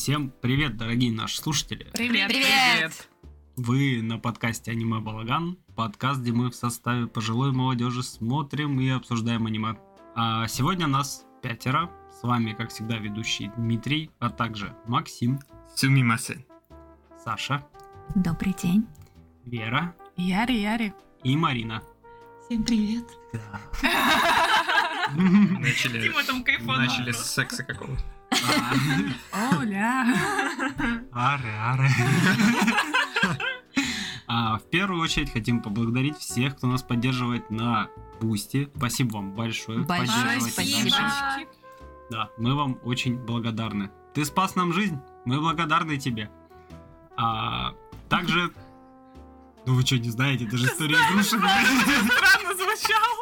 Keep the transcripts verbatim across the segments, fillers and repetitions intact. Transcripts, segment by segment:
Всем привет, дорогие наши слушатели. Привет. Привет. Вы на подкасте «Аниме Балаган», подкаст, где мы в составе пожилой молодежи смотрим и обсуждаем аниме. А сегодня нас пятеро. С вами, как всегда, ведущий Дмитрий, а также Максим, Сумимасе. Саша, Добрый день. Вера Яри, Яри. и Марина. Всем привет. Начали, Дима там кайфанул. начали с секса какого-то. Оля. Аре, аре. А, в первую очередь хотим поблагодарить всех, кто нас поддерживает на Бусти. Спасибо вам большое. Большое Поддерживайте спасибо. дальше. Да, мы вам очень благодарны. Ты спас нам жизнь, мы благодарны тебе. А, также... Ну вы что, не знаете, это же история игрушек. Странно звучало.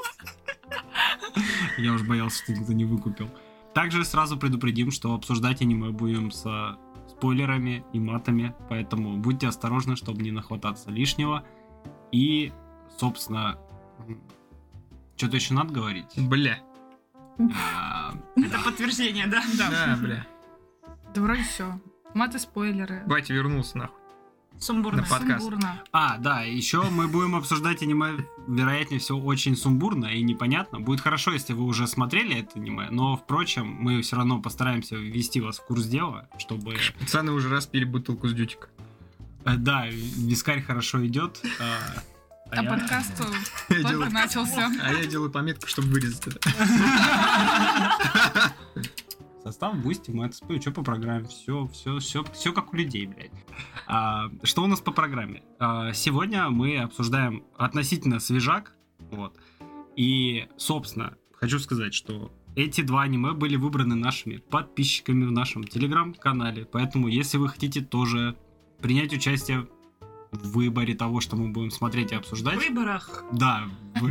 Я уж боялся, что никто не выкупил. Также сразу предупредим, что обсуждать аниме будем со спойлерами и матами, поэтому будьте осторожны, чтобы не нахвататься лишнего. И, собственно, что-то еще надо говорить? Бля. А, Это да. подтверждение, да? Да, бля. Да вроде все. Маты, спойлеры. Батя вернулся нахуй. Сумбурно. На подкаст. Сумбурно. А, да, еще мы будем обсуждать аниме, вероятнее всего, очень сумбурно и непонятно. Будет хорошо, если вы уже смотрели это аниме, но, впрочем, мы все равно постараемся ввести вас в курс дела, чтобы... Пацаны уже распили бутылку с дютика. Э, Да, вискарь хорошо идет. А, а А я- подкаст Я только делаю- начался. А я делаю пометку, чтобы вырезать это. Состав, бусти, мы это спою, что по программе, все, все, все, все как у людей, блядь. А, что у нас по программе? А, сегодня мы обсуждаем относительно свежак, вот. И, собственно, хочу сказать, что эти два аниме были выбраны нашими подписчиками в нашем телеграм-канале, поэтому, если вы хотите тоже принять участие в выборе того, что мы будем смотреть и В обсуждать, выборах. да, вы-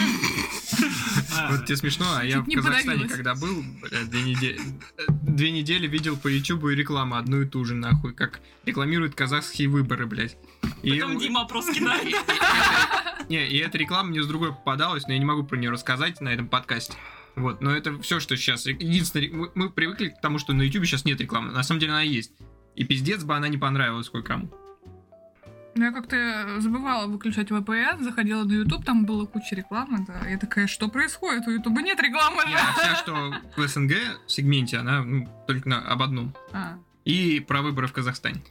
Вот тебе смешно, а я Чуть в не Казахстане, подавилась. когда был, бля, две недели, э, две недели видел по Ютубу и рекламу одну и ту же, нахуй, как рекламируют казахские выборы, блядь. И- Потом Дима опрос кидает. Не, и эта реклама мне с другой попадалась, но я не могу про нее рассказать на этом подкасте. Вот, но это все, что сейчас. Единственное, мы, мы привыкли к тому, что на Ютубе сейчас нет рекламы. На самом деле она есть. И пиздец бы она не понравилась кое-кому. Ну, я как-то забывала выключать ви пи эн, заходила на YouTube, там была куча рекламы, да. Я такая, что происходит? У Ютуба нет рекламы Не, же. а вся, что в СНГ сегменте, она ну, только на, об одном. А, И про выборы в Казахстане.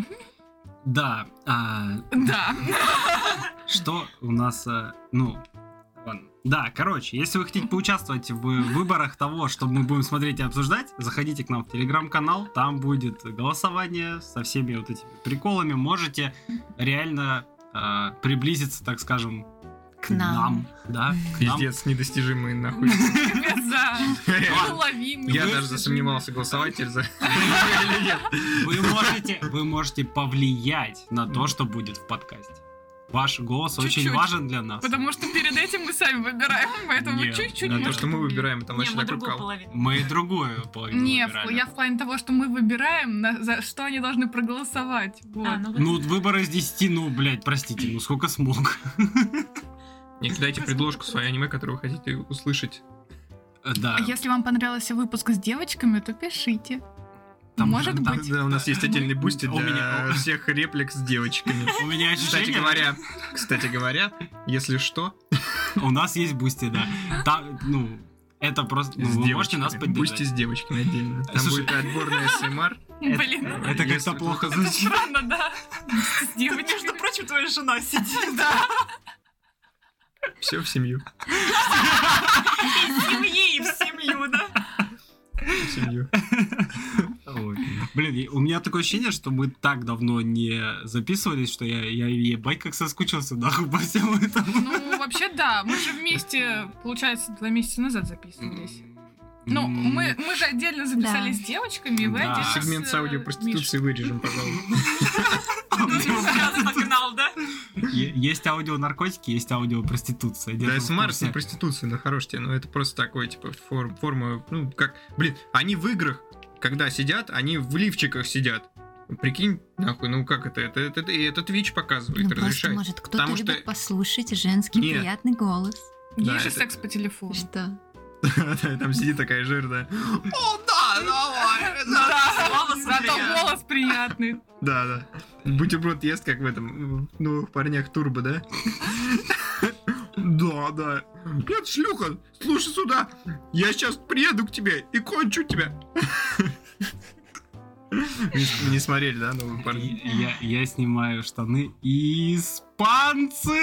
Да, а, да. что у нас, э, ну, ладно. Да, короче, если вы хотите поучаствовать в выборах того, что мы будем смотреть и обсуждать, заходите к нам в телеграм-канал, там будет голосование со всеми вот этими приколами, можете реально э, приблизиться, так скажем, к, К нам. нам, да, к нам. Пиздец, недостижимый нахуй. Капец, да. Я Уловимый. даже засомневался, голосовать теперь за или нет. Вы можете, вы можете повлиять на то, что будет в подкасте. Ваш голос очень Чуть-чуть. важен для нас. Потому что перед этим мы сами выбираем, поэтому Нет, чуть-чуть да, А то, можете что мы повлиять. выбираем, там Не, вообще мы такой другую кал. половину. Мы другую половину Не, выбирали. я в плане того, что мы выбираем, на- за что они должны проголосовать. Вот. А, ну, Ну, выбор из десяти, ну, блядь, простите, ну сколько смог. Не кидайте предложку свое аниме, которое вы хотите услышать. Э, Да. А если вам понравился выпуск с девочками, то пишите. Там Может же- там- быть. Да, у нас есть отдельный бусти У для меня- всех реплик с девочками. У меня Кстати ощущение... говоря, кстати говоря, если что, У нас есть бусти, да. Там, ну, это просто... ну, с вы можете девочками. нас Бусти поддержать. с девочками отдельно. Там Слушай, будет отборная СМР. Блин, Это Если как-то плохо кто-то- звучит. странно, да. С Тут, девочками. между прочим, твоя жена сидит. Да. Все в семью. И в семье, и в семью, да? В семью. Ой. Блин, и у меня такое ощущение, что мы так давно не записывались, что я, я ебать как соскучился, нахуй, по всему этому. Ну, вообще, да. Мы же вместе, получается, два месяца назад записывались. Ну, мы, мы же отдельно записались Да. с девочками, и вы Да. отдельно Сегмент с э, аудиопроституции вырежем, пожалуйста. Сейчас погнал, да? Е- Есть аудионаркотики, есть аудиопроституция. Да, Держим в СМР курсе. не проституция, но хорош тебе, но это просто такой, типа, форм- форма, ну, как, блин, они в играх, когда сидят, они в лифчиках сидят. Прикинь, нахуй, ну как это? Это, это, это Twitch показывает, Ну, просто, разрешает. может, кто-то Потому любит что- послушать женский Нет. приятный голос. Да, Есть же это- секс по телефону. Что? Там сидит такая жирная. О, да, давай. Да, зато голос приятный. Да, да. Бутерброд ест, как в этом, в новых парнях Турбо, да? Да, да. Нет, шлюха, слушай сюда. Я сейчас приеду к тебе и кончу тебя. Не смотрели, да, новые парни? Я, я снимаю штаны. Испанцы!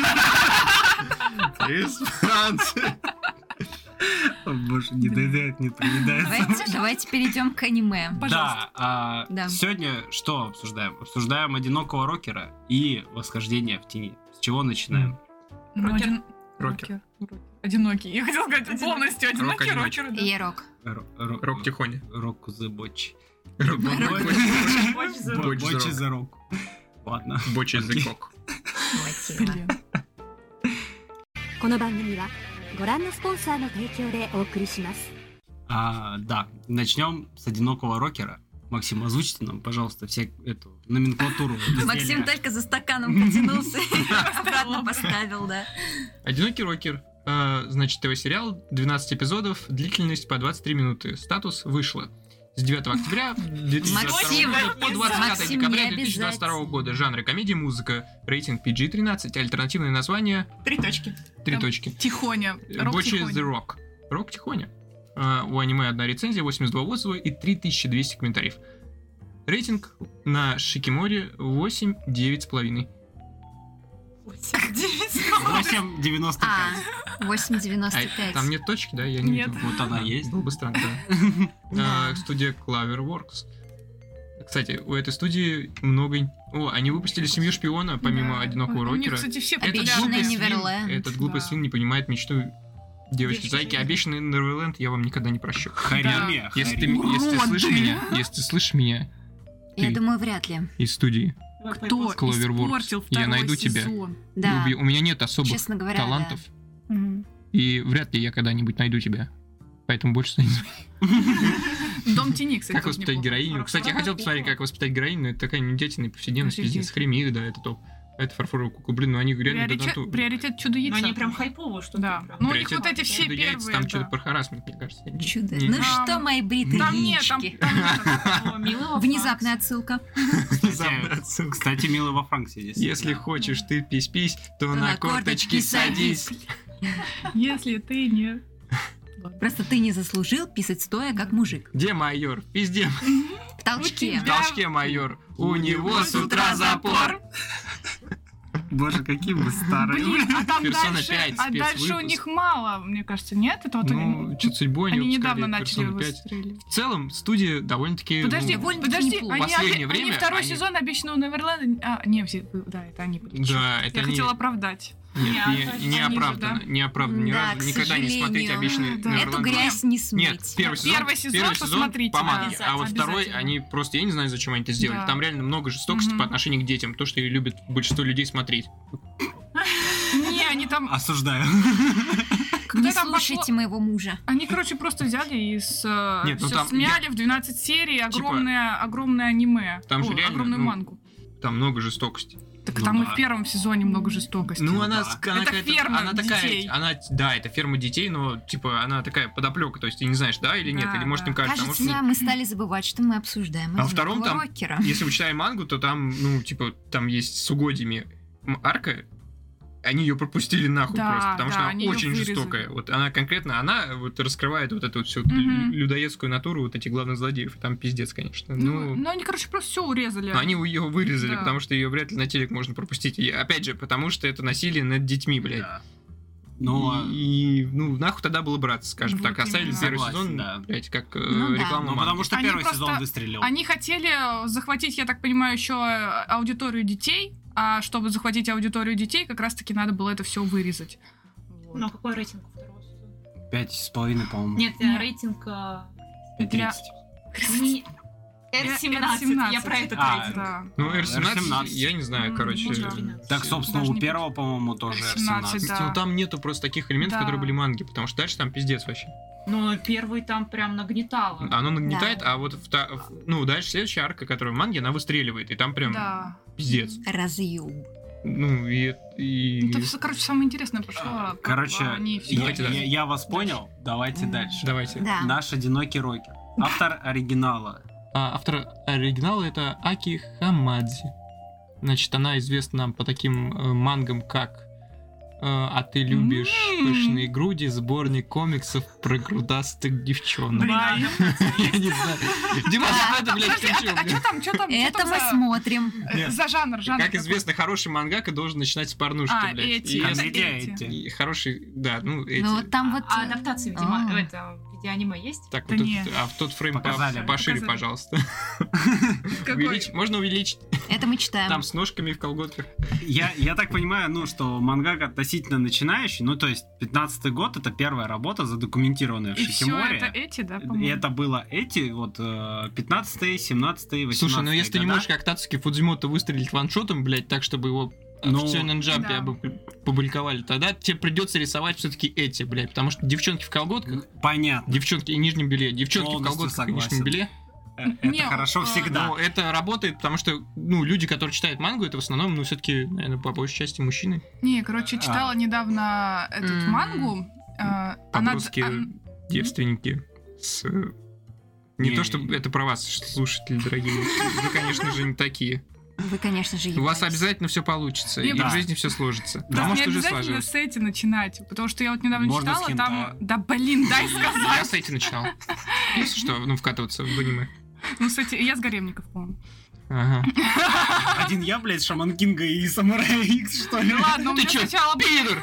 Испанцы. О боже, не доедает, не приедается. Давайте, давайте перейдем к аниме. Да, а, Да. сегодня что обсуждаем? Обсуждаем «Одинокого рокера» и «Восхождение в тени». С чего начинаем? Ну, Рокер. один- Рокер. Рокер. Одинокий. Я хотела сказать полностью одинокий одиночка. рокер. да. И рок. Ро- ро- Рок Тихоня. Рок the Botch. Watch the Rock. Botch the Rock. Ладно. Бочи the Cock. Хватило. Блин. この番組はご覧のスポンサーの提供でお送りします。 А, да, начнем с «Одинокого рокера». Максим, озвучьте нам, пожалуйста, все эту номенклатуру. Максим только за стаканом потянулся и обратно поставил, да. Одинокий рокер. А, значит, ТВ-сериал, двенадцать эпизодов, длительность по двадцать три минуты. Статус вышло. С девятого октября две тысячи двадцать второго Максим, года по двадцать пятое Максим, декабря не две тысячи двадцать второго года. Жанры комедия, музыка. Рейтинг пи джи тринадцать. Альтернативное название. Три точки. Три Там точки. Тихоня. Рок Бочи Тихоня. the Rock. Рок Тихоня. А, у аниме одна рецензия, восемьдесят два отзыва и три тысячи двести комментариев. Рейтинг на Шикиморе восемь девять с половиной. восемь девяносто пять. А, восемь девяносто А, пять. там нет точки, да? Я не Нет. видел. Вот она есть. Было бы странно, да. Да. А, Студия Cloverworks. Кстати, у этой студии много... ин- О, они выпустили «Семью шпиона», помимо Да. «Одинокого У них, рокера». кстати, все Этот Обещанный глупый популярные. свин, Неверленд. этот глупый Да. свин не понимает мечту девочки Девочки. зайки. Обещанный Неверленд я вам никогда не прощу. Хариме. Если ты, Хариме. если ты Уроды. слышишь меня, если ты слышишь меня Я ты. думаю, вряд ли. из студии, Кто Cloverworks. испортил Я второй найду тебя. сезон? Да, люби- у меня нет особых честно говоря, талантов, Мгм. и вряд ли я когда-нибудь найду тебя. Поэтому больше не знаю. Дом тени, кстати, Как тоже воспитать неплохо. героиню. Кстати, я хотел посмотреть, как воспитать героиню, но это такая нудятина и повседневность, Офигеть. пиздец. Хремик, да, это топ. Это фарфоровая кукла. Блин, ну они реально Приоритет, додату- приоритет чудо-яйца. Но они прям хайповые, что Да. ты прям. Ну, у них Приоритет вот эти все чудо яйца, первые, Там да. что-то про харассмент, мне кажется. Не- Чудо. не- Ну не- что, мои бритые Там нет, там, яички? там нет. О, милого Внезапная Франкса. отсылка. Внезапно. Кстати, милый во Франксе здесь. Если хочешь ты пись-пись, то То на на корточки корточки садись. Если ты не... Просто ты не заслужил писать стоя, как мужик. Где майор? Пизде. В толчке. В толчке майор. У него с утра запор. Боже, какие мы старые. Блин, а там Персона дальше, пять, а дальше у спецвыпуск. них мало, мне кажется, нет? Это вот Ну, они, что-то судьбой они не недавно выпускали начали Persona пять. выстрелить. В целом, студия довольно-таки... Подожди, ну, довольно-таки подожди, неплохо. они, Последнее они время второй они- сезон обещанного Неверленда... А, не, все, да, это они были. Да, это Я они... хотела оправдать. Нет, Не, не, они не же, оправданно, да? не оправданно. Ни Да, разу к никогда не смотреть сожалению. обещанный Да. Neverland Эту два. грязь не смыть. Нет, первый сезон, Первый сезон первый сезон посмотрите, по да. манге, а вот второй, Обязательно. они просто, я не знаю, зачем они это сделали. Да. Там реально много жестокости Мгм. по отношению к детям, то, что и любят большинство людей смотреть. Не, они там... Осуждаю. Когда Не там слушайте пошло- моего мужа. Они, короче, просто взяли и с, э, Нет, ну всё там смяли в двенадцать серий огромное, огромное аниме. Там же О, реально, огромную ну, мангу. Там много жестокости. Так ну там да. и в первом сезоне много жестокости. Ну, она, да. с- она, Это какая-то- ферма она такая, детей. она, да, это ферма детей, но, типа, она такая подоплека, то есть ты не знаешь, да или нет, Да, или может да. им кажется, а Кажется, может, мы стали забывать, что мы обсуждаем А во втором «Одинокого там- рокера». если вы читаете мангу, то там, ну, типа, там есть с угодьями м, арка, они ее пропустили нахуй Да, просто, потому да, что они она её очень вырезали. жестокая. Вот она конкретно, она вот раскрывает вот эту вот всю Мгм. людоедскую натуру вот этих главных злодеев. И там пиздец, конечно. Ну, Ну, ну, они, короче, просто все урезали. но они ее вырезали, Да. потому что ее вряд ли на телек можно пропустить. И опять же, потому что это насилие над детьми, блядь. Да. Ну, а- И, ну, нахуй тогда было браться, скажем Вот так. Оставили именно. первый Согласен, сезон, да. блядь, как э, Ну да. рекламу ну, манги. потому что Они первый просто- сезон выстрелил. Они хотели захватить, я так понимаю, еще аудиторию детей, а чтобы захватить аудиторию детей, как раз-таки надо было это все вырезать. Вот. Ну, какой рейтинг у второго сезона? Пять с половиной, по-моему. Нет, Нет. рейтинг а, пять для- тридцать. не- эр семнадцать. Я про этот А, рейтинг. Да. Ну, эр эр семнадцать, семнадцать. я не знаю, М, короче. ну да. тринадцать. Так, собственно, Даже у не первого, по-моему, тоже эр семнадцать, семнадцать. да. Ну, там нету просто таких элементов, Да. которые были в манге, потому что дальше там пиздец вообще. Но первый там прям нагнетало. Оно нагнетает, а вот вта- ну, дальше следующая арка, которая в манге, она выстреливает, и там прям Да. пиздец. Разъюб. Ну, и... и... Ну, это, короче, самое интересное пошло. как Короче, они всё- я, Давайте я- дальше. я вас понял, давайте М. дальше. Давайте. Да. Наш одинокий рокер. Автор оригинала. А автор оригинала это Аки Хамадзи. Значит, она известна нам по таким э, мангам, как э, «А ты любишь М. пышные груди», сборник комиксов про грудастых девчонок. Да, Я не знаю. Димас, это, блядь, ты чё, А что блядь? там, что там, чё Это там мы за- смотрим. э, за жанр, жанр? Как какой? известно, хороший мангака должен начинать с порнушки, А, блядь. эти, И это если- Комедия эти. эти. и хороший, да, ну, эти. Ну вот там вот... А э, адаптации в а. дима- в этом в виде аниме есть? Так, Да вот нет. тут- а в тот фрейм по- Показали. пошире, Показали. пожалуйста. Какой? Увеличь- Можно увеличить Это мы читаем. там с ножками в колготках. Я, я так понимаю, ну, что мангак относительно начинающий, ну, то есть пятнадцатый год — это первая работа, задокументированная в И все Шикиморе. это эти, да, И по-моему? это было эти, вот, э, пятнадцатый, семнадцатый, восемнадцатый Слушай, ну если ты не года. можешь как Тацуки Фудзимото выстрелить ваншотом, блядь, так, чтобы его Ну, в Сёнэн Джампе да. об- публиковали, тогда тебе придется рисовать все-таки эти, блядь, потому что девчонки в колготках, Понятно. девчонки и нижнем белье, девчонки в Полностью колготках и согласен. нижнем белье, Э, Это Не, хорошо а, всегда. но это работает, потому что, ну, люди, которые читают мангу, это в основном, ну, все-таки, наверное, по большей части мужчины. Не, короче, читала недавно этот М. мангу. э, она- Подростки, ан- девственники с... э, Не Не. то, чтобы это про вас, слушатели дорогие. Вы, конечно же, не такие. Вы, конечно же, У вас ебались. обязательно все получится, и Да. в жизни все сложится. Да. А Просто может, не уже обязательно сложилось. с эти начинать, потому что я вот недавно Можно с читала, там... хентая. Да блин, дай Я сказать. с этим начинал. Если что, ну, вкатываться в аниме. Ну, кстати, я с гаремников, по-моему. Ага. Один я, блядь, Шаман Кинга и Самурай Икс, что ли? Ну ладно, у Ты меня чё, сначала... пидор?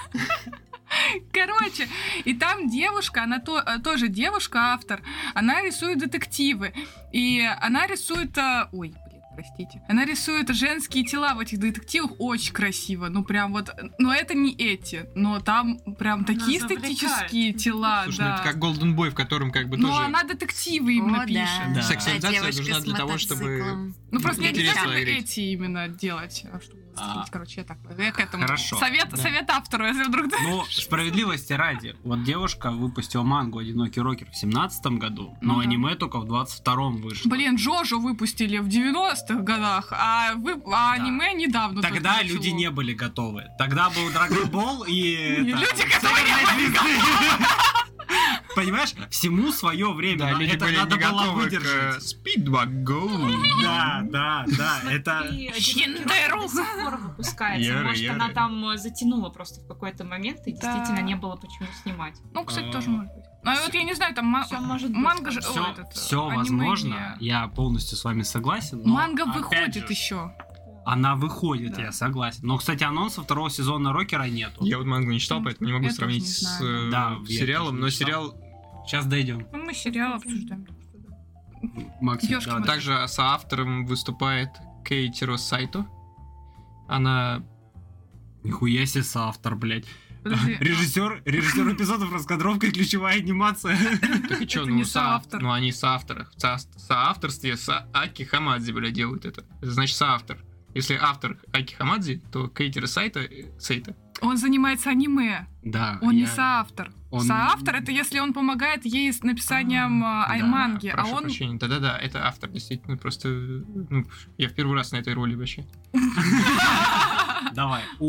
Короче, и там девушка, она то- э, тоже девушка-автор, она рисует детективы. И она рисует... э, Ой, блин, простите. Она рисует женские тела в этих детективах очень красиво. Ну, прям вот... Но это не эти. Но там прям Она такие завлекает. эстетические тела, Слушай, ну да. это как Golden Boy, в котором как бы Но тоже... она детективы именно О, пишет. да. Да. Сексуализация Та девочка нужна с для того, чтобы... мотоциклом. Ну, просто не Интересно обязательно играть. эти именно делать. а чтобы А. застрелить. Короче, я так... Я к этому. Хорошо. Совет, Да. совет автору, если вдруг... Ну, справедливости ради. Вот девушка выпустила мангу «Одинокий рокер» в семнадцатом году, но Ну да. аниме только в двадцать втором вышло. Блин, Джоджо выпустили в девяностых годах, а, вы, а аниме недавно только Тогда начало. люди не были готовы. Тогда был Dragon Ball и... Не, это, люди, которые не Северная были звезда. Понимаешь, всему свое время. Да, но люди это были надо не было готовы к э, выдержать. Speedbug Go. Да, да, да, это... И «Одинокий Хендеру. рокер» до сих пор выпускается. Яры, Может, она яры. там э, затянула просто в какой-то момент, и Да. действительно не было почему снимать. Ну, кстати, А, тоже может быть. Ну, вот я не знаю, там ма- Всё может быть, манга же... конечно. о, Все, этот, все аниме возможно, не- я полностью с вами согласен. но, Манга опять выходит же, еще. Она выходит, Да. я согласен. Но, кстати, анонса второго сезона Рокера нету. Я вот мангу не читал, поэтому не могу Я тоже сравнить не с знаю. э, Да, я сериалом, тоже не но читал. сериал Сейчас дойдем. Ну, мы сериал обсуждаем. Максим, Ёшкин давай. кот. также соавтором выступает Кейтиро Сайто. Она... Нихуя себе соавтор, блядь. Подожди. Режиссер, режиссер эпизодов, раскадровка и ключевая анимация. Так и чё, Это ну, не соав- соавтор. ну они соавторы. В со- соавторстве с Аки Хамадзи, бля, делают это. Это значит соавтор. Если автор Аки Хамадзи, то Кейтиро Сайто... э, Сейто. Он занимается аниме. Да. Он не я- соавтор. он- Соавтор — это если он помогает ей с написанием а, да, манги, а Прошу он... прощения. Да-да-да, это автор, действительно. Просто ну, я в первый раз на этой роли вообще. Давай. Что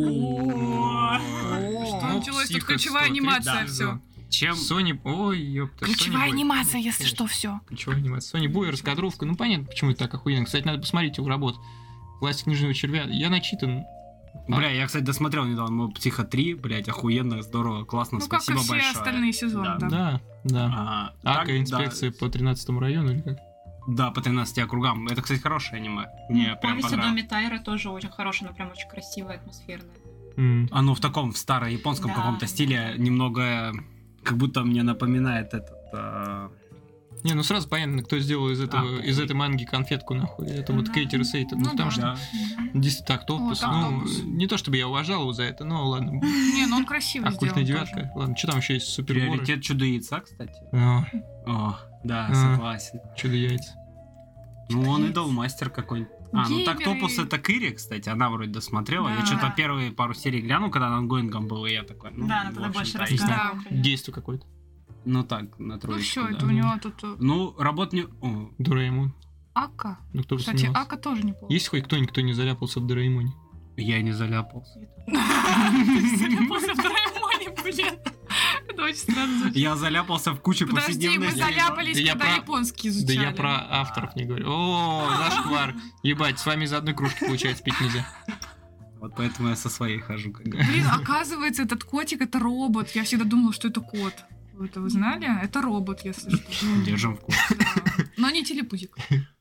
Ну, началось? Тут психо ключевая сто тридцать, анимация, да. все. Чем... Sony... Ой, ёпта. Ключевая Sony Boy. анимация, если Конечно, что, все. Ключевая анимация. Sony Boy, раскадровка. Ну, понятно, почему это так охуенно. Кстати, надо посмотреть его работу. Власть книжного червя. Я начитан. Бля, я, кстати, досмотрел недавно Моб Психо три, блядь, охуенно, здорово, классно, Ну, как и спасибо все большое. остальные сезоны, да. Да, да. А, так, Ака, инспекция да, по тринадцатому району или как? Да, по тринадцати округам. Это, кстати, хорошее аниме. Мне прям Повесть о понравилось. доме Тайра тоже очень хорошая, она прям очень красивая, атмосферная. М. Оно в таком, в старо-японском Да. каком-то стиле, немного, как будто мне напоминает этот... а, Не, ну сразу понятно, кто сделал из этого, А, из этой манги конфетку, нахуй. Это вот Мгм. Кейтиро Сейто. Ну, Ну потому да. что да. действительно Октопус. Вот, Ну, Октопус. не то чтобы я уважал его за это, но ладно. Не, ну он красиво Оккультная сделан девятка. тоже. Ладно, что там еще есть? Суперборы. Приоритет чудо-яйца, кстати. А, О, да, А. согласен. чудо-яйца. Ну, он идол-мастер какой-нибудь. А, ну так Геймеры. Топус это Кири, кстати, она вроде досмотрела. Я Да. что-то первые пару серий глянул, когда она ангоингом был, и я такой, ну, Да, она в тогда больше общем-то, рассказала. Да. Действо какое-то. Ну так, на Ну троечку, все, да. это у него тут... э, Ну, работ не... О, Дораэмон. Ака. Ну, кто бы Кстати, сомневался. Ака тоже неплохо. Есть хоть кто-нибудь, кто не заляпался в Дораэмоне? я не заляпался. После Дораэмоне, блин. Это очень странно звучит. Я заляпался в кучу Подожди, мы повседневности. заляпались, Да я когда про- японский Да изучали. я про авторов не говорю. О, зашквар. Ебать, с вами из одной кружки, получается, пить нельзя. Вот поэтому я со своей хожу. Как бы. Блин, оказывается, этот котик — это робот. Я всегда думала, что это кот. Вы это вы знали? Это робот, если что. Держим в курсе. Да. Но не телепузик.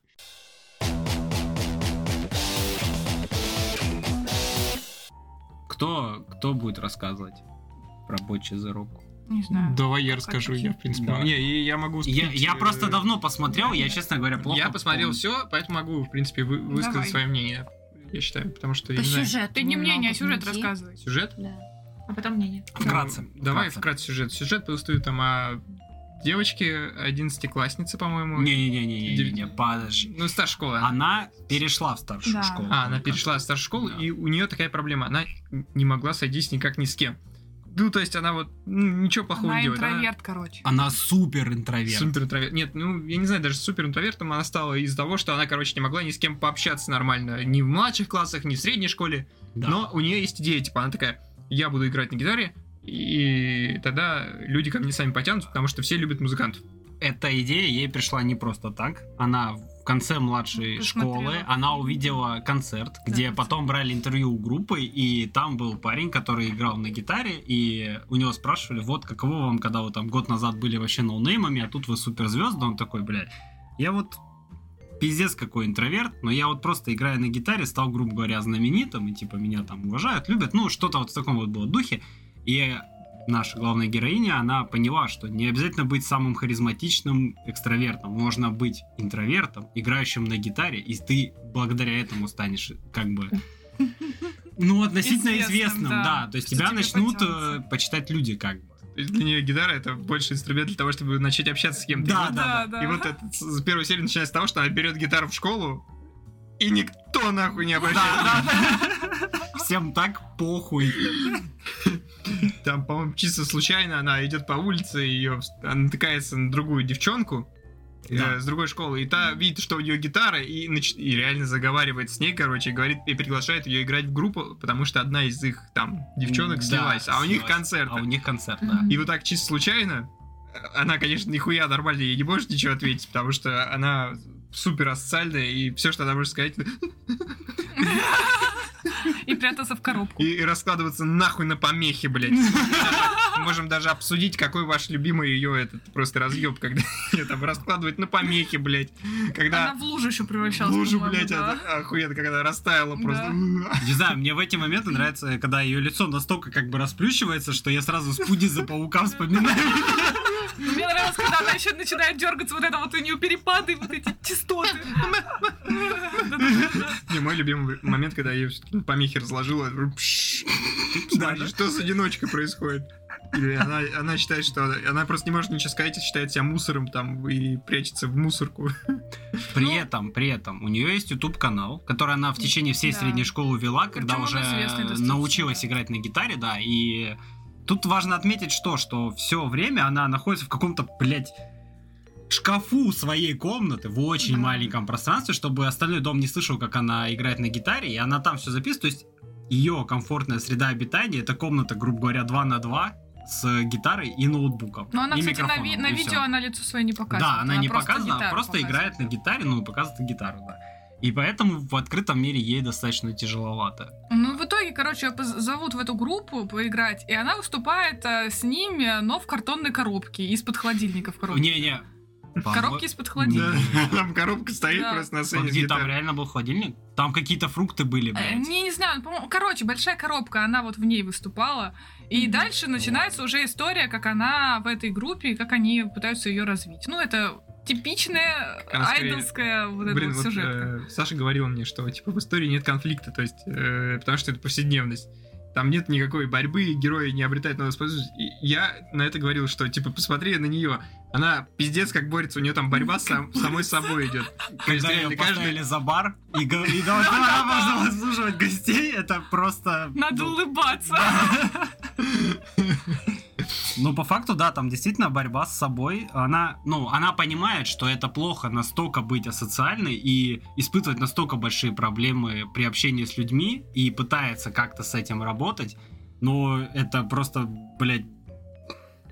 Кто, кто будет рассказывать про Бочи зарубку? Не знаю. Давай я расскажу, я, в принципе. Давай. Не, и я могу... Я, вступить, я э, просто давно посмотрел, я, честно говоря, плохо Я посмотрел помню. все, поэтому могу, в принципе, вы- высказать Давай. свое мнение. Я считаю, потому что я По не знаю. сюжету. Ты не мы мнение, а могут сюжет найти. рассказывай. Сюжет? Да. А потом мнение. Вкратце. Давай вкратце. вкратце сюжет. Сюжет повествует там о девочке, одиннадцатикласснице, по-моему. Не-не-не-не-не, подожди. Ну, старшая школа. Она перешла в старшую Да. школу. А, она перешла в старшую школу, Да. и у нее такая проблема. Она не могла сойдись никак ни с кем. Ну, то есть она вот ну, ничего плохого Она не делает. Она интроверт, короче. Она супер интроверт. супер интроверт. Нет, ну, я не знаю, даже супер интровертом она стала из-за того, что она, короче, не могла ни с кем пообщаться нормально. Ни в младших классах, ни в средней школе. Да. Но у нее есть идея, типа, она такая, я буду играть на гитаре, и тогда люди ко мне сами потянутся, потому что все любят музыкантов. Эта идея ей пришла не просто так. Она в конце младшей Посмотрела. школы, она увидела концерт, где Да. потом брали интервью у группы, и там был парень, который играл на гитаре, и у него спрашивали, вот каково вам, когда вы там год назад были вообще ноунеймами, а тут вы суперзвезды. Он такой, блядь, я вот пиздец какой интроверт, но я вот просто играя на гитаре стал, грубо говоря, знаменитым, и типа меня там уважают, любят, ну что-то вот в таком вот было духе. И наша главная героиня, она поняла, что не обязательно быть самым харизматичным экстравертом, можно быть интровертом, играющим на гитаре, и ты благодаря этому станешь как бы ну относительно Известным, известным, да. да, то есть Что тебя тебе начнут потянутся. э, почитать люди как бы. То есть для нее гитара это больше инструмент для того, чтобы начать общаться с кем-то. Да, И вот- да, да. И вот это с первой серии начинается с того, что она берет гитару в школу, и никто нахуй не обращает. Всем так похуй. Там, по-моему, чисто случайно она идет по улице, ее она натыкается на другую девчонку э, Да. с другой школы, и та видит, что у нее гитара, и, нач- и реально заговаривает с ней, короче, и говорит, и приглашает ее играть в группу, потому что одна из их там девчонок Да, слилась, а у них слилась. концерт. А у них концерт, да. Мгм. И вот так чисто случайно, она, конечно, нихуя нормально ей не может ничего ответить, потому что она супер асоциальная, и все, что она может сказать, И прятаться в коробку. и, и раскладываться нахуй на помехи, блядь. Мы можем даже обсудить, какой ваш любимый ее этот просто разъеб, когда ее там раскладывать на помехи, блядь. Она Когда в лужу еще в превращалась. лужу, по-моему, блядь, да. это охуенно, когда растаяла просто. Не знаю, мне в эти моменты нравится, когда ее лицо настолько как бы расплющивается, что я сразу Спуди за паука вспоминаю. Мне нравилось, когда она еще начинает дергаться, вот это вот у нее перепады, вот эти частоты. Не, мой любимый момент, когда я ее все-таки на помехи разложила. пш, смотри, что с одиночкой происходит. Или она, она считает, что она, она просто не может ничего сказать, и считает себя мусором там и прячется в мусорку. При Ну. этом, при этом, у нее есть YouTube канал, который она в течение всей Да. средней школы вела, когда Причем он уже известный достаточно, научилась да. играть на гитаре, да, и тут важно отметить, что, что все время она находится в каком-то, блядь, шкафу своей комнаты в очень Да. маленьком пространстве, чтобы остальной дом не слышал, как она играет на гитаре, и она там все записывает, то есть ее комфортная среда обитания — это комната, грубо говоря, два на два с гитарой и ноутбуком. Но она, и кстати, на, ви- микрофоном, на и видео всё. она лицо свое не показывает. Да, она, не просто показана, гитару просто показывает. играет на гитаре, ну, показывает гитару, да. И поэтому в открытом мире ей достаточно тяжеловато. Ну, в итоге, короче, ее поз- зовут в эту группу поиграть, и она выступает э, с ними, но в картонной коробке, из-под холодильника в коробке. Не-не. В коробке из-под холодильника. Да, там коробка стоит Да. просто на сцене с Где там гитарой. реально был холодильник? Там какие-то фрукты были, Э, блядь. Не, не знаю, по-моему, короче, большая коробка, она вот в ней выступала. И Мгм. дальше начинается уже история, как она в этой группе, и как они пытаются ее развить. Ну, это типичная Она скорее- айдолская вот эта Блин, вот вот сюжетка. э, Саша говорила мне, что типа в истории нет конфликта, то есть, э, потому что это повседневность. Там нет никакой борьбы, герои не обретают новых способностей. И я на это говорил, что типа посмотри на нее, она пиздец как борется, у нее там борьба сам- самой собой идет. То есть Когда ее реально каждый- поставили за бар и го- и должна можно выслушивать гостей, это просто... Надо ну, улыбаться. Ну, по факту, да, там действительно борьба с собой. Она, ну, она понимает, что это плохо настолько быть асоциальной и испытывать настолько большие проблемы при общении с людьми, и пытается как-то с этим работать. Но это просто, блядь,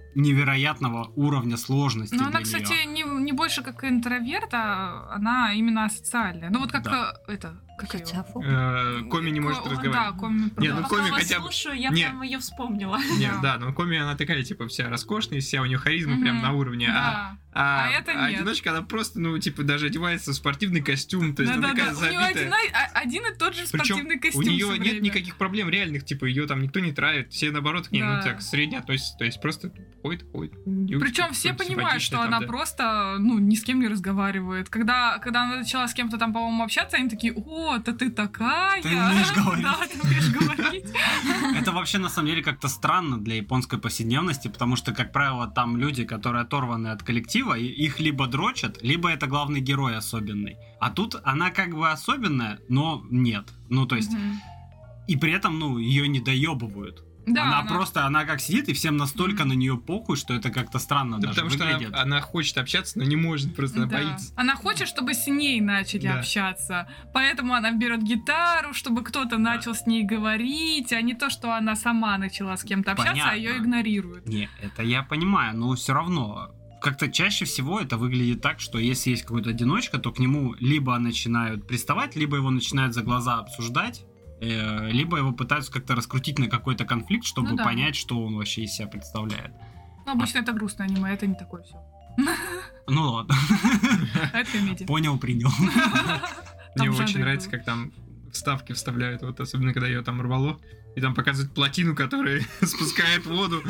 невероятного уровня сложности. Ну, для она, неё. кстати, не, не больше как интроверт, а она именно асоциальная. Ну, вот как Да. э, это... Как её? Социофоб. Э, Коми не может Ко- разговаривать. Да, Коми. Не, ну, да. Коми Пока вас хотя бы- слушаю, я Не. прям ее вспомнила. Не, Да. да, но Коми, она такая, типа, вся роскошная, вся у нее харизма Мгм. прям на уровне. А, Да. А это нет. одиночка, она просто, ну, типа, даже одевается в спортивный костюм, то есть она такая Да-да-да, у нее забитая. один, а- один и тот же спортивный Причем костюм у нее всё нет время. никаких проблем реальных, типа, ее там никто не травит, все наоборот к ней, ну, Да. так, средне относятся, то есть просто ходит, ходит. Причем все понимают, что она просто, ну, ни с кем не разговаривает. Когда, когда она начала с кем-то там, по-моему, общаться, они такие: о, да ты такая. Ты умеешь говорить. Да, ты умеешь говорить. Это вообще на самом деле как-то странно для японской повседневности, потому что, как правило, там люди, которые оторваны от коллектива, и их либо дрочат, либо это главный герой особенный. А тут она как бы особенная, но нет. Ну, то есть, Мгм. и при этом, ну, ее не доебывают. Да, она, она- просто, она как сидит, и всем настолько Мгм. на нее похуй, что это как-то странно Да, даже потому что выглядит. она, она хочет общаться, но не может, просто она Да. боится. Она хочет, чтобы с ней начали Да. общаться. Поэтому она берет гитару, чтобы кто-то начал с ней говорить, а не то, что она сама начала с кем-то общаться, а Понятно. ее игнорируют. Не, это я понимаю, но все равно как-то чаще всего это выглядит так, что если есть какой-то одиночка, то к нему либо начинают приставать, либо его начинают за глаза обсуждать, э, либо его пытаются как-то раскрутить на какой-то конфликт, чтобы Ну да. понять, что он вообще из себя представляет. Но обычно это грустное аниме, это не такое все. Ну ладно, Это комедия. понял, принял. Мне Там очень жанры нравится, было. как там вставки вставляют, вот особенно когда ее там рвало, и там показывают плотину, которая спускает воду.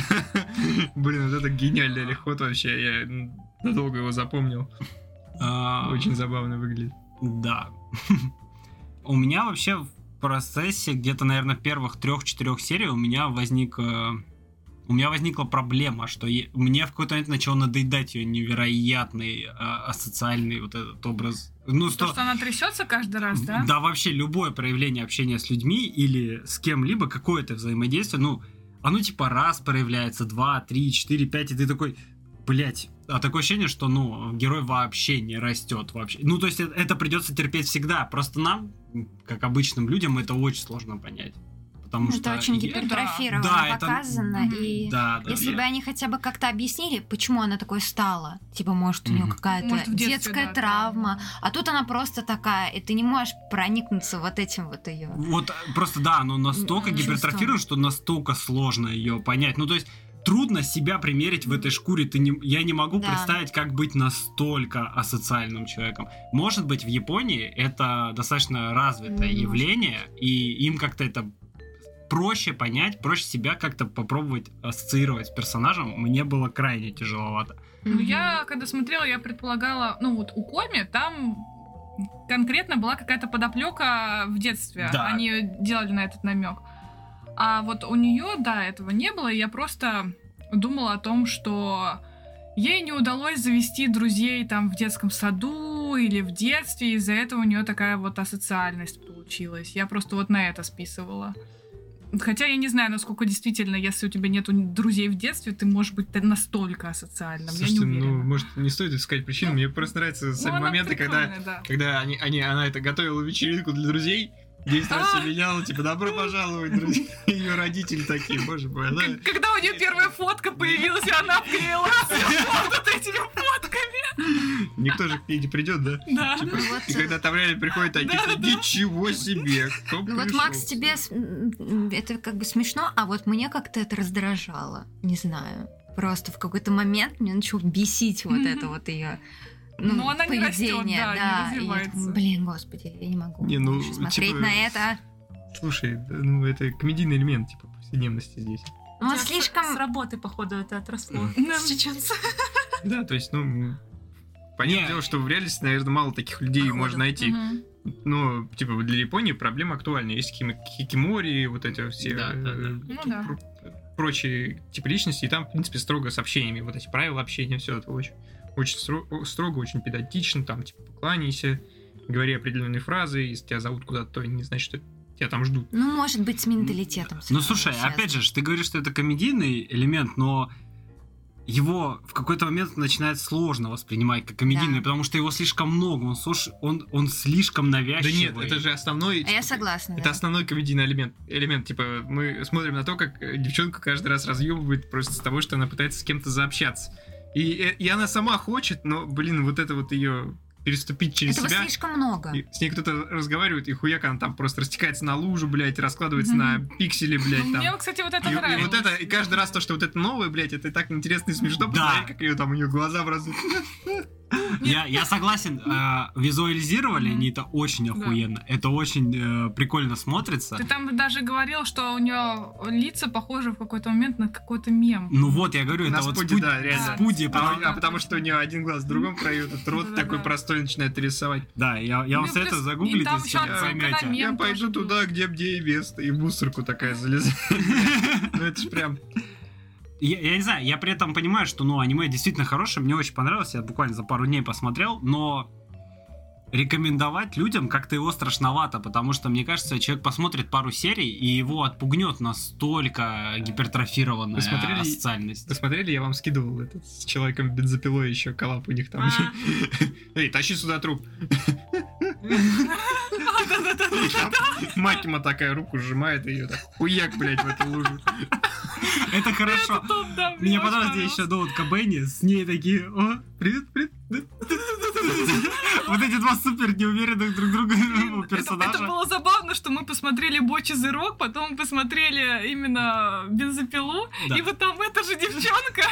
Блин, вот это гениальный ход вообще, я надолго его запомнил. А, Очень забавно выглядит. Да. У меня вообще в процессе где-то, наверное, первых трех-четырех серий у меня возник... э, У меня возникла проблема, что е- мне в какой-то момент начал надоедать ее невероятный а, асоциальный вот этот образ. Ну, То, сто- что она трясется каждый раз, да? Да, вообще любое проявление общения с людьми или с кем-либо, какое-то взаимодействие, ну, оно типа раз проявляется, два, три, четыре, пять, и ты такой, блять, а такое ощущение, что, ну, герой вообще не растет вообще. Ну, то есть это, это придется терпеть всегда, просто нам, как обычным людям, это очень сложно понять. Потому Это что... очень е- гипертрофировано Да, это- показано, Мгм. и Да, да, если да. бы они хотя бы как-то объяснили, почему она такой стала, типа, может, у нее Мгм. какая-то Может, в детстве, детская да, травма, а тут она просто такая, и ты не можешь проникнуться вот этим вот ее. Вот просто да, оно настолько М, гипертрофировано, что настолько сложно ее понять. Ну, то есть трудно себя примерить в этой шкуре. Ты не, я не могу Да. представить, как быть настолько асоциальным человеком. Может быть, в Японии это достаточно развитое Может. явление, и им как-то это проще понять, проще себя как-то попробовать ассоциировать с персонажем. Мне было крайне тяжеловато. Ну, я, когда смотрела, я предполагала, ну, вот у Коми там конкретно была какая-то подоплека в детстве. Да. Они делали на этот намек. А вот у нее, да, этого не было, и я просто думала о том, что ей не удалось завести друзей там в детском саду или в детстве, и из-за этого у нее такая вот асоциальность получилась. Я просто вот на это списывала. Хотя я не знаю, насколько действительно, если у тебя нет друзей в детстве, ты можешь быть настолько асоциальным. Слушайте, я не уверена. ну, может, не стоит искать причину, Ну, мне просто нравятся Ну, сами она моменты, когда, прикольная, да. когда они, они, она это готовила вечеринку для друзей, десять раз А! все меняла, типа, добро пожаловать, друзья. Ее родители такие, боже мой, она... К- Когда у нее первая фотка появилась, и она вклеила вот этими фотками. Никто же к ней не придет, да? Да. Типа, Ну вот, и когда там реально приходят такие, ничего себе, кто Ну вот, пришел?» Макс, тебе с- м, это как бы смешно, а вот мне как-то это раздражало. Не знаю. Просто в какой-то момент мне начало бесить вот Мгм. это вот ее Ну, она не растет, поведение. да, не и я развивается. думаю, блин, господи, я не могу Не, ну, больше смотреть типа, на это. Слушай, да, ну это комедийный элемент, типа, повседневности здесь. Ну, он У тебя с- слишком... С работы, походу, это отросло. Да. С чеченца. Да, то есть, ну, понятное Не. дело, что в реальности, наверное, мало таких людей Походу. можно найти. Мгм. Но, типа, для Японии проблема актуальна. Есть хими- хикимори, вот эти все Да, да, да. э, Ну да. пр- прочие типы личности, и там, в принципе, строго с общениями. Вот эти правила общения, все это очень, очень стро- строго, очень педантично, там, типа, покланяйся, говори определенные фразы, если тебя зовут куда-то, то не значит, что тебя там ждут. Ну, может быть, с менталитетом. Ну, слушай, связано. опять же, ты говоришь, что это комедийный элемент, но его в какой-то момент начинает сложно воспринимать как комедийный, Да. потому что его слишком много, он, слуш- он, он слишком Да навязчивый. нет, это же основной... А я согласна. Это да. основной комедийный элемент. элемент. Типа, мы смотрим на то, как девчонка каждый раз разъебывает просто с того, что она пытается с кем-то заобщаться. И, и она сама хочет, но, блин, вот это вот ее переступить через Этого себя. слишком много. И с ней кто-то разговаривает, и хуяк она там просто растекается на лужу, блядь, раскладывается Мгм. на пиксели, блядь, Ну, там. Мне, кстати, вот это И, и нравилось. вот это, и каждый раз то, что вот это новое, блядь, это так интересно и смешно, Да. посмотреть, как ее там, у нее глаза в разы. Я, я согласен, э, визуализировали Мгм. они это очень Да. охуенно. Это очень э, прикольно смотрится. Ты там даже говорил, что у нее лица похожи в какой-то момент на какой-то мем. Ну вот, я говорю, На это вот спуде, спуди, да, реально. спуди, А, потому- а потому что у нее один глаз в другом краю, этот рот Да-да-да. такой простой начинает рисовать. Да, я, я вам Ну, советую плюс- загуглить, и там если еще отсылка поймете. на мем. Я тоже пойду был. туда, где где и Веста, и в мусорку такая залезает. Ну это ж прям... Я, я не знаю, я при этом понимаю, что ну, аниме действительно хорошее, мне очень понравилось, я буквально за пару дней посмотрел, но рекомендовать людям как-то его страшновато, потому что, мне кажется, человек посмотрит пару серий, и его отпугнет настолько гипертрофированная Вы смотрели- асоциальность. Вы смотрели, я вам скидывал этот с человеком бензопилой еще коллап у них там. А. Эй, тащи сюда труп. Макима такая руку сжимает, и ее так хуяк, блядь, в эту лужу. Это хорошо. Тут, да, Мне очень понравилось, где понравилось. еще Ноут Кобейни, с ней такие, о, привет, привет. Вот эти два супер неуверенных друг друга Это, персонажа. это было забавно, что мы посмотрели Бочи The Rock, потом посмотрели именно бензопилу, Да. и вот там эта же девчонка.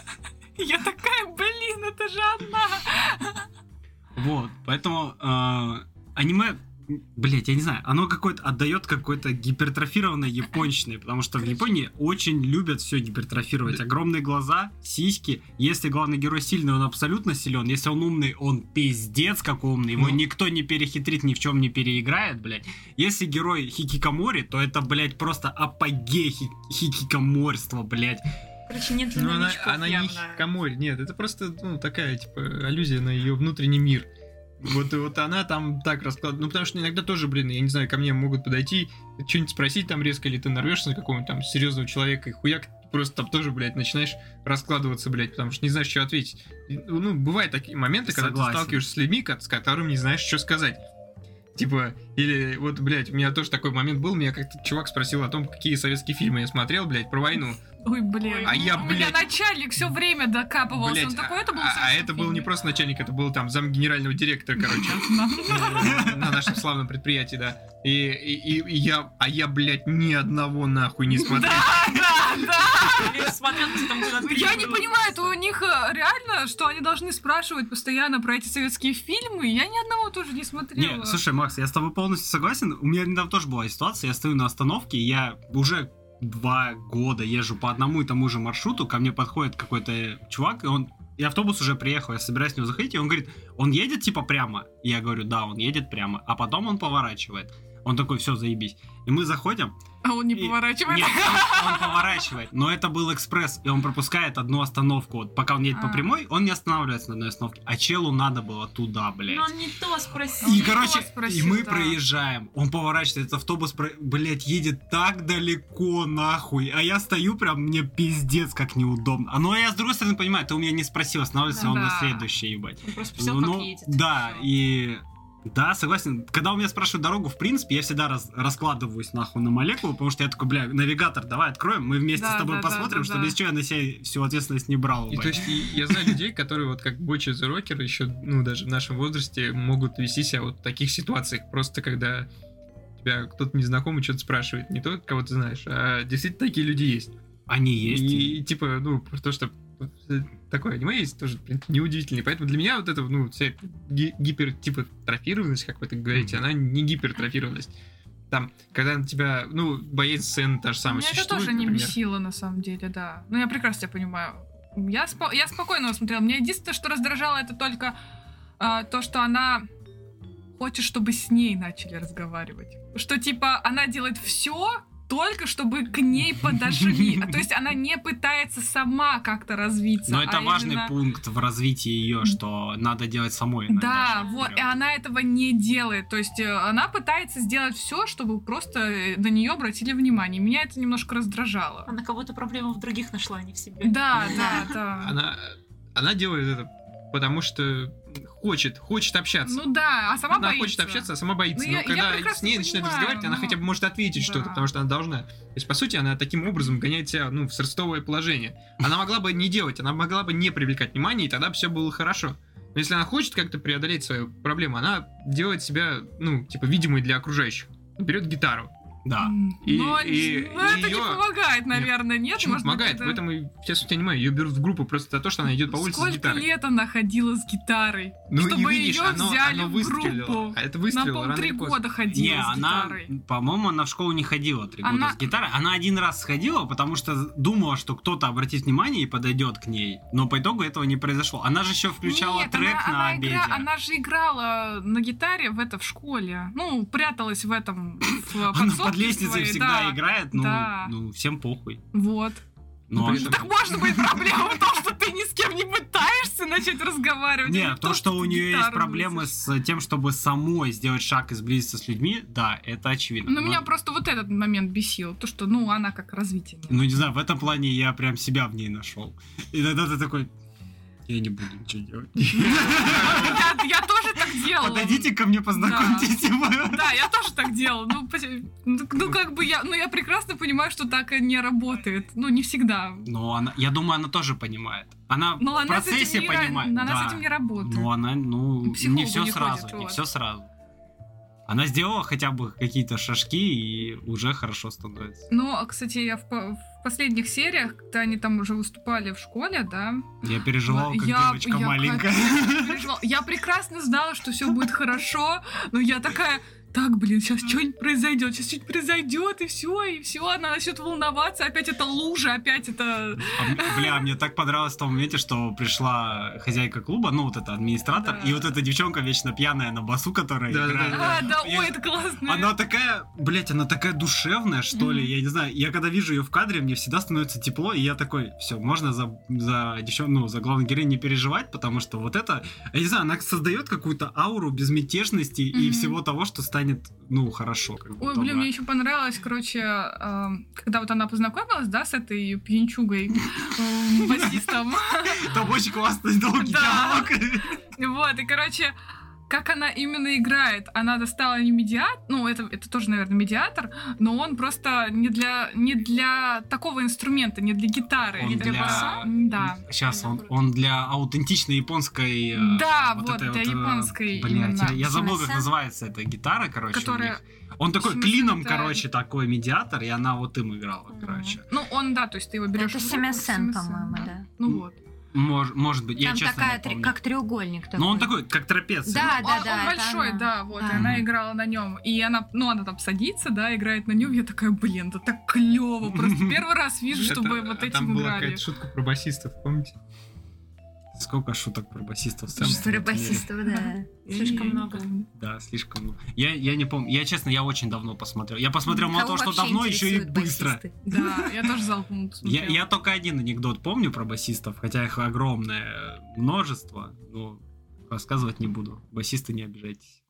Я такая, блин, это же она. Вот, поэтому э, аниме, блять, я не знаю, оно какое-то отдает какой-то гипертрофированной японщиной, потому что в Японии очень любят все гипертрофировать. Огромные глаза, сиськи. Если главный герой сильный, он абсолютно силен. Если он умный, он пиздец как умный. Его Ну. никто не перехитрит, ни в чем не переиграет, блядь. Если герой хикикамори, то это, блядь, просто апогей хи- хикикаморства, блядь. Короче, нет Ну, она, новичков она не явно. хикамори, нет, это просто, ну, такая, типа, аллюзия на ее внутренний мир. Вот, и вот она там так раскладывает. Ну, потому что иногда тоже, блин, я не знаю, ко мне могут подойти, что-нибудь спросить там резко, или ты нарвешься на какого-нибудь там серьезного человека, и хуяк, просто там тоже, блядь, начинаешь раскладываться, блядь, потому что не знаешь, что ответить. И, Ну, бывают такие моменты, когда Согласен. ты сталкиваешься с людьми, ко- с которыми не знаешь, что сказать. Типа, или вот, блядь, у меня тоже такой момент был, меня как-то чувак спросил о том, какие советские фильмы я смотрел, блядь, про войну. Ой, блин. А я, У меня блядь, начальник все время докапывался. Блядь, Он такой, это был а, а советский это был фильм. не просто начальник, это был там зам генерального директора, короче, э, на нашем славном предприятии, да. И, и, и- и я, а я, блядь, ни одного нахуй не смотрел. Да, да, да. Я смотрел, что там года три Я не было. понимаю, это у них э, реально, что они должны спрашивать постоянно про эти советские фильмы. Я ни одного тоже не смотрела. Не, слушай, Макс, я с тобой полностью согласен. У меня недавно тоже была ситуация, я стою на остановке, и я уже два года езжу по одному и тому же маршруту, ко мне подходит какой-то чувак, и он... И автобус уже приехал, я собираюсь в него заходить, и он говорит, он едет типа прямо? И я говорю, да, он едет прямо. А потом он поворачивает. Он такой, все, заебись. И мы заходим. А он не и- поворачивает. Нет, он, он поворачивает, но это был экспресс, и он пропускает одну остановку. Вот пока он едет по А. прямой, он не останавливается на одной остановке. А челу надо было туда, блядь. Но он не то спросил. И, Он короче, его спросил, и мы да. проезжаем. Он поворачивает, этот автобус, про... блядь, едет так далеко, нахуй. А я стою прям, мне пиздец как неудобно. А ну, я с другой стороны понимаю, ты у меня не спросил, останавливается он на Да. следующей, ебать. Он просто спросил, Ну, как едет. да, Всё. и... Да, согласен. Когда у меня спрашивают дорогу, в принципе, я всегда раз- раскладываюсь нахуй на молекулу, потому что я такой, бля, навигатор, давай откроем, мы вместе Да, с тобой да, да, посмотрим, да, чтобы да. без чего я на себя всю ответственность не брал. И ебать. то есть и я знаю людей, которые вот как Бочи The Rocker еще, ну, даже в нашем возрасте могут вести себя вот в таких ситуациях, просто когда тебя кто-то незнакомый что-то спрашивает, не то, кого ты знаешь, а действительно такие люди есть. Они есть. И, и, типа, ну, то, что такое аниме есть, тоже, в принципе, неудивительно. И поэтому для меня вот это, ну, вся эта ги- гипер, типа, трофированность, как вы так говорите, Мгм. она не гипертрофированность. Там, когда на тебя, ну, боец сцены та же самая Меня это существует, тоже не например. бесило, на самом деле, да. Ну, я прекрасно тебя понимаю. Я, спо- я спокойно его смотрела. Мне единственное, что раздражало, это только а, то, что она хочет, чтобы с ней начали разговаривать. Что, типа, она делает все, только чтобы к ней подошли. То есть она не пытается сама как-то развиться. Но это а важный именно... пункт в развитии ее, что надо делать самой. иногда Да, шаг вот, вперед. и она этого не делает. То есть э, она пытается сделать все, чтобы просто э, на нее обратили внимание. Меня это немножко раздражало. Она кого-то проблему в других нашла, а не в себе. Да, да, да. Она, она делает это потому что хочет, хочет общаться. Ну да, а сама она боится. хочет общаться, а сама боится. Ну, Но я- я когда прекрасно с ней начинают понимаю, разговаривать, она но- хотя бы может ответить Да. что-то, потому что она должна. То есть, по сути, она таким образом гоняет себя ну, в сорстовое положение. Она могла бы не делать, она могла бы не привлекать внимание, и тогда все было хорошо. Но если она хочет как-то преодолеть свою проблему, она делает себя, ну, типа, видимой для окружающих. Берет гитару. Да. М, И- Но, и- но это не её- помогает, наверное, нет? Почему Может быть, помогает? это- В этом и вся суть аниме. Ее берут в группу просто за то, что она идет по улице с Сколько гитарой. лет она ходила с гитарой? Ну, чтобы и видишь, ее оно, взяли оно в выстрелило. группу. А это На, выстрелило по-моему, рано три или поздно. года ходила Не, с она, гитарой. по-моему, она в школу не ходила три Она- года с гитарой. Она один раз сходила, потому что думала, что кто-то обратит внимание и подойдет к ней. Но по итогу этого не произошло. Она же еще включала Нет, трек она, на она обеде. игра- она же играла на гитаре в это в школе. Ну, пряталась в этом в Она подсобке под лестницей своей, всегда да. играет, ну, Да. ну, всем похуй. Вот. Ну, при а этом- что- Так может быть проблема в том, что ты ни с кем не пытаешься начать разговаривать? или Нет, в то, том, что ты у нее есть гитару проблемы носишь? с тем, чтобы самой сделать шаг и сблизиться с людьми, да, это очевидно. Ну, Но- меня просто вот этот момент бесил. То, что, ну, она как развитие. не Ну, не знаю, в этом плане я прям себя в ней нашел. И тогда ты такой, я не буду ничего делать. Я, я тоже так делала. Подойдите ко мне, познакомьтесь. типа. Да, я тоже так делала. Ну, поч- ну, ну, как бы я, ну, я прекрасно понимаю, что так и не работает. Ну, не всегда. Но она, я думаю, она тоже понимает. Она Но в она с процессе этим не, ра- понимает. она да. с этим не работает. Ну, она, ну, К психологу не все не сразу, ходит, не вот. все сразу. Она сделала хотя бы какие-то шажки, и уже хорошо становится. Но, кстати, я в, по- в последних сериях, когда они там уже выступали в школе, да, Я переживал, как я- девочка я маленькая. капец переживала. Я прекрасно знала, что все будет хорошо, но я такая, так, блин, сейчас что-нибудь произойдет, сейчас что-нибудь произойдет, и все, и все, она начнет волноваться, опять это лужа, опять это... А мне- Бля, мне так понравилось в том моменте, что пришла хозяйка клуба, ну, вот эта администратор, Да. и вот эта девчонка вечно пьяная на басу, которая Да, да, играет. А, да, Я- ой, это классно. Она такая, блять, она такая душевная, что ли, Мгм. я не знаю. Я когда вижу ее в кадре, мне всегда становится тепло, и я такой, все, можно за, за девчон, ну, за главную героиню не переживать, потому что вот это, я не знаю, она создает какую-то ауру безмятежности и Мгм. всего того, что станет, ну, хорошо. Как бы, Ой, блин, мне еще понравилось, короче, э, когда вот она познакомилась, да, с этой пьянчугой, э, басистом. Там очень классный долгий Да. диалог. Вот, и, короче, как она именно играет. Она достала не медиатор, ну, это, это тоже, наверное, медиатор, но он просто не для, не для такого инструмента, не для гитары. Он не для- баса. Да. Сейчас он, он для аутентичной японской... э, Да, вот, этой для э, японской блядь, именно. я, я забыл, как Симэсэн. называется эта гитара, короче, у Которая- них. Он такой Симэсэн клином, это- короче, такой медиатор, и она вот им играла, короче. Ну, он, да, то есть ты его берешь. Это в руку, Симэсэн, Симэсэн, по-моему, да. Ну вот. Мож- может быть, я Там честно такая, не три- помню. как треугольник такой. Но он такой, как трапеция. Да, Он- да, он да. это большой, она. да, вот, и Да. она играла на нем. И она, ну, она там садится, да, играет на нем. Я такая, блин, это так клево. Просто первый раз вижу, чтобы Это- вот а этим Там была играли. какая-то шутка про басистов, помните? Сколько шуток про басистов. в Про «Самом басистов, да. Слишком много. Да, слишком много. Я, я не помню. Я, честно, я очень давно посмотрел. Я посмотрел мало Кого того, что вообще давно, еще и интересуют быстро. басисты? Да, я тоже залпом Я, посмотрела. я только один анекдот помню про басистов, хотя их огромное множество, но рассказывать не буду. Басисты, не обижайтесь.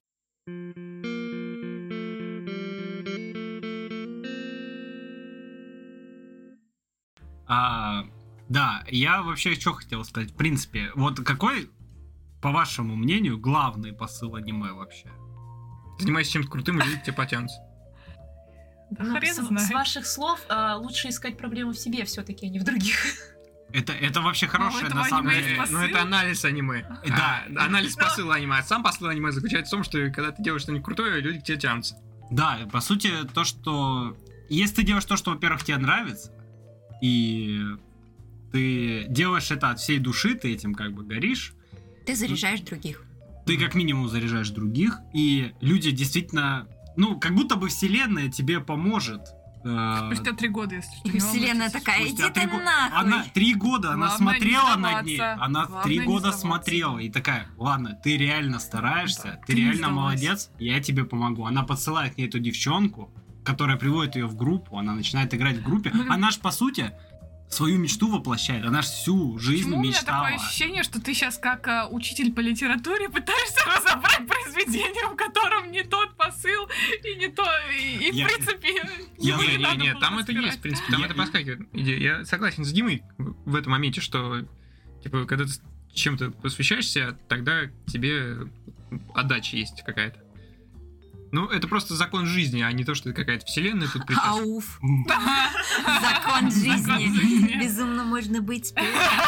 А, да, я вообще что хотел сказать. В принципе, вот какой, по вашему мнению, главный посыл аниме вообще? Занимайся чем-то крутым, и люди к тебе потянутся. Да Ну, хрен с, знает. с ваших слов а, лучше искать проблемы в себе все-таки, а не в других. Это, это вообще хорошее, этого на самом аниме деле. есть посыл? Ну, это анализ аниме. Да. А, анализ посыла аниме. А сам посыл аниме заключается в том, что когда ты делаешь что-нибудь крутое, люди к тебе тянутся. Да, по сути, то, что... Если ты делаешь то, что, во-первых, тебе нравится, и ты делаешь это от всей души, ты этим как бы горишь, Ты заряжаешь других. ты как минимум заряжаешь других, и люди действительно... Ну, как будто бы вселенная тебе поможет. э, Спустя три года, если что. И не вселенная волнуйтесь. такая, спустя иди три ты го- нахуй. Она три года, она Главное не смотрела над ней. сдаваться. Она Главное три не года сдаваться. смотрела и такая, ладно, ты реально стараешься, Да, ты ты не реально сдавайся. молодец, я тебе помогу. Она подсылает к ней эту девчонку, которая приводит ее в группу, она начинает играть в группе. Ну, Она ж, по сути, свою мечту воплощает. Она ж всю жизнь Почему у меня мечтала. такое ощущение, что ты сейчас как а, учитель по литературе пытаешься разобрать произведение, в котором не тот посыл и не то, и, и Я- в принципе... Я- его Не, не не, надо не, было там это разбирать. есть, в принципе, там Я- это проскакивает идея. Я согласен с Димой в этом моменте, что, типа, когда ты чем-то посвящаешься, тогда тебе отдача есть какая-то. Ну, это просто закон жизни, а не то, что это какая-то вселенная тут присутствует. Ауф. М. Закон жизни. жизни. Безумно можно быть спелым.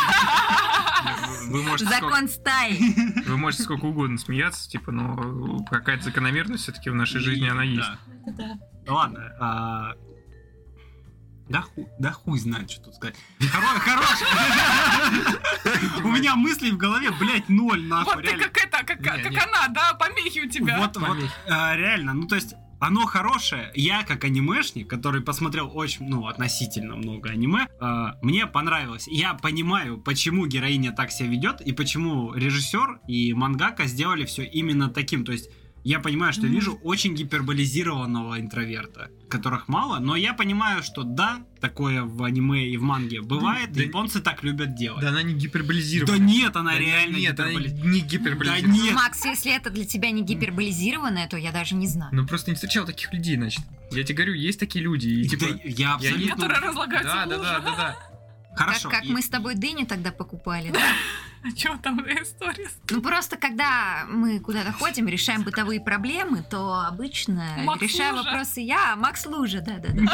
Вы можете, сколько, Закон стаи. вы можете сколько угодно смеяться, типа, но какая-то закономерность все-таки в нашей жизни, она есть. Да. Ладно. а, Да, ху- да хуй знает, что тут сказать. Хоро- Хорош! У меня мыслей в голове, блядь, ноль, нахуй, Вот ты реально. как это, как, Не, как не. она, да, помехи у тебя. Вот, вот, Помехи. а, реально, ну то есть оно хорошее. Я как анимешник, который посмотрел очень, ну, относительно много аниме, а, мне понравилось. Я понимаю, почему героиня так себя ведет и почему режиссер и мангака сделали все именно таким. То есть я понимаю, что Мгм. вижу очень гиперболизированного интроверта, которых мало, но я понимаю, что да, такое в аниме и в манге бывает, Да- и японцы так любят делать. Да она не гиперболизирована. Да нет, она Да реально Нет, она гиперболи- не Да гиперболизирована. нет. Макс, если это для тебя не гиперболизированное, то я даже не знаю. Ну просто не встречал таких людей, значит. Я тебе говорю, есть такие люди, и типа... Да, я абсолютно... Которые разлагаются Да, в да, луже. да, да, да. Хорошо. Как, как и- мы с тобой дыню тогда покупали. Да? А чё там за история? Ну просто когда мы куда-то ходим, решаем бытовые проблемы, то обычно Макс решаю Лужа. вопросы я, а Макс Лужа, да-да-да.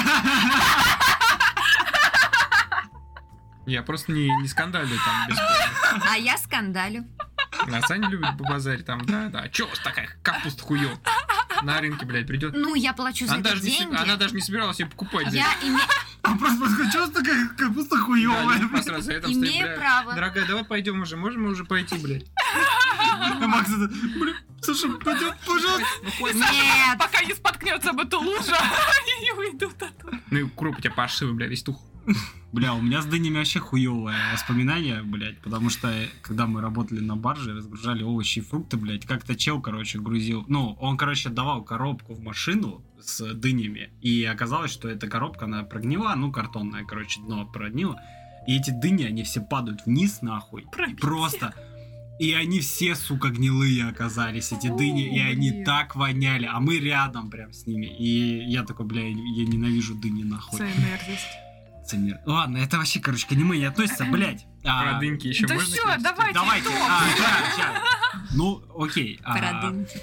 Я просто не, не скандалю там бесплатно. А я скандалю. А Саня любит побазарить там, да, да. Чё у вас такая капуста хуё? На рынке, блядь, придет. Ну, я плачу за Она это даже, не, се- деньги. она даже не собиралась ее покупать. Я име- А просто просто что такая капуста Да, хуёвая? люди просто за это встают, имею бля, право. Дорогая, давай пойдем уже, можем мы уже пойти, блядь? А Макс это, блин, Саша, пойдем, пожалуйста. Ну, хоть- Нет. Пока не споткнется об эту лужу, они не уйдут оттуда. Ну и кроп у тебя паршивый, бля, весь тух. Бля, у меня с дынями вообще хуёвое воспоминание, блядь, потому что, когда мы работали на барже, разгружали овощи и фрукты, блядь, как-то чел, короче, грузил, ну, он, короче, давал коробку в машину с дынями, и оказалось, что эта коробка, она прогнила, ну, картонная, короче, дно прогнило, и эти дыни, они все падают вниз, нахуй, Пробитие. просто... И они все, сука, гнилые оказались, эти О, дыни, и они блин. так воняли, а мы рядом прям с ними. И я такой, бля, я ненавижу дыни, нахуй. Цель мерзость. Циммер. Ладно, это вообще, короче, к аниме не относится, блядь. А, Про дыньки еще Да можно? всё, сказать? давайте. Давайте. итог. А, ща, ща. Ну, окей. а, Про дынки.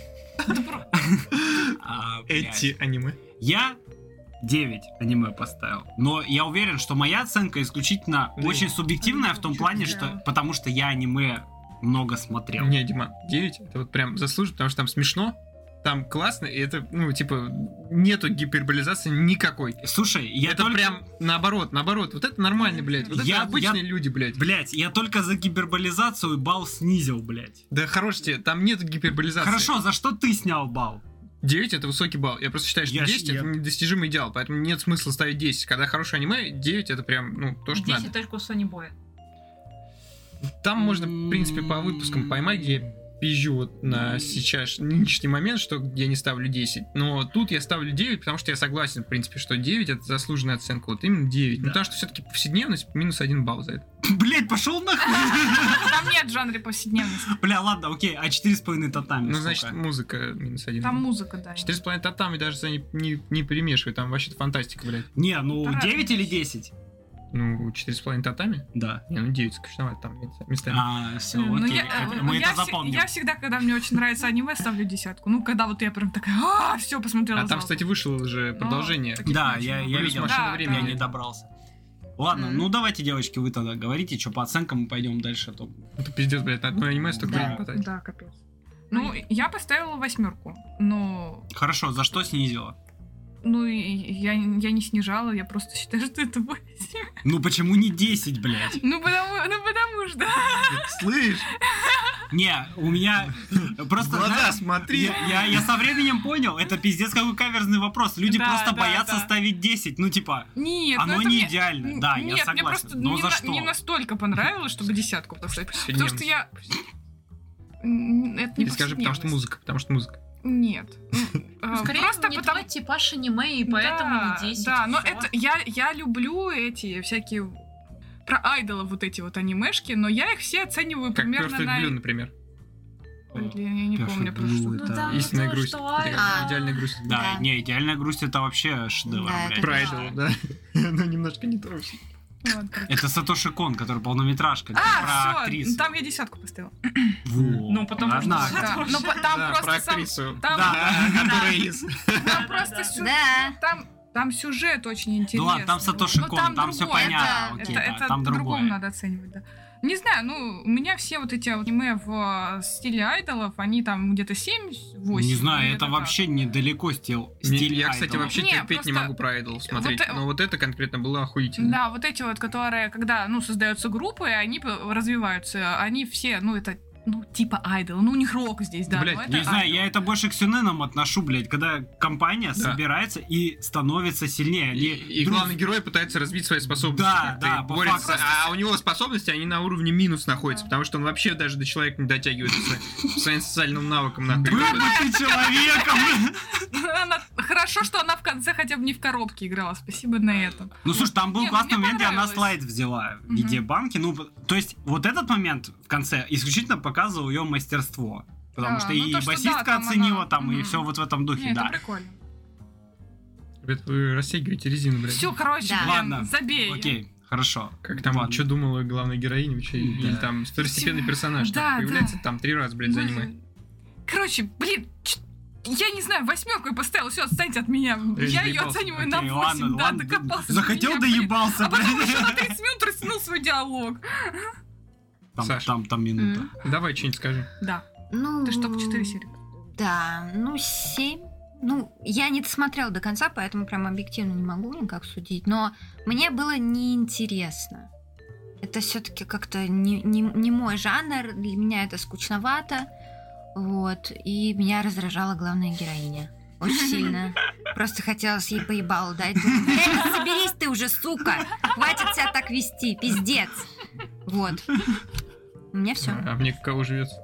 а, блядь. Эти аниме. Я девять аниме поставил. Но я уверен, что моя оценка исключительно Блин. очень субъективная в том плане, Да. что потому что я аниме много смотрел. Не, Дима, девять это вот прям заслуженно, потому что там смешно, там классно, и это, ну, типа, нету гиперболизации никакой. Слушай, я это только... прям наоборот, наоборот. Вот это нормально, блядь. Вот это Я- обычные люди, блядь. Блять, я только за гиперболизацию балл снизил, блять. Да хорош тебе, там нету гиперболизации. Хорошо, за что ты снял балл? девять это высокий балл. Я просто считаю, что Я десять щ- это я- недостижимый идеал, поэтому нет смысла ставить десять. Когда хорошее аниме, девять это прям, ну, то, что десять надо. только у Sony Boy. Там можно, в принципе, по выпускам поймать, где я пизжу вот на сейчас нынешний момент, что я не ставлю десять. Но тут я ставлю девять, потому что я согласен, в принципе, что девять это заслуженная оценка. Вот именно девять. Ну, Да. потому что все-таки повседневность минус один балл за это. Блять, пошел нахуй. Там нет в жанре повседневности. Бля, ладно, окей, а четыре с половиной татами Ну, сколько? значит, музыка минус один. Там музыка, да. Четыре с половиной татами даже за не, не, не перемешивай, там вообще-то фантастика, блядь. Не, ну Это девять разные или вещи. десять? Ну, четыре с половиной татами? Да. Не, ну девять скучновато там места- местами. А, все, Ну, окей, я, это- э, мы я это вс- запомним. Я всегда, когда мне очень нравится аниме, ставлю десятку. Ну, когда вот я прям такая, а, все, посмотрела. А там, залпом». кстати, вышло же Ну, продолжение. таких Да, очень я, много. я Плюс видел. машина Да, времени. Я не добрался. Ладно, Мгм. ну давайте, девочки, вы тогда говорите, что по оценкам мы пойдем дальше. а То... Это пиздец, блядь, на одно аниме столько Да. времени потратить. Да, капец. Ну, я поставила восьмерку, но Хорошо, за что снизила? ну и я, я не снижала, я просто считаю, что это восемь. Ну почему не десять, блядь? Ну потому, ну потому что. Слышь, Не, у меня просто... глаза знаешь, смотри. Я, я, я со временем понял, это пиздец какой каверзный вопрос. Люди Да, просто да, боятся да. ставить десять. Ну, типа, Нет, ну оно это не мне- идеально. Да, я Нет, согласен. мне просто Но не, за на- что? не настолько понравилось, чтобы десятку поставить. Потому что Повседневность. я... М, Это не Ты скажи, потому что повседневность. музыка, потому что музыка. Нет. Ну, скорее, Просто не потому... твой типаж аниме, и поэтому Да, не десять. Да, и но всё. это я, я люблю эти всякие про айдолов вот эти вот анимешки, но я их все оцениваю Как примерно Perfect на... Blue, например. Блин, я не Perfect помню про Blue, что. Ну это- да, Истинная то, грусть. что Это айдол. А. Идеальная грусть. Да, Да. не, идеальная грусть это вообще шедевр, Да, блядь. это Про да. айдола, да. Ну, немножко не то вообще. Ладно, короче. Это Сатоши Кон, который полнометражка, про А, все, актрису. там я десятку поставила. Во. Ну, потому что- Однако. Да, но по- там Да, просто про сам- актрису. там- Да, которая из... Там просто сю- Да. там, там сюжет очень интересный. Ну ладно, там Сатоши Ну, Кон, там все другое, понятно. да. Окей, это да, это там по-другому другое. надо оценивать, да. Не знаю, ну, у меня все вот эти аниме в э, стиле айдолов, они там где-то семь-восемь. Не знаю, где-то это так. вообще недалеко стиль, Не, стиль Я, кстати, айдола. вообще Не, терпеть не просто- могу про айдол смотреть. Вот, э, Но вот это конкретно было охуительно. Да, вот эти вот, которые, когда, ну, создаются группы, они п- развиваются, они все, ну, это, ну, типа айдол, ну, у них рок здесь, да. Блядь, но это Не знаю, айдол. я это больше к сюненам отношу, блядь, когда компания Да. собирается и становится сильнее. И, Они и друг- главный герой пытается развить свои способности. Да, как-то, да, и по борется. факту. А у него способности, они на уровне минус находятся, Да. потому что он вообще даже до человека не дотягивает со своим социальным навыком. нахуй. Был бы ты человеком! Она- Хорошо, что она в конце хотя бы не в коробке играла, спасибо на этом. Ну, слушай, там был Не, классный мне момент, где она понравилось. слайд взяла в Мгм. виде банки. Ну, то есть, вот этот момент в конце исключительно показывал ее мастерство. Потому Да, что ну, и то, что басистка да, там оценила, она- там, и Мгм. все вот в этом духе, Не, да. это прикольно. Ребят, вы растягиваете резину, блядь. Все, короче, Да. блин, Ладно, забей. Окей, хорошо. Как там, Ладно. что думала главная героиня вообще, или Да. там второстепенный персонаж, Да, там, появляется да. там три раза, блядь, за аниме. Короче, блин, ч- я не знаю, восьмерку я поставила, все, отстаньте от меня. Я Я не ее доебался. оцениваю Окей, на ладно, восемь, да, ладно. докопался. до Захотел, меня, блин. доебался, А потом блядь. еще на тридцать минут растянул свой диалог. Там, Саш. там, там минута. М. Давай что-нибудь скажи. Да, Ну, ты же только четыре серии. Да, ну, семь. Ну, я не досмотрела до конца, поэтому прям объективно не могу никак судить. Но мне было неинтересно. Это все-таки как-то не, не, не мой жанр. Для меня это скучновато. Вот. И меня раздражала главная героиня. Очень сильно. Просто хотелось ей поебалу дать. Думаю, блядь, ну соберись ты уже, сука! Хватит себя так вести, пиздец. Вот. У меня все. А мне каково живется?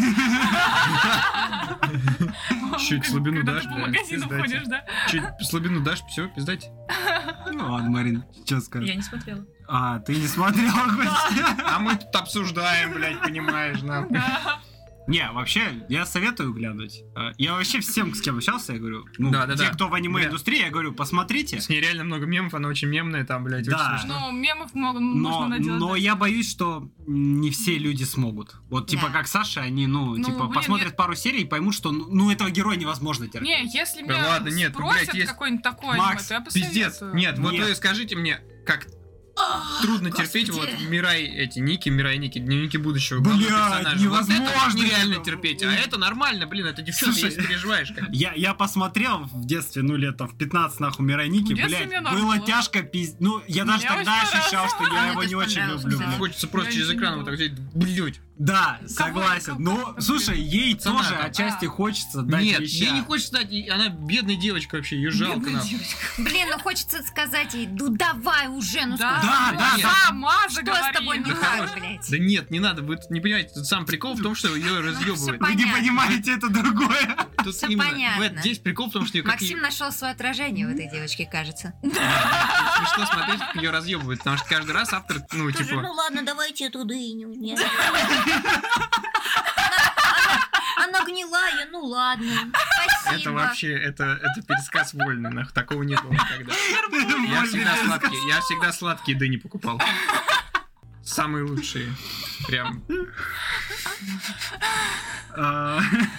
Чуть слабину Когда дашь, ты по да, магазину пиздайте. ходишь, да? Чуть слабину дашь, все, пиздать. Ну ладно, Марин, что скажешь? Я не смотрела. А, ты не смотрела, хоть? А мы тут обсуждаем, блядь, понимаешь, нахуй. Да. Не, вообще, я советую глянуть. А, Я вообще всем, с кем общался, я говорю, ну, Да, да, те, да. кто в аниме-индустрии, я говорю, посмотрите. С ней реально много мемов, она очень мемная, там, блядь, Да. очень смешно. Ну, мемов много, Но, можно наделать. но да. я боюсь, что не все люди смогут. Вот, типа, Да. как Саша, они, ну, Ну, типа, блин, посмотрят я- пару серий и поймут, что, ну, ну, этого героя невозможно терпеть. Не, если Да меня ладно, нет, ну, спросят блядь, есть- какой-нибудь такой Макс, аниме, то я Пиздец. посоветую. Нет, вот Нет. вы скажите мне, как трудно терпеть вот Мирай, эти Ники, Мирай Ники, дневники будущего главного Блядь, персонажа. невозможно Вот это нереально это. терпеть, а это нормально, блин, это девчонка, Слушай, если переживаешь. Как. Я, я посмотрел в детстве, ну, лет там в пятнадцать, нахуй, Мироники, В детстве блядь, мне было нравилось. тяжко пиздец. Ну, я даже Мне тогда очень ощущал, что я Мне его тоже не очень понравилось, люблю. да. блядь. Хочется просто Я через ничего экран не вот так взять, блять. Да, Кого- согласен. кого- Ну, кого- слушай, ей Пацана, тоже да. отчасти А. хочется дать Нет, веща. ей не хочется стать, и она бедная девочка вообще, ее жалко. Бедная нахуй. девочка. Блин, ну хочется сказать ей, ну давай уже, ну Да, сколько Да, можно? да, нет. сама Что заговори. с тобой не Да так, хорош. блядь? Да нет, не надо, вы тут не понимаете, тут сам прикол в том, что ее разъебывает. Всё Вы не понятно. понимаете, это другое. Тут Всё именно, понятно. в- здесь прикол в том, что ее как Максим нашел свое отражение в этой девочке, кажется. смешно смотреть, как ее разъебывают, потому что каждый раз автор, ну, Тоже, типа, ну ладно, давайте эту дыню. Нет. Она она гнилая, ну ладно. Спасибо. это вообще, это, это пересказ вольный, нахуй, такого не было никогда. Я всегда сладкие, я всегда сладкие дыни покупал. Самые лучшие. Прям. А,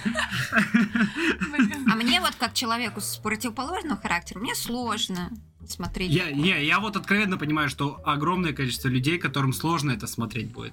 Блин. А мне вот как человеку с противоположным характером, мне сложно смотреть. Я, не, я вот откровенно понимаю, что огромное количество людей, которым сложно это смотреть будет.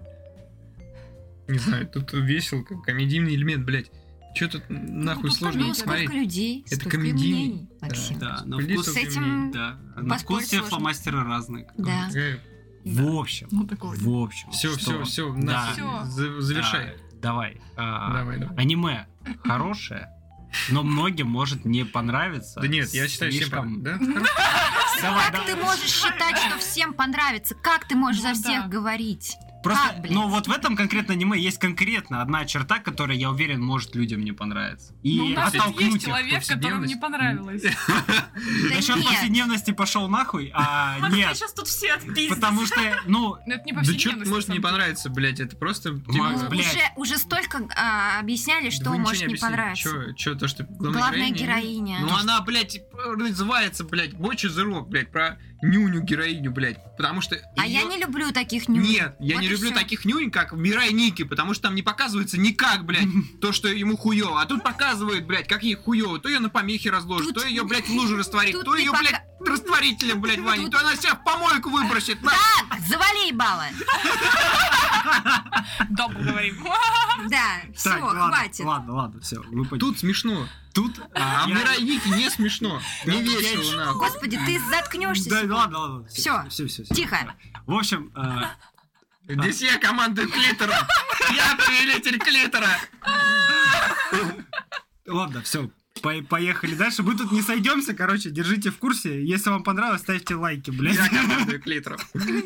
Не знаю, тут весел, как комедийный элемент, блядь. Че тут нахуй Ну, сложно ну, смотреть? сколько людей, Это столько комедийный. мнений, Максим. Да, на Блин, вкус, С этим да, на вкус поспорить все сложно. фломастеры разные. Да. В общем, Ну, такого. в общем. Все, что- все, все, Да. Всё. завершай. А, давай. а, Давай, давай. Аниме хорошее, но многим может не понравиться. Да нет, я считаю, всем слишком- да? Давай, Как да. ты можешь считать, что всем понравится? Как ты можешь за Ну всех да. говорить? Просто, Как, блядь? ну вот в этом конкретно аниме есть конкретно одна черта, которая, я уверен, может людям не понравиться. И Ну, у нас тут оттолкнуть есть их. человек, которому не повседневность. понравилось. Да Насчет нет. повседневности пошел нахуй, а Вот нет. сейчас тут все отпиздят. Потому что, ну, Но это не Да что повседневность. может на не самом деле. понравиться, блядь, это просто... Макс, типа, Ну, блядь. уже, уже столько а, объясняли, что вы ничего может не объяснили. понравиться. Чё, чё, то, что главная, Главная героиня... героиня. Ну она, блядь, называется, блядь, Бочи the Rock, блядь, про нюню героиню, блядь. Потому что... А её- я не люблю таких нюнь. Нет, я Вот не и люблю всё. таких нюнь, как Мирай Ники, потому что там не показывается никак, блядь, то, что ему хуёво. А тут показывают, блядь, как ей хуёво. То ее на помехи разложит, Тут- то ее, блядь, в лужу растворит, тут то не ее, пока- блядь, растворителем, блядь, Ваня, Тут- то она себя в помойку выбросит. на- Так, завали ебало. Добро говорим. Да, все, так, ладно, хватит. ладно, ладно, все, вы поняли. Тут смешно. Тут, А а, я- Мирай Ники не смешно. Не весело, нахуй. Господи, ты заткнешься. Да, сегодня. ладно, ладно. Всё. все, все, все. Тихо. В общем, а, Здесь я командую клитора. Я повелитель клитора. ладно, все, поехали дальше. Мы тут не сойдемся, короче, держите в курсе. Если вам понравилось, ставьте лайки, блядь. Я командую клитором.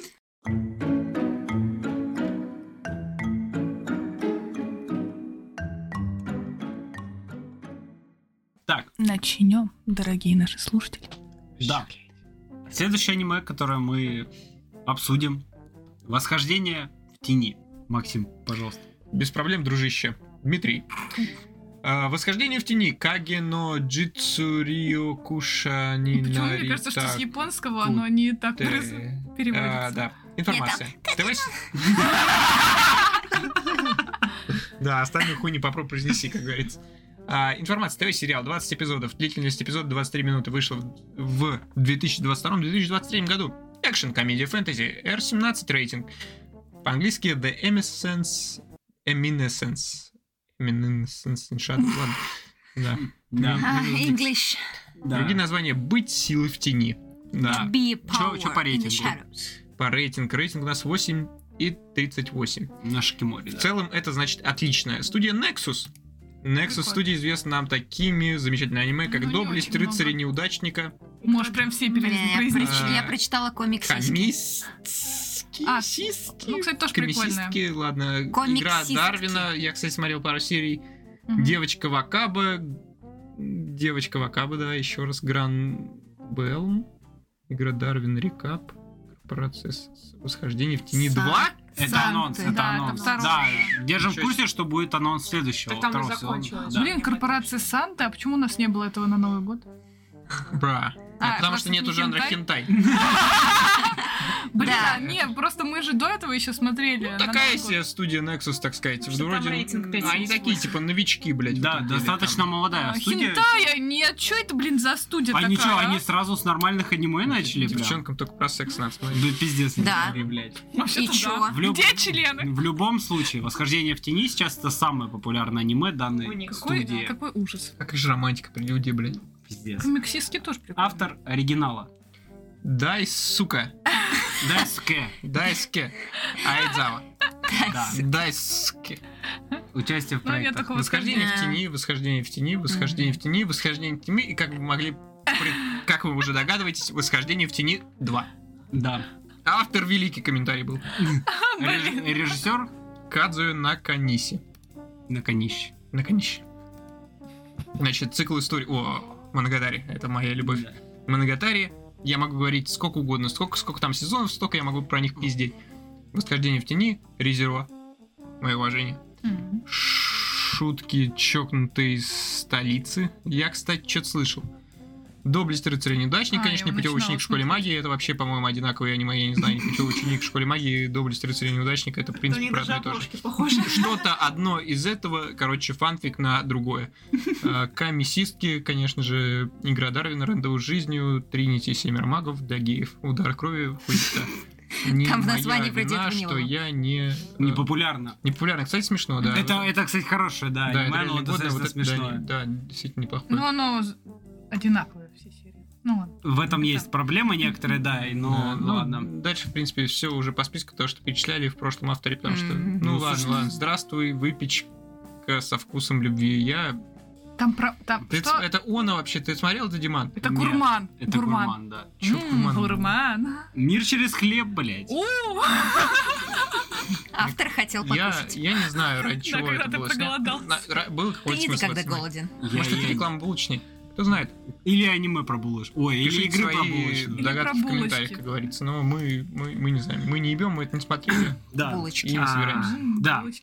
Так, Начнем, дорогие наши слушатели. да. Следующее аниме, которое мы обсудим. Восхождение в тени. Максим, пожалуйста. Без проблем, дружище. Дмитрий. А, Восхождение в тени. Кагено Джитсурио Кушани Почему мне кажется, что с Нарита японского оно не так Те- раз- А, переводится? Да, информация. Давай с- Да, остальную хуйню попробуй произнеси, как говорится. А, информация. ТВ-сериал. двадцать эпизодов. Длительность эпизода двадцать три минуты. Вышел в две тысячи двадцать втором - две тысячи двадцать третьем году. Экшен, комедия, фэнтези. эр семнадцать рейтинг. По-английски The Emiscence... Eminence. Eminence. Shadow. Ладно. Да. Да, А, минус English. да. Другие названия. Быть силой в тени. Да. Be Чё- power чё по in the рейтингу? shadows. По рейтингу. Рейтинг у нас восемь и тридцать восемь. На Шикиморе, В да. целом это значит отличная. Студия Nexus. Nexus Прикольно. студия известна нам такими замечательными аниме, как Ну, не «Доблесть очень много. рыцаря неудачника», Можешь прям все пере- Бля, я, произнести. проч- я прочитала комикс. «Комиссистки». А, Сиски. ну, кстати, тоже «Комиссистки», ладно. «Игра Комиксистки. Дарвина», я, кстати, смотрел пару серий. Мгм. «Девочка Вакаба», «Девочка Вакаба», да, еще раз. «Гран Белм», «Игра Дарвина», «Рекап», «Процесс восхождения в тени Са- два». Это Санты. анонс, это Да, это анонс. второй. Да, держим в Ничего курсе, что будет анонс следующего. Так там и второго сезона. закончилось. Да. Блин, корпорация Санта, а почему у нас не было этого на Новый год? Бра. А, потому просто что нету не жанра хентай? хентай. Блин, Да. а, не, просто мы же до этого еще смотрели. на Такая Новый год. себе студия Nexus, так сказать. Что там Вроде рейтинг пять они из такие, восьми. типа, новички, блядь. в Да, этом деле, достаточно там. молодая А, студия. Хентая? Нет, что это, блин, за студия А такая? ничего, а? они сразу с нормальных аниме начали, прям. Девчонкам только про секс надо смотреть. Да пиздец, не Да. говори, блядь. Вообще-то И да. чё? В люб- Где члены? В любом случае, «Восхождение в тени» сейчас это самое популярное аниме данной Ой, никакой- студии. Какой ужас. Какая же романтика при люди, блядь. Пиздец. Комиксистки тоже прикольно. Автор оригинала. Дай, сука. Дайске. Дайске. Айдзава. Да. Дайске. Участие в Ну, я проектах. такого Восхождение в Да. тени, восхождение в тени, восхождение в тени, восхождение в тени. И как вы могли... пред- Как вы уже догадываетесь, восхождение в тени два. Да. Автор великий комментарий был. Реж- Режиссер Кадзуё Наканиси. на конище. Наканиси. Значит, цикл истории... О, Моногатари. Это моя любовь. Да. Моногатари. Я могу говорить сколько угодно. Сколько, сколько там сезонов, столько я могу про них пиздеть. Восхождение в тени. Резерва. Мое уважение. М. Шутки чокнутые из столицы. Я, кстати, что-то слышал. Доблесть рыцаря неудачник, А, конечно, я его непутевый ученик начинала в школе смотреть. магии. Это вообще, по-моему, одинаковые аниме. Я не знаю, непутевый ученик в школе магии, доблесть рыцаря неудачник. Это, в У принципе, них про даже одно и то же. обложки похожи. Что-то одно из этого, короче, фанфик на другое. А, Комиссистки, конечно же, игра Дарвина, рандеву с жизнью, Тринити, Семеро магов, Дагеев, удар крови, хуйта. Не Там в моя названии про вина, Дед что Ванилова. я не... Не э, популярно. не популярно. Кстати, смешно, да. Это, это, кстати, хорошее, да, Да, аниме, это но реально годное, достаточно вот это, да, смешное. не- да, действительно неплохое. Ну, оно з- одинаковое все серии. Ну ладно. В этом Да. есть проблемы некоторые, да, и, ну, Да, ну, ладно. Дальше, в принципе, все уже по списку, то, что перечисляли в прошлом авторе, потому что, Мгм. ну Ну, ладно, слушай, ладно, здравствуй, выпечка со вкусом любви. Я... Там про... Там Ты что? ц- Это Она вообще, ты смотрел это, Диман? Это Нет, гурман. Это гурман, да. Чё М, гурман? Гурман. Мир через хлеб, блядь. У, Автор хотел Я, покушать. я не знаю, ради Да, чего когда это ты было снято. проголодался. На- ра- Был Ты какой-то не смысл в когда этом? голоден. Я- Может, это я- реклама булочной? Кто знает? Или аниме про булочку. Ой, или Пишите игры про свои булочную. догадки Или в про комментариях, булочки. как говорится. Но мы, мы, мы не знаем. Мы не ебем, мы это не смотрели. Да. Булочки. И не А, собираемся. М, Да. булочки.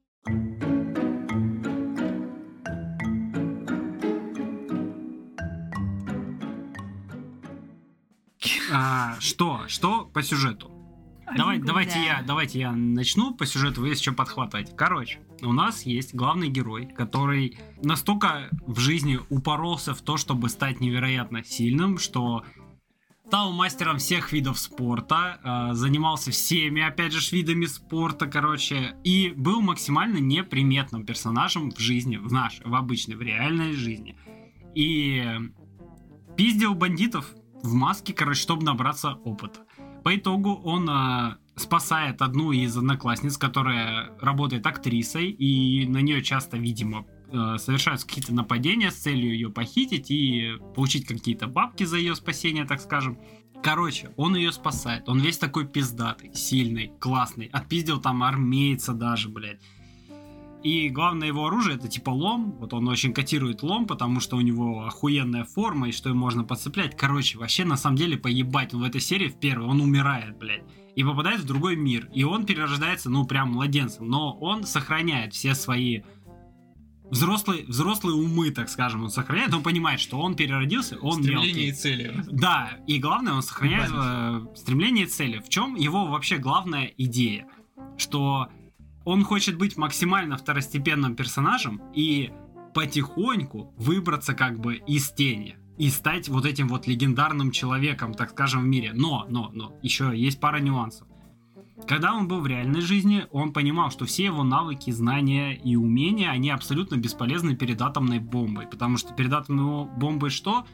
А, что? Что по сюжету? Давай, Да. давайте, я, давайте я начну по сюжету, вы есть что подхватывать. Короче, у нас есть главный герой, который настолько в жизни упоролся в то, чтобы стать невероятно сильным, что стал мастером всех видов спорта, э, занимался всеми, опять же, видами спорта, короче, и был максимально неприметным персонажем в жизни, в нашей, в обычной, в реальной жизни. И пиздил бандитов в маске, короче, чтобы набраться опыта. По итогу он э, спасает одну из одноклассниц, которая работает актрисой, и на нее часто, видимо, э, совершаются какие-то нападения с целью ее похитить и получить какие-то бабки за ее спасение, так скажем. Короче, он ее спасает. Он весь такой пиздатый, сильный, классный. Отпиздил там армейца даже, блядь. И главное его оружие это типа лом. Вот он очень котирует лом, потому что у него охуенная форма и что им можно подцеплять. Короче, вообще на самом деле поебать. Он в этой серии в первой, он умирает, блядь. И попадает в другой мир. И он перерождается, ну, прям младенцем. Но он сохраняет все свои взрослые, взрослые умы, так скажем. Он сохраняет, он понимает, что он переродился, он Стремление мелкий. и цели. Да, и главное, он сохраняет э, стремление и цели. В чем его вообще главная идея? Что он хочет быть максимально второстепенным персонажем и потихоньку выбраться как бы из тени. И стать вот этим вот легендарным человеком, так скажем, в мире. Но, но, но, еще есть пара нюансов. Когда он был в реальной жизни, он понимал, что все его навыки, знания и умения, они абсолютно бесполезны перед атомной бомбой. Потому что перед атомной бомбой что?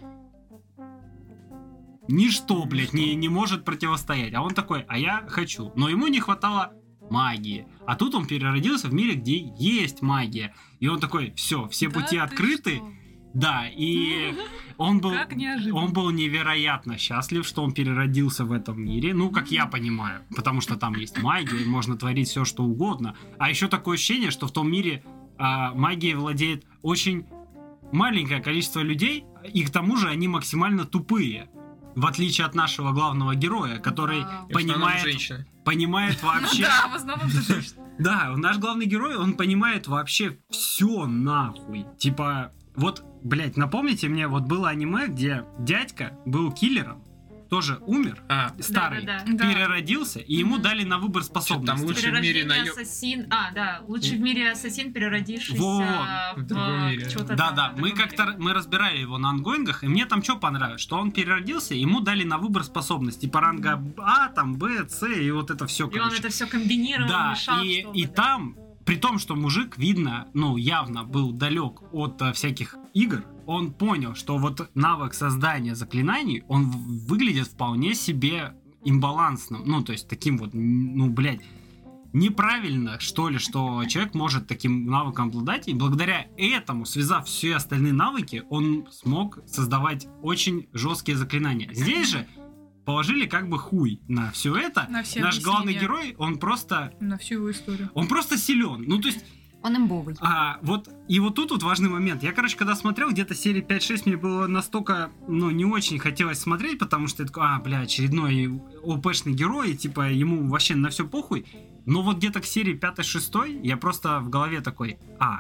Ничто, блядь, не, не может противостоять. А он такой, а я хочу. Но ему не хватало магии. А тут он переродился в мире, где есть магия. И он такой, все, все Да пути ты открыты. что? Да, и он был, Как неожиданно. он был невероятно счастлив, что он переродился в этом мире. Ну, как я понимаю. Потому что там есть магия, можно творить все, что угодно. А еще такое ощущение, что в том мире а, магией владеет очень маленькое количество людей, и к тому же они максимально тупые. В отличие от нашего главного героя, который Вау. И в основном понимает, женщины. понимает вообще... Да, в основном это женщина. Да, наш главный герой, он понимает вообще все нахуй. Типа, вот, блядь, напомните мне, вот было аниме, где дядька был киллером, тоже умер, А, старый, Да-да-да. Да. переродился, и ему Мгм. дали на выбор Что-то там способности. лучше в мире Перерождение наё- ассасин. А, да, лучше в мире ассасин, переродившийся Во-во-во, в другом мире. чего-то Да, там, да, в мы другом как-то мире. мы разбирали его на ангоингах, и мне там что понравилось, что он переродился, ему дали на выбор способности по ранга А, там, Б, С, и вот это все, И он это все комбинировал, Да, мешал, и, чтобы, и да. там, при том, что мужик, видно, ну, явно был далек от а, всяких игр, он понял, что вот навык создания заклинаний, он в- выглядит вполне себе имбалансным. Ну, то есть таким вот, м, ну, блядь, неправильно, что ли, что человек может таким навыком обладать, и благодаря этому, связав все остальные навыки, он смог создавать очень жесткие заклинания. Здесь же положили как бы хуй на все это. На все Наш главный объяснения. герой, он просто, На всю его историю. он просто силен. Ну, то есть, Он имбовый. а, вот, и вот тут вот важный момент. Я, короче, когда смотрел, где-то серии пять-шесть мне было настолько, ну, не очень хотелось смотреть, потому что я такой, а, бля, очередной ОПшный герой, и, типа, ему вообще на все похуй. Но вот где-то к серии пятой-шестой я просто в голове такой, а,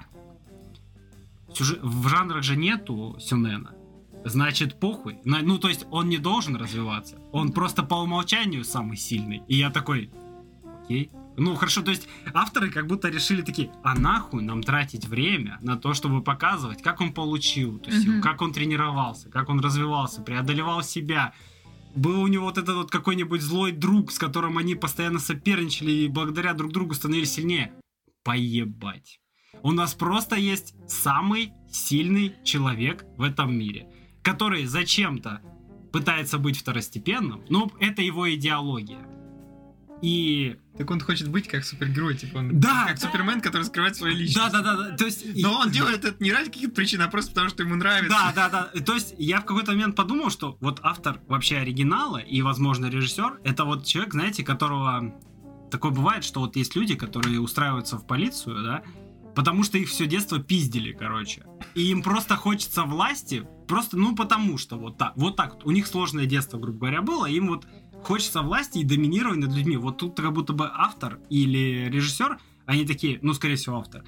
сюжет, в жанрах же нету сюнена. Значит, похуй. На- Ну, то есть, он не должен развиваться. Он просто по умолчанию самый сильный. И я такой, окей. Ну, хорошо, то есть, авторы как будто решили такие, а нахуй нам тратить время на то, чтобы показывать, как он получил, то есть, Мгм. как он тренировался, как он развивался, преодолевал себя. Был у него вот этот вот какой-нибудь злой друг, с которым они постоянно соперничали и благодаря друг другу становились сильнее. Поебать. У нас просто есть самый сильный человек в этом мире, который зачем-то пытается быть второстепенным, но это его идеология. И... Так он хочет быть как супергерой, типа он Да, как да. Супермен, который скрывает свою личность. Да-да-да, то есть... Но он делает это не ради каких-то причин, а просто потому, что ему нравится. Да, да, да. То есть я в какой-то момент подумал, что вот автор вообще оригинала и, возможно, режиссер, это вот человек, знаете, которого такое бывает, что вот есть люди, которые устраиваются в полицию, да, потому что их все детство пиздили, короче. И им просто хочется власти, просто, ну, потому что вот так, вот так вот. У них сложное детство, грубо говоря, было, им вот хочется власти и доминировать над людьми. Вот тут как будто бы автор или режиссер, они такие, ну, скорее всего, автор.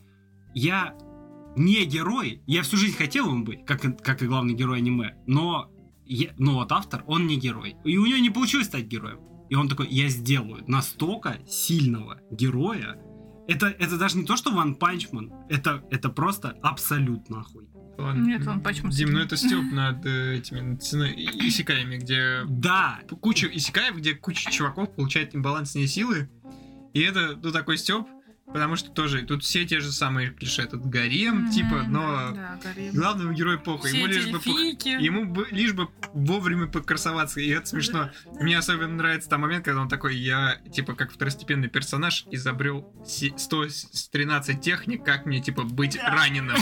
Я не герой, я всю жизнь хотел им быть, как, как и главный герой аниме, но, я, ну, вот автор, он не герой. И у него не получилось стать героем. И он такой, я сделаю настолько сильного героя. Это, это даже не то, что One Punch Man, это, это просто абсолютно охуй. Ладно. Нет, он почему? Дим, ну это стёб над э, этими над ценой- и- исекаями, где Да, куча исекаев, где куча чуваков получает имбалансные силы. И это, ну, такой стёб, потому что тоже тут все те же самые клише. Тут гарем, Мгм, типа, но Да, горим. главному герою похуй. Все Ему эти лишь бы пох- эльфийки. Ему бы, лишь бы вовремя покрасоваться, и это смешно. Мне особенно нравится там момент, когда он такой, я, типа, как второстепенный персонаж, изобрел си- сто тринадцать техник, как мне, типа, быть Да. раненым.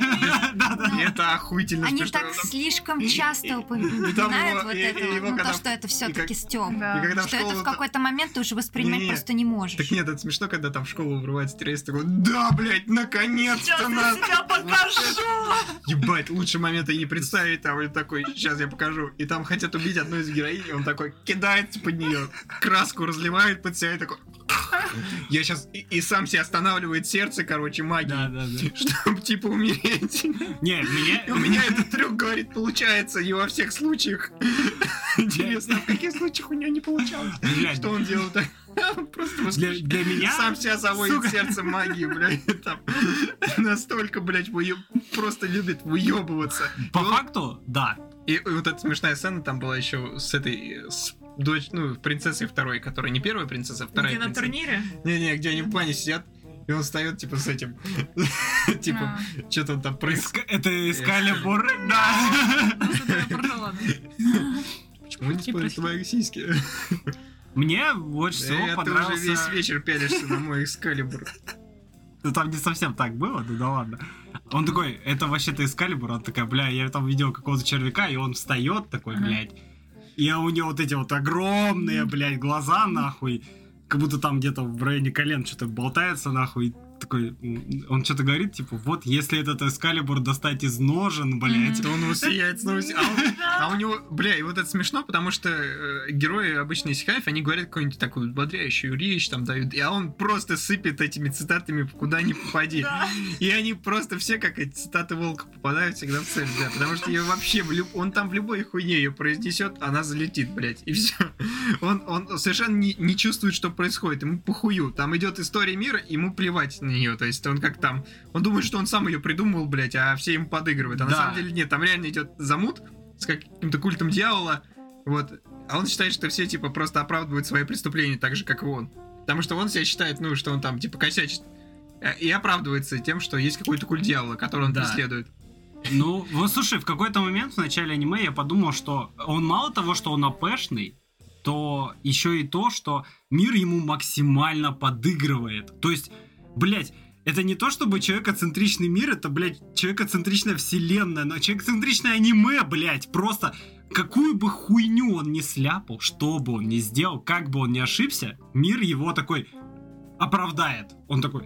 И это охуительно Они смешно. так слишком часто упоминают там его- вот и- это, и его ну, когда- то, что это все-таки как- стёб. Да. И когда в Что это школу... в какой-то момент ты уже воспринимать Не, просто не можешь. Так нет, это смешно, когда там в школу врывается террорист, такой, да, блядь, наконец-то Сейчас я нас... тебя покажу! Ебать, лучше момента и не представить, там, и такой, сейчас я покажу. И там хотят убить одну из героинь, и он такой кидается под нее, краску разливает под себя и такой... Я сейчас... И, и сам себе останавливает сердце, короче, магией, да, да, да. чтобы, типа, умереть. Не, меня... И у меня этот трюк, говорит, получается не во всех случаях. Интересно, в каких случаях у него не получалось? Блядь. Что он делал так? Просто Для, восхищен. для меня... Сам себя заводит Сука. сердцем магии, блядь, там. Настолько, блядь, выеб... просто любит выебываться. По И он- факту, да. И, и вот эта смешная сцена там была еще с этой... С дочь, ну, принцессой второй, которая не первая принцесса, а вторая Где на принцесса. турнире? Не-не, где они в плане сидят, и он встает, типа, с этим... Типа, А. что-то он там происходит. Эск- Это Эскалибур, да. Ну, с этого я поржала, да. Почему не Прости, спорят прости. твои сиськи? Мне больше всего Э, Ты уже понравился... весь вечер пялишься на мой экскалибур. Ну там не совсем так было, ну да ладно. Он такой, это вообще-то Эскалибур, он такая, бля, я там видел какого-то червяка, и он встает такой, Ага. блядь. И у него вот эти вот огромные, блядь, глаза, нахуй. Как будто там где-то в районе колен что-то болтается, нахуй. Такой, м, он что-то говорит, типа, вот, если этот Эскалибур достать из ножен, блядь. Это он усияет снова. А, он- а у него, бля, и вот это смешно, потому что э, герои обычно исекаев, они говорят какую-нибудь такую бодрящую речь, там дают, а он просто сыпет этими цитатами куда ни попади. И они просто все, как эти цитаты Волка, попадают всегда в цель, да, потому что ее вообще, в люб- он там в любой хуйне ее произнесет, она залетит, блядь, и все. Он, он совершенно не, не чувствует, что происходит, ему похую. Там идет история мира, ему плевать на нее, то есть он как там, он думает, что он сам ее придумывал, блядь, а все ему подыгрывают, а на Да. самом деле нет, там реально идет замут с каким-то культом дьявола, вот, а он считает, что все, типа, просто оправдывают свои преступления так же, как и он. Потому что он себя считает, ну, что он там, типа, косячит. э, И оправдывается тем, что есть какой-то культ дьявола, который он Да. преследует. Ну, вот слушай, в какой-то момент в начале аниме я подумал, что он мало того, что он АПшный, то еще и то, что мир ему максимально подыгрывает. То есть, блять, это не то, чтобы человекоцентричный мир, это, блядь, человекоцентричная вселенная, но человекоцентричное аниме, блядь, просто какую бы хуйню он ни сляпал, что бы он ни сделал, как бы он ни ошибся, мир его такой оправдает. Он такой,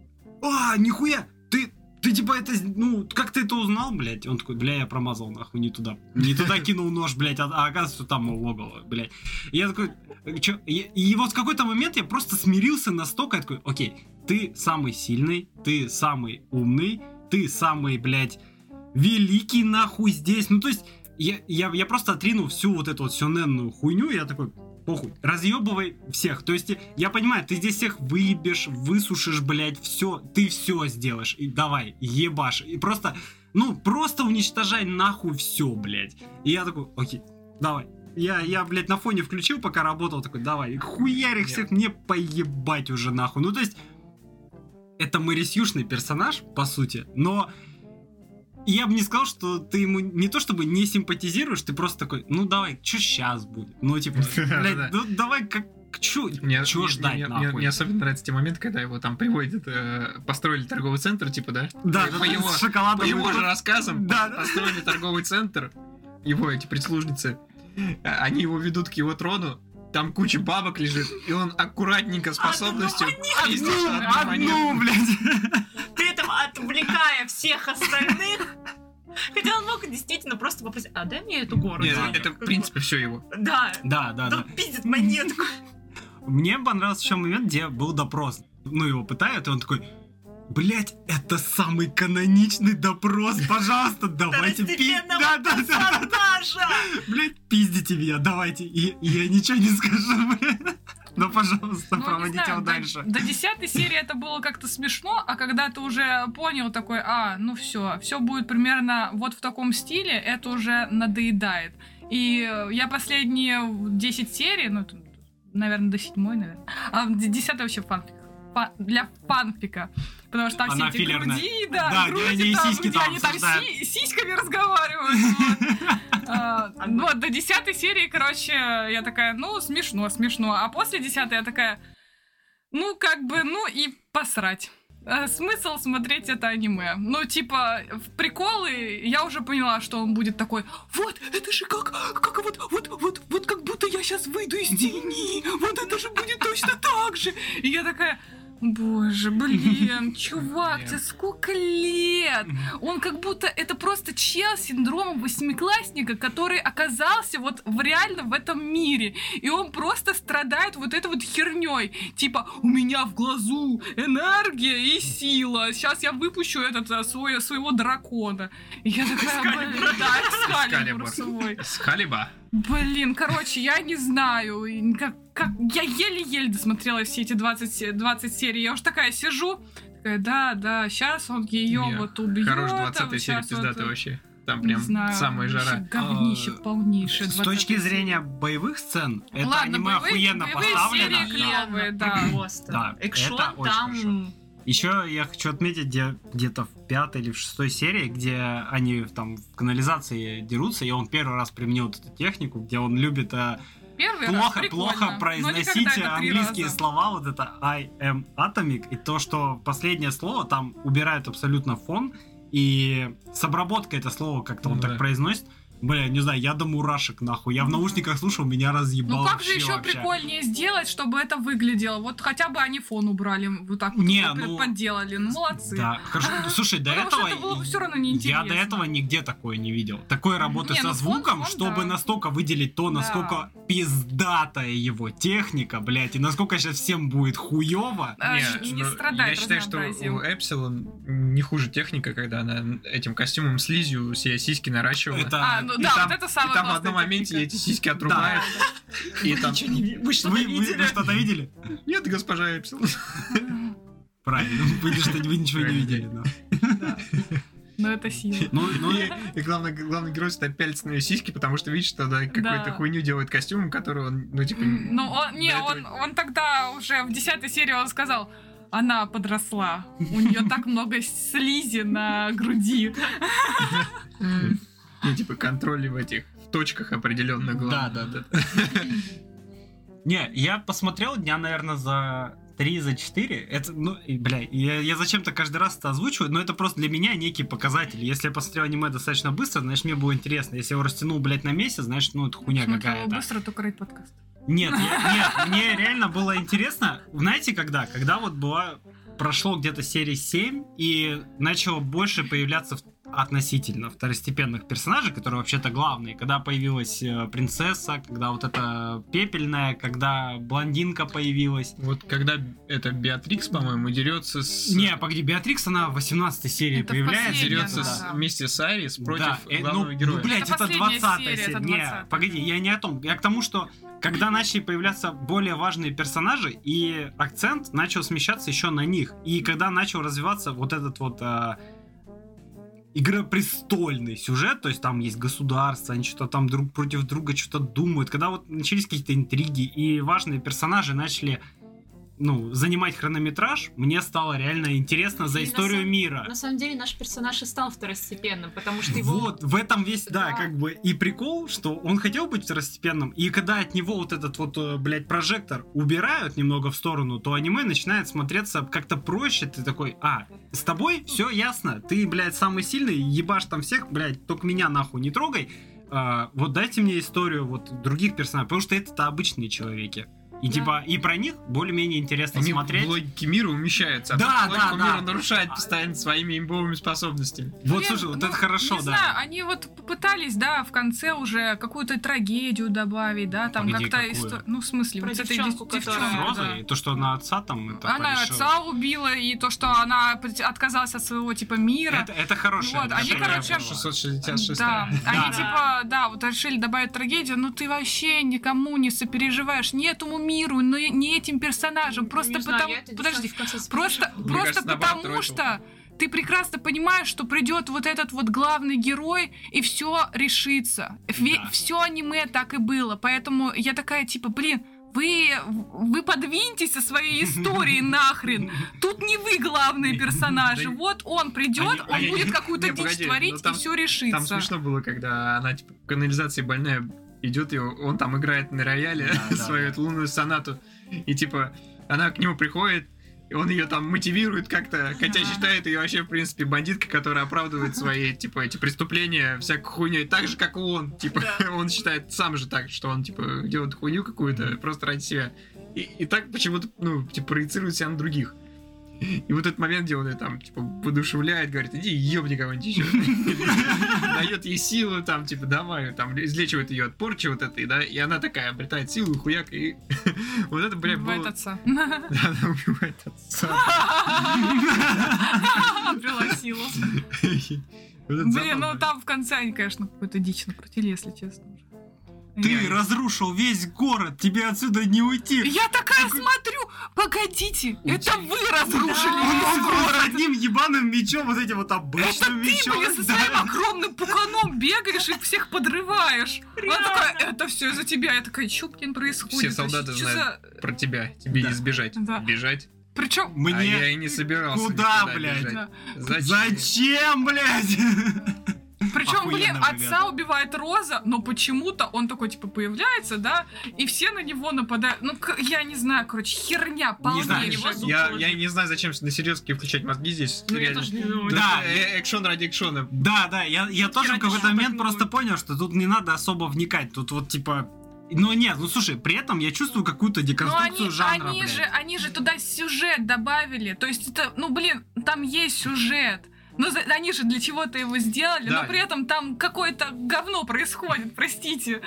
а, нихуя, ты, ты типа это, ну, как ты это узнал, блядь? Он такой, бля, я промазал, нахуй, не туда. Не туда кинул нож, блядь, а, а оказывается, там логово, блядь. И я такой, чё? И, и вот в какой-то момент я просто смирился настолько, я такой, окей, ты самый сильный, ты самый умный, ты самый, блядь, великий, нахуй, здесь. Ну, то есть, я, я, я просто отринул всю вот эту вот сюненную хуйню, и я такой, похуй, разъебывай всех. То есть, я понимаю, ты здесь всех выебешь, высушишь, блядь, все, ты все сделаешь. И давай, ебашь. И просто, ну, просто уничтожай нахуй все, блядь. И я такой, окей, давай. Я, я, блядь, на фоне включил, пока работал, такой, давай, хуярь их всех, мне поебать уже нахуй. Ну, то есть, это морисюшный персонаж, по сути, но я бы не сказал, что ты ему не то чтобы не симпатизируешь, ты просто такой, ну давай, что сейчас будет? Ну типа, блядь, ну давай, как, чё, Мне, чё мне- ждать, мне, нахуй? мне- мне особенно нравится те моменты, когда его там приводят, э, построили торговый центр, типа, да? Да, по его, с шоколадом. по его и же вот- рассказам Да, по- да. построили торговый центр, его эти прислужницы, а, они его ведут к его трону, там куча бабок лежит, и он аккуратненько способностью пиздит одну Одну, монетку. блядь. При этом отвлекая всех остальных. Хотя он мог действительно просто попросить, а дай мне эту гору. Нет, денег». это в принципе все его. Да. Да, да, да. Он пиздит монетку. Мне понравился еще момент, где был допрос. Ну, его пытают, и он такой... Блять, это самый каноничный допрос, пожалуйста, давайте пиздите. Да, да, да, да. Блять, пиздите меня, давайте. И, и я ничего не скажу, блядь. Ну, пожалуйста, Ну, не проводите знаю, его до- дальше. До десятой серии это было как-то смешно, а когда ты уже понял такой, а, ну все, все будет примерно вот в таком стиле, это уже надоедает. И я последние десять серий, ну, это, наверное, до седьмой, наверное, а десятая вообще фанфик. Фа- для фанфика. Потому что там Она все эти филлерная. груди, да, Да, груди, где они и там, сиськи где там они там обсуждают. си- сиськами разговаривают. вот. А, Вот, до десятой серии, короче, я такая, ну, смешно, смешно. А после десятой я такая, ну, как бы, ну и посрать. А, Смысл смотреть это аниме. Ну, типа, в приколы я уже поняла, что он будет такой, вот, это же как, как вот, вот, вот, вот как будто я сейчас выйду из тени, вот это же будет точно так же. И я такая, боже, блин, чувак, тебе сколько лет? Он как будто это просто чел с синдромом восьмиклассника, который оказался вот в, реально в этом мире. И он просто страдает вот этой вот херней. Типа, у меня в глазу энергия и сила. Сейчас я выпущу этот а, свой, своего дракона. И я такая, блин, да, Экскалибур свой. Скалиба. Блин, короче, я не знаю, и как, как я еле-еле досмотрела все эти двадцать, двадцать серий. Я уж такая сижу, такая, да, да, сейчас он ее Не, вот убьет. Хорош, там, двадцатая серия щас вот, пиздатая вообще. Там не прям знаю, самая вообще жара. говнище А, полнейшее. С точки двадцатая зрения серия. боевых сцен, это Ладно, аниме боевые- охуенно боевые поставлено. серии клевые, да. Просто. Да, Экшон это очень там... хорошо. Еще я хочу отметить, где, где-то в пятой или в шестой серии, где они там в канализации дерутся, и он первый раз применил вот эту технику, где он любит а, Первый раз плохо, прикольно, плохо но произносить никогда это три английские раза. слова, вот это I am atomic, и то, что последнее слово там убирают абсолютно фон, и с обработкой это слово как-то он Ну так да. произносит. Бля, не знаю, я до мурашек, нахуй. Я в наушниках слушал, меня разъебало. Ну как же вообще еще вообще. прикольнее сделать, чтобы это выглядело? Вот хотя бы они фон убрали, вот так вот Не, его ну, подделали. Ну молодцы. Да, хорошо. Слушай, до Потому этого... что это было бы всё равно неинтересно. Я до этого нигде такое не видел. Такой работы Не, со ну фон, звуком, фон, чтобы да. настолько выделить то, Да. насколько пиздатая его техника, блядь, и насколько сейчас всем будет хуёво. А, Не, не ну, страдает я считаю, что разнообразием. у Эпсилон не хуже техника, когда она этим костюмом слизью себе сиськи наращивала. Это... А, ну И да, там- вот это И самое там в классная одном моменте техника. эти сиськи отрубают. И там... Вы что-то Вы, вы- вы видели? что-то видели? Нет, госпожа Эпсилон. Правильно, вы, что вы ничего не видели. Да. Да. Ну это сила. Ну, ну, И, и главный, главный герой стоит пялится на ее сиськи, потому что видит, что она какую-то Да. хуйню делает костюмом, который он, ну, типа... Ну он, не, до он, этого- он тогда уже в десятой серии он сказал, она подросла, у нее так много слизи на груди. Ну, типа, контроль в этих в точках определенных глав. Да, да, да. Не, я посмотрел дня, наверное, за три, за четыре. Это, ну, и, бля, я, я зачем-то каждый раз это озвучиваю, но это просто для меня некий показатель. Если я посмотрел аниме достаточно быстро, значит, мне было интересно. Если я его растянул, блядь, на месяц, значит, ну, это хуйня Смотрела какая-то. быстро, только ради подкаста. Нет, я- нет, мне реально было интересно. Знаете, когда? Когда вот была... Прошло где-то серии семь, и начало больше появляться в- относительно второстепенных персонажей, которые вообще-то главные. Когда появилась э, принцесса, когда вот эта пепельная, когда блондинка появилась. Вот когда это Беатрикс, по-моему, дерется с... Не, погоди, Беатрикс, она в восемнадцатой серии Это в появляется. последней, дерется да. с- вместе с Айрис против Да, э, главного ну, героя. Ну, блядь, Это это, последняя двадцатая серия, серия. это Не, двадцатая. погоди, я не о том. Я к тому, что когда начали появляться более важные персонажи, и акцент начал смещаться еще на них. И когда начал развиваться вот этот вот а, игропрестольный сюжет, то есть там есть государство, они что-то там друг против друга что-то думают. Когда вот начались какие-то интриги, и важные персонажи начали, ну, занимать хронометраж, мне стало реально интересно за И на историю самом- мира. На самом деле наш персонаж и стал второстепенным, потому что его... Вот, в этом весь, да, Да. как бы и прикол, что он хотел быть второстепенным, и когда от него вот этот вот, э, блядь, прожектор убирают немного в сторону, то аниме начинает смотреться как-то проще, ты такой, а, с тобой все ясно, ты, блядь, самый сильный, ебашь там всех, блядь, только меня нахуй не трогай, а, вот дайте мне историю вот других персонажей, потому что это-то обычные человеки. И Да. типа, и про них более-менее интересно Они смотреть. в логике мира умещаются, а Да, тут логику да, мира да. нарушает постоянно своими имбовыми способностями. Вот, Блин, слушай, вот ну, это хорошо, не да. знаю, они вот попытались, да, в конце уже какую-то трагедию добавить, да, там Погоди, как-то... какую? исто- Ну, в смысле, Про вот с этой девчонку, дев- которая- С девчонкой, Розой, да. и то, что она отца там, это Она порешила. отца убила, и то, что она пот- отказалась от своего, типа, мира. Это, это хорошее Вот, они, решение короче, было. шестьсот шестьдесят шесть. Да, Да, они да. типа, да, вот решили добавить трагедию, ну ты вообще никому не сопереживаешь, ни этому миру, но и не этим персонажам, просто Не знаю, потому... я это Подожди, девчонке в конце просто, Мне просто кажется, наоборот, потому трогательно. что ты прекрасно понимаешь, что придет вот этот вот главный герой, и все решится. Да. Все аниме так и было, поэтому я такая, типа, блин, вы, вы подвиньтесь со своей историей нахрен. Тут не вы главные персонажи. Да. Вот он придет, Они- он они- будет какую-то Не, дичь погоди, творить, ну там- и все Там решится. смешно было, когда она, типа, в канализации больная идет, и он там играет на рояле Да, да, свою да. эту лунную сонату. И типа, она к нему приходит, и он ее там мотивирует как-то, хотя Ага. считает ее вообще, в принципе, бандитка, которая оправдывает свои, типа, эти преступления всякой хуйней, так же, как и он. Типа, он считает сам же так, что он, типа, делает хуйню какую-то просто ради себя. И, и так почему-то, ну, типа, проецирует себя на других. И вот этот момент, где он ее там, типа, подушевляет, говорит, иди ебни кого-нибудь еще. Дает ей силу, там, типа, давай, там, излечивает ее от порчи вот этой, да, и она такая обретает силу, хуяк, и вот это, блядь, Убивает было... отца. Да, она убивает отца. Обрела силу. Вот это Блин, забавно. ну там в конце они, конечно, какую-то дичь накрутили, если честно. Ты Я- разрушил весь город, тебе отсюда не уйти. Я такая смотрю, погодите, это вы разрушили Он, весь он просто город. одним ебаным мечом, вот этим вот Это обычным ты, мечом. блин, со да. своим огромным пуканом бегаешь и всех подрываешь. Она такая, это все из-за тебя. Я такая, что, блин, происходит? Все солдаты Вообще, чё знают за- про тебя, тебе Да. не сбежать. Да. Бежать. Причем, А я Мне и не собирался куда, никуда блядь? бежать. да. Зачем? Зачем, блядь? Причем, блин, Охуенно, отца убивает Роза, но почему-то он такой, типа, появляется, да, и все на него нападают. Ну, к- я не знаю, короче, херня полнейшая. знаю, его зуб Я, тоже. я не знаю, зачем на серьезке включать мозги здесь. Ну, я реально. тоже не знаю. Да, Да. э- экшон ради экшона. Да, да, я, я тоже в ради какой-то шуток момент не просто будет. понял, что тут не надо особо вникать. Тут вот типа. Ну нет, ну слушай, при этом я чувствую какую-то Ну, деконструкцию они, жанра, они блядь. же, они же туда сюжет добавили. То есть это, ну, блин, там есть сюжет. Но за- они же для чего-то его сделали, Да. но при этом там какое-то говно происходит, простите.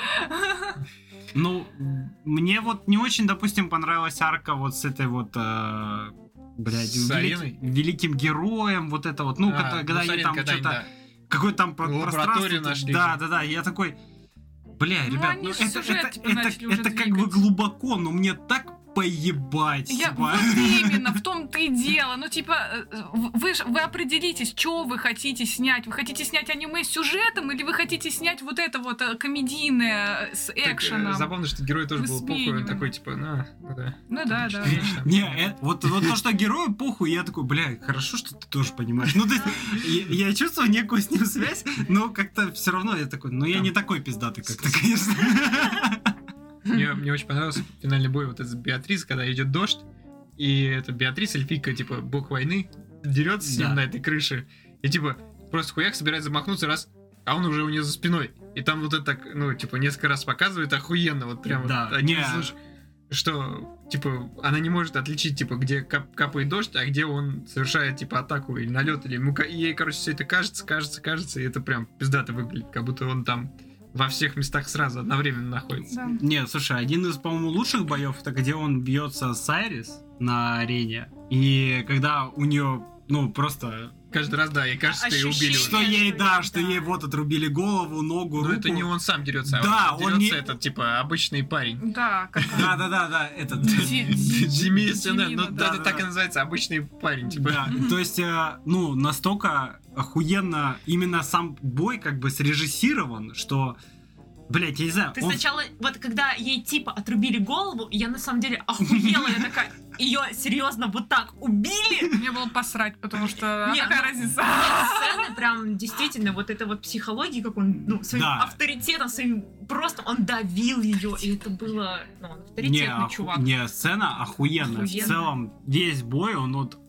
Ну, мне вот не очень, допустим, понравилась арка вот с этой вот, э, блядь, С велик- ареной? великим героем, вот это вот, ну, А, когда, когда ну, они Сарен, там когда они, что-то, да. какое-то там про- Лабораторию пространство, нашли да, же. да, да, я такой, бля, Ну, ребят, они ну, ж это, сюжет, это, типа, это, начали уже это как бы двигать. глубоко, но мне так поебать, Я, типа. вот именно, в том-то и дело. Ну, типа, э, вы, ж- вы определитесь, что вы хотите снять. Вы хотите снять аниме с сюжетом, или вы хотите снять вот это вот э, комедийное с Так, э, экшеном? забавно, что герой тоже был похуй, он Высмеивание. такой, типа, на, ну да. Ну да, да. Вечно. Не, э, вот, вот то, что герою похуй, я такой, бля, хорошо, что ты тоже понимаешь. Ну, то есть, я, я чувствую некую с ним связь, но как-то все равно я такой, ну, я Там- не такой пиздатый, как ты, конечно. Мне, мне очень понравился финальный бой вот этот с Беатрис, когда идет дождь, и это Беатрис, эльфийка, типа, бог войны, дерется с ним Да. на этой крыше, и типа, просто хуяк собирается замахнуться раз, а он уже у нее за спиной. И там вот это так, ну, типа, несколько раз показывает охуенно, вот прям Да, вот один не. из лучших, что, типа, она не может отличить, типа, где кап- капает дождь, а где он совершает, типа, атаку или налет, или ему, ка- и ей, короче, все это кажется, кажется, кажется, и это прям пиздато выглядит, как будто он там во всех местах сразу одновременно находится. Да. Нет, слушай, один из, по-моему, лучших боев, это где он бьется с Айрис на арене, и когда у нее, ну, просто... Каждый раз, да, ей кажется, что ее убили. Ощущение. уже. Что ей, да, да. что ей вот отрубили голову, ногу, Но руку. это не он сам дерется, Да, а он он не- дерется этот, типа, обычный парень. Да, как Да, да, да, да, этот... Ди- ди- Джимми Сенен, Димина, ну да, это да, так да. и называется, обычный парень, типа. Да, то есть, э, ну, настолько охуенно именно сам бой как бы срежиссирован, что, блять, я не знаю, Ты он- сначала, вот когда ей типа отрубили голову, я на самом деле охуела, я такая, ее серьезно вот так убили? Мне было посрать, потому что а Нет, какая ну, разница? Сцены прям действительно вот это вот психология, как он, ну, своим Да. авторитетом, своим просто он давил ее, и это было, ну, он не, авторитетный оху- чувак. не, сцена охуенная. В Охуенная. целом, весь бой, он вот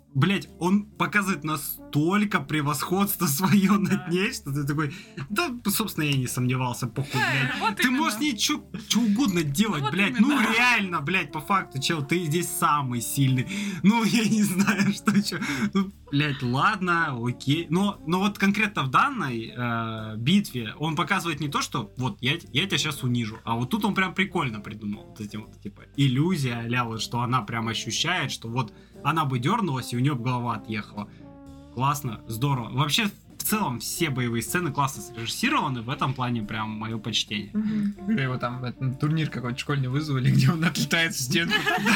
блять, он показывает настолько превосходство свое над ней, что ты такой, да, собственно, я не сомневался, похуй, блядь. Вот Ты именно. можешь с ней что угодно делать, Вот блядь. именно. Ну, реально, блядь, по факту, чел, ты здесь самый сильный. Ну, я не знаю, что, что. Ну, блядь, ладно, окей. Но, но вот конкретно в данной э, битве он показывает не то, что вот я, я тебя сейчас унижу, а вот тут он прям прикольно придумал. Вот этим вот, типа, иллюзия, а-ля вот, что она прям ощущает, что вот она бы дернулась, и у нее бы голова отъехала. Классно, здорово. Вообще, в целом, все боевые сцены классно срежиссированы, в этом плане прям мое почтение. Когда его там это, на турнир какой-то школьный вызвали, где он отлетает в стенку.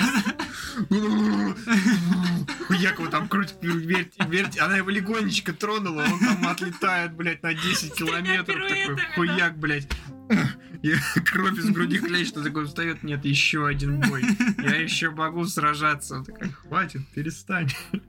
Хуяк его там крутит, верть, верть. Она его легонечко тронула, он там отлетает, блядь, на десять километров. Такой пируэтами, хуяк, блядь. И кровь из груди хлещет, он такой встает, нет, еще один бой. Я еще могу сражаться. Он такой, хватит, перестань.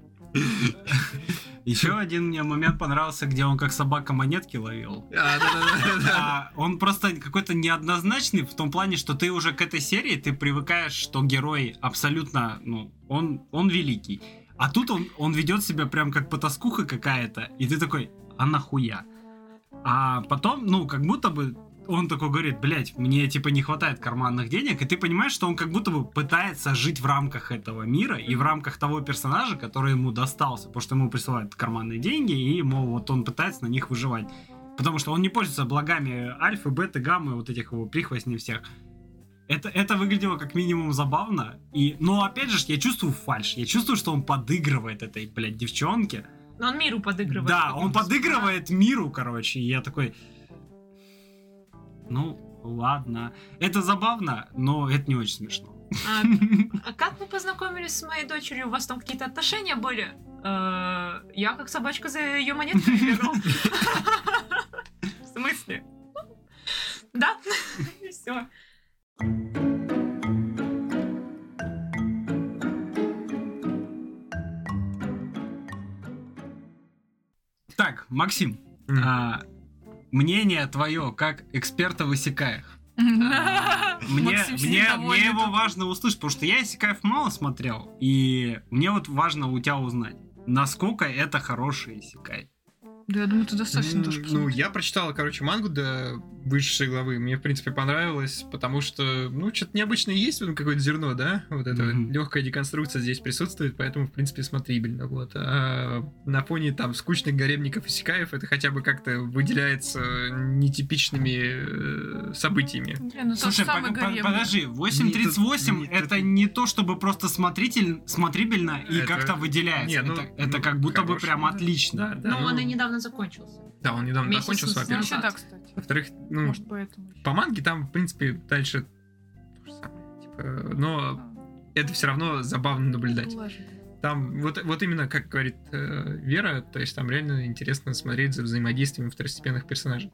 Еще один мне момент понравился, где он как собака монетки ловил. А, да-да-да-да. А, он просто какой-то неоднозначный в том плане, что ты уже к этой серии ты привыкаешь, что герой абсолютно, ну, он, он великий. А тут он, он ведет себя прям как потаскуха какая-то, и ты такой, а нахуя? А потом, ну, как будто бы он такой говорит, блять, мне типа не хватает карманных денег, и ты понимаешь, что он как будто бы пытается жить в рамках этого мира и в рамках того персонажа, который ему достался, потому что ему присылают карманные деньги, и, мол, вот он пытается на них выживать. Потому что он не пользуется благами альфы, беты, гаммы, вот этих его прихвостней всех. Это, это выглядело как минимум забавно, и, но опять же, я чувствую фальшь, я чувствую, что он подыгрывает этой, блядь, девчонке. Но он миру подыгрывает. Да, он подыгрывает миру, короче, и я такой... Ну, ладно. Это забавно, но это не очень смешно. А, а как вы познакомились с моей дочерью? У вас там какие-то отношения были? Э, Я как собачка за ее монеткой бегал. В смысле? Да? И все. Так, Максим, а, мнение твое как эксперта в исекаях. А, Мне, Максим сидит мне, довольный мне его тут. важно услышать, потому что я исекаев мало смотрел, и мне вот важно у тебя узнать, насколько это хороший исекай. Да, я думаю, ты достаточно тоже Ну, посмотрел. я прочитал, короче, мангу до высшей главы. Мне, в принципе, понравилось, потому что, ну, что-то необычное есть в этом какое-то зерно, да? Вот эта Мгм. легкая деконструкция здесь присутствует, поэтому, в принципе, смотрибельно. Вот. А на фоне там скучных гаремников и сикаев это хотя бы как-то выделяется нетипичными э, событиями. Блин, ну тот Слушай, самый пог- по- гарем. подожди, восемь тридцать восемь Не, это это- не то, чтобы просто смотритель, смотрибельно и Это- как-то выделяется. Не, ну, это, это ну, как будто бы хороший, прям да. отлично. Да, да. Ну, ну, он и недавно закончился. Да, он недавно Месяц закончился, назад. Ну, во-первых. еще да, кстати. Во-вторых, ну, Может, поэтому. еще. по манге там, в принципе, дальше то же самое. Типа, но это все равно забавно наблюдать. Улажено. Там вот, вот именно, как говорит э, Вера, то есть там реально интересно смотреть за взаимодействием второстепенных персонажей.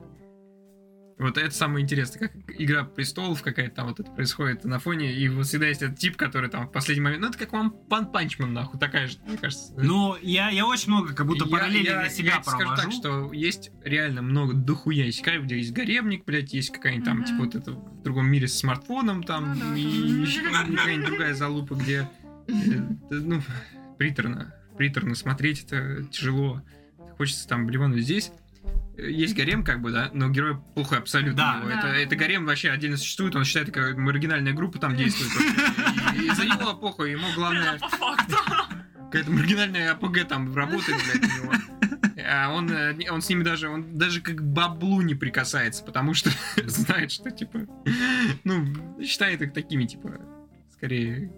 Вот это самое интересное, как Игра престолов какая-то там вот это происходит на фоне, и вот всегда есть этот тип, который там в последний момент, ну это как вам One Punch Man, нахуй, такая же, мне кажется. Ну, я, я очень много как будто Я- параллели я- для себя я тебе скажу провожу. так, что есть реально много дохуя исекаев, где есть гаремник, блядь, есть какая-нибудь там, Мгм. типа вот это в другом мире с смартфоном там, Ну да. и еще какая-нибудь другая залупа, где, э, ну, приторно, приторно смотреть, это тяжело. Хочется там блевануть. Здесь есть гарем, как бы, да, но герой похуй абсолютно. Да. на него. Да. Это, это гарем вообще отдельно существует, он считает, такая маргинальная группа там действует. И, и за него похуй, ему главное... По факту. Какая-то маргинальная АПГ там работает, блядь, у него. А он, э, не- он с ними даже, он даже как к баблу не прикасается, потому что знает, что, типа, ну, считает их такими, типа, скорее...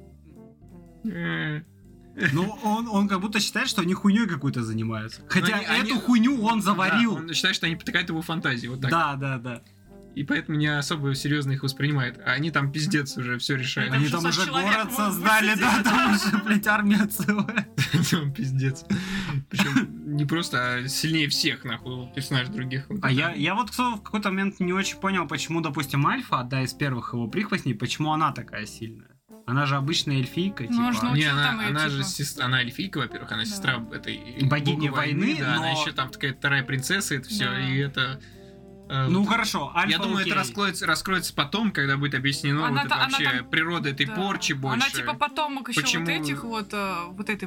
э, Ну, он, он как будто считает, что они хуйней какой-то занимаются. Хотя они- они- эту хуйню он заварил. да, он считает, что они потакают его фантазии, вот так. Да, да, да. И поэтому не особо серьезно их воспринимает. А они там пиздец уже все решают. Там Они там шестьсот уже человек город могут создали, да, сидеть. там уже, блядь, армия целая. Там пиздец. Причем не просто, а сильнее всех, нахуй, персонажей других. Вот А это. я, я вот кто- в какой-то момент не очень понял, почему, допустим, Альфа, одна из первых его прихвостней, почему она такая сильная. Она же обычная эльфийка, типа. Можно Не, учил она, там её, она же типа. сес- она эльфийка, во-первых, она Да. сестра этой Богини бога войны, да, она но- еще там такая вторая принцесса, это все, Да. и это. э, Ну вот- хорошо, Альфа я думаю, окей. это раскроется, раскроется потом, когда будет объяснено Она вот та- это она вообще там- природа этой Да. порчи больше. Она типа потомок еще Почему- вот этих вот, э, вот этой вот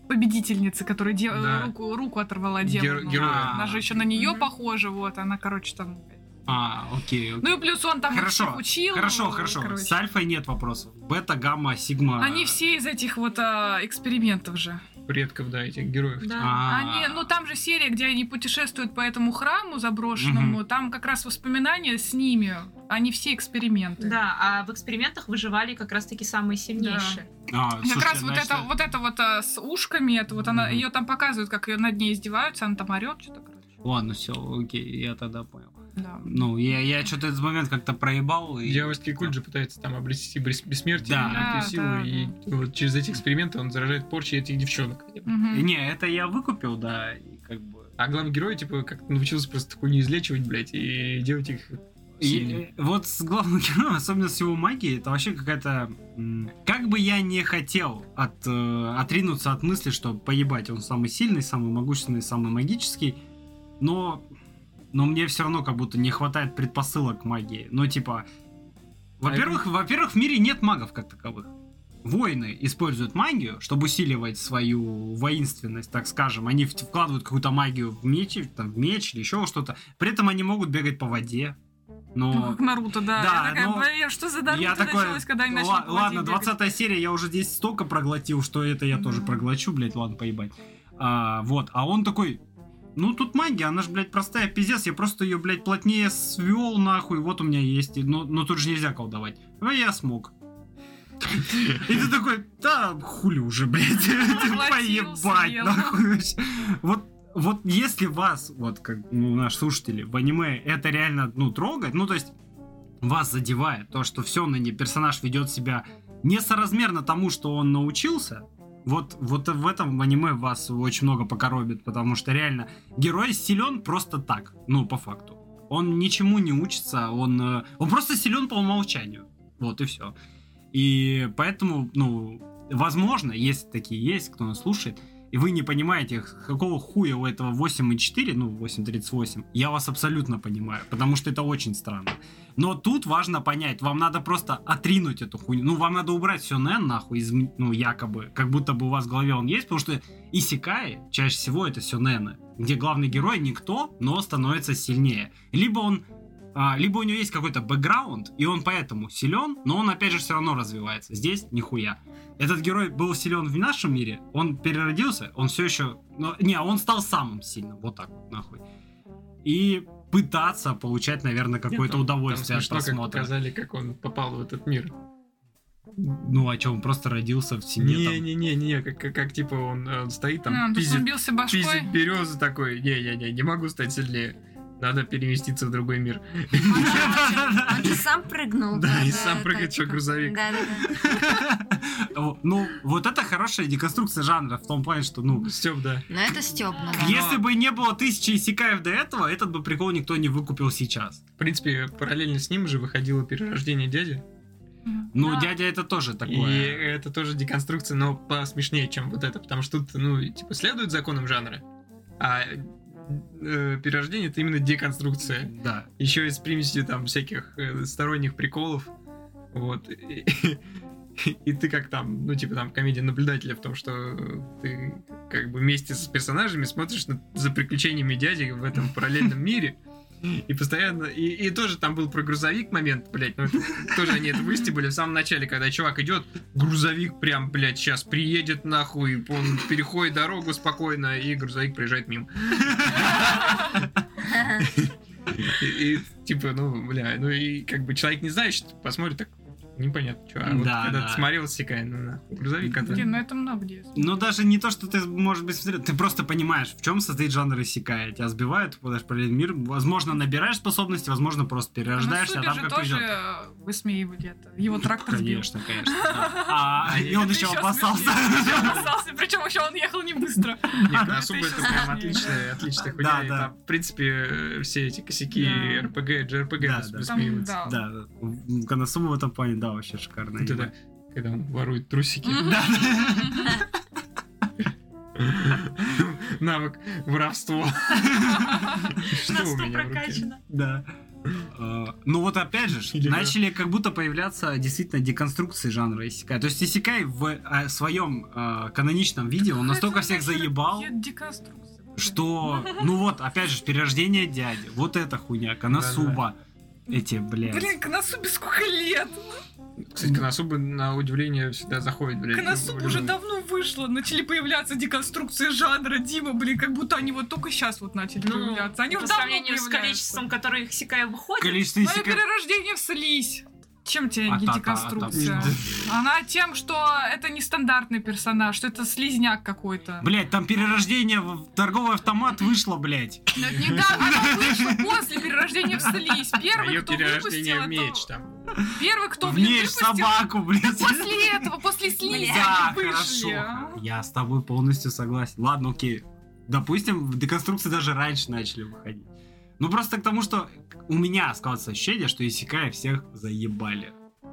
победительницы, которая де- Да. руку, руку оторвала Гер- демону. героя. Она же еще на нее Мгм. похожа, вот, она, короче, там... А, окей, окей. Ну и плюс он там их Хорошо, всех учил. Хорошо, хорошо. короче. С альфой нет вопросов. Бета, гамма, сигма. Они все из этих вот а, экспериментов же. Предков, да, этих героев. Да. А, Они, ну там же серия, где они путешествуют по этому храму заброшенному, Мгм. там как раз воспоминания с ними, они все эксперименты. Да, а в экспериментах выживали как раз-таки самые сильнейшие. а, Как слушайте, раз вот значит, это, вот это вот а, с ушками, это вот она, Мгм. ее там показывают, как ее над ней издеваются, она там орет, что-то, короче. Ладно, все, окей, я тогда понял. Да. Ну, я, я что-то этот момент как-то проебал. И... Дьявольский культ же пытается там обрести бес- бессмертие, Да. великую Да, силу, да. и вот через эти эксперименты он заражает порчей этих девчонок. Мгм. Не, это я выкупил, да, и как бы... А главный герой, типа, как научился просто хуйню излечивать, блядь, и делать их сильными. И, э, вот с главным героем, особенно с его магией, это вообще какая-то... м, Как бы я не хотел от, э, отринуться от мысли, что поебать, он самый сильный, самый могущественный, самый магический, но... Но мне все равно как будто не хватает предпосылок к магии. Ну, типа... Во-первых, во-первых, в мире нет магов как таковых. Воины используют магию, чтобы усиливать свою воинственность, так скажем. Они в- вкладывают какую-то магию в меч, там, в меч или еще что-то. При этом они могут бегать по воде. Ну, Но... как Наруто, да. Да, я такая, но блин, что за Наруто Я такой, началось, когда они начали «Ла- по воде ладно, бегать?» двадцатая серия, я уже здесь столько проглотил, что это я тоже Да. проглочу, блядь, ладно, поебать. А, вот, а он такой, ну тут магия, она же, блядь, простая пиздец, я просто ее, блядь, плотнее свел, нахуй, вот у меня есть, но, но тут же нельзя колдовать. Ну я смог. И ты такой, да, хули уже, блядь, Поглотил, поебать, съел. нахуй. Вот, вот если вас, вот как ну, наши слушатели, в аниме это реально, ну, трогает, ну, то есть вас задевает то, что все на персонаж ведет себя несоразмерно тому, что он научился, вот, вот в этом аниме вас очень много покоробит, потому что реально герой силен просто так, ну, по факту. Он ничему не учится, он, э, он просто силен по умолчанию. Вот и все. И поэтому, ну, возможно, если такие есть, кто нас слушает, и вы не понимаете, какого хуя у этого восемь и четыре, ну, восемь тридцать восемь, я вас абсолютно понимаю, потому что это очень странно. Но тут важно понять, вам надо просто отринуть эту хуйню, ну, вам надо убрать все нэн нахуй, из, ну, якобы, как будто бы у вас в голове он есть, потому что исекаи чаще всего это сёнэны, где главный герой никто, но становится сильнее. Либо он А, либо у него есть какой-то бэкграунд, и он поэтому силен, но он опять же все равно развивается. Здесь нихуя. Этот герой был силен в нашем мире, он переродился, он все еще... Ну, не, он стал самым сильным, вот так вот, нахуй. И пытаться получать, наверное, какое-то Там- удовольствие там от смешно, как просмотра. показали, как он попал в этот мир. Ну, а что, он просто родился в семье там? Не-не-не, как, как, как типа он, э, стоит А, там, он пиздит, бился башкой. пиздит березы такой, не-не-не, не могу стать сильнее. Надо переместиться в другой мир. Он же сам прыгнул. Да, и да, сам да, прыгает, да, что типа. грузовик. Да, да, да. Ну, вот это хорошая деконструкция жанра, в том плане, что, ну, Степ, да. Но это стёбно, да. если бы не было тысячи исекаев до этого, этот бы прикол никто не выкупил сейчас. В принципе, параллельно с ним же выходило перерождение дяди. Ну, Да. дядя это тоже И такое. это тоже деконструкция, но посмешнее, чем вот это. Потому что тут, ну, типа, следует законам жанра. А э, перерождение — это именно деконструкция. Да. Еще и с примесью там всяких э, сторонних приколов. Вот. И, и ты как там, ну, типа там комедия наблюдателя в том, что ты как бы вместе с персонажами смотришь на- за приключениями дяди в этом параллельном мире. И постоянно... И, и тоже там был про грузовик момент, блядь. Ну, это, тоже они это выстебали в самом начале, когда чувак идет, грузовик прям, блядь, сейчас приедет нахуй, он переходит дорогу спокойно, и грузовик проезжает мимо. И, и, типа, ну, бля, ну и как бы человек не знает, что посмотрит, так непонятно, что. А вот Да, когда да. ты смотрел, секай, ну нахуй, грузовик это... Блин, ну это много где. Ну, даже не то, что ты, может быть, смотрел, ты просто понимаешь, в чем состоит жанр исекая. Тебя сбивают, попадаешь в параллельный мир, возможно, набираешь способности, возможно, просто перерождаешься, а на там Супе же как тоже идет. э, высмеивали это. Его трактор сбил. Конечно, конечно. да. А, и он Это еще ещё опасался. смешнее. Ещё опасался, причем еще он ехал не быстро. Нет, Это особо ещё это прям сложнее. отличная, отличная хуйня. Да, И да. там, в принципе, э, все эти косяки Да. эр пи джи, джей ар пи джи Да, выс- да. высмеиваются. Там, Да, да. Коносуба в этом плане, да, вообще шикарно. Вот это, когда он ворует трусики. Навык воровства. На Что у сто меня в руке? прокачано. Да. Э, Ну вот опять же, Или да. начали как будто появляться действительно деконструкции жанра исекай. То есть исекай в э, своем э, каноничном виде, он настолько всех заебал, Я деконструкция. что, ну вот, опять же, перерождение дяди, вот эта хуйня, Коносуба, эти, блядь. Блин, Коносубе сколько лет? Кстати, Коносуба, на удивление, всегда заходит, блядь. Коносуба в уже любой- давно вышло, начали появляться деконструкции жанра, Дима, блин, как будто они вот только сейчас вот начали Ну, появляться. Они по уже давно сравнению с появляются. количеством, которое Исекай выходит. Количество Мое исекай... перерождение в слизь. Чем тебе А не та- та- деконструкция? та- Она тем, что это не стандартный персонаж, что это слизняк какой-то. Блядь, там перерождение в торговый автомат вышло, блядь. Но это не да, она вышла после перерождения в слизь. Первый, Моё кто перерождение выпустил в меч это... там. Первый, кто В блин, меч выпустил... собаку, блядь. После этого, после слизи Да, они вышли. а. хорошо. Я с тобой полностью согласен. Ладно, окей. Допустим, деконструкции даже раньше начали выходить. Ну просто к тому, что у меня складывается ощущение, что исекай всех заебали.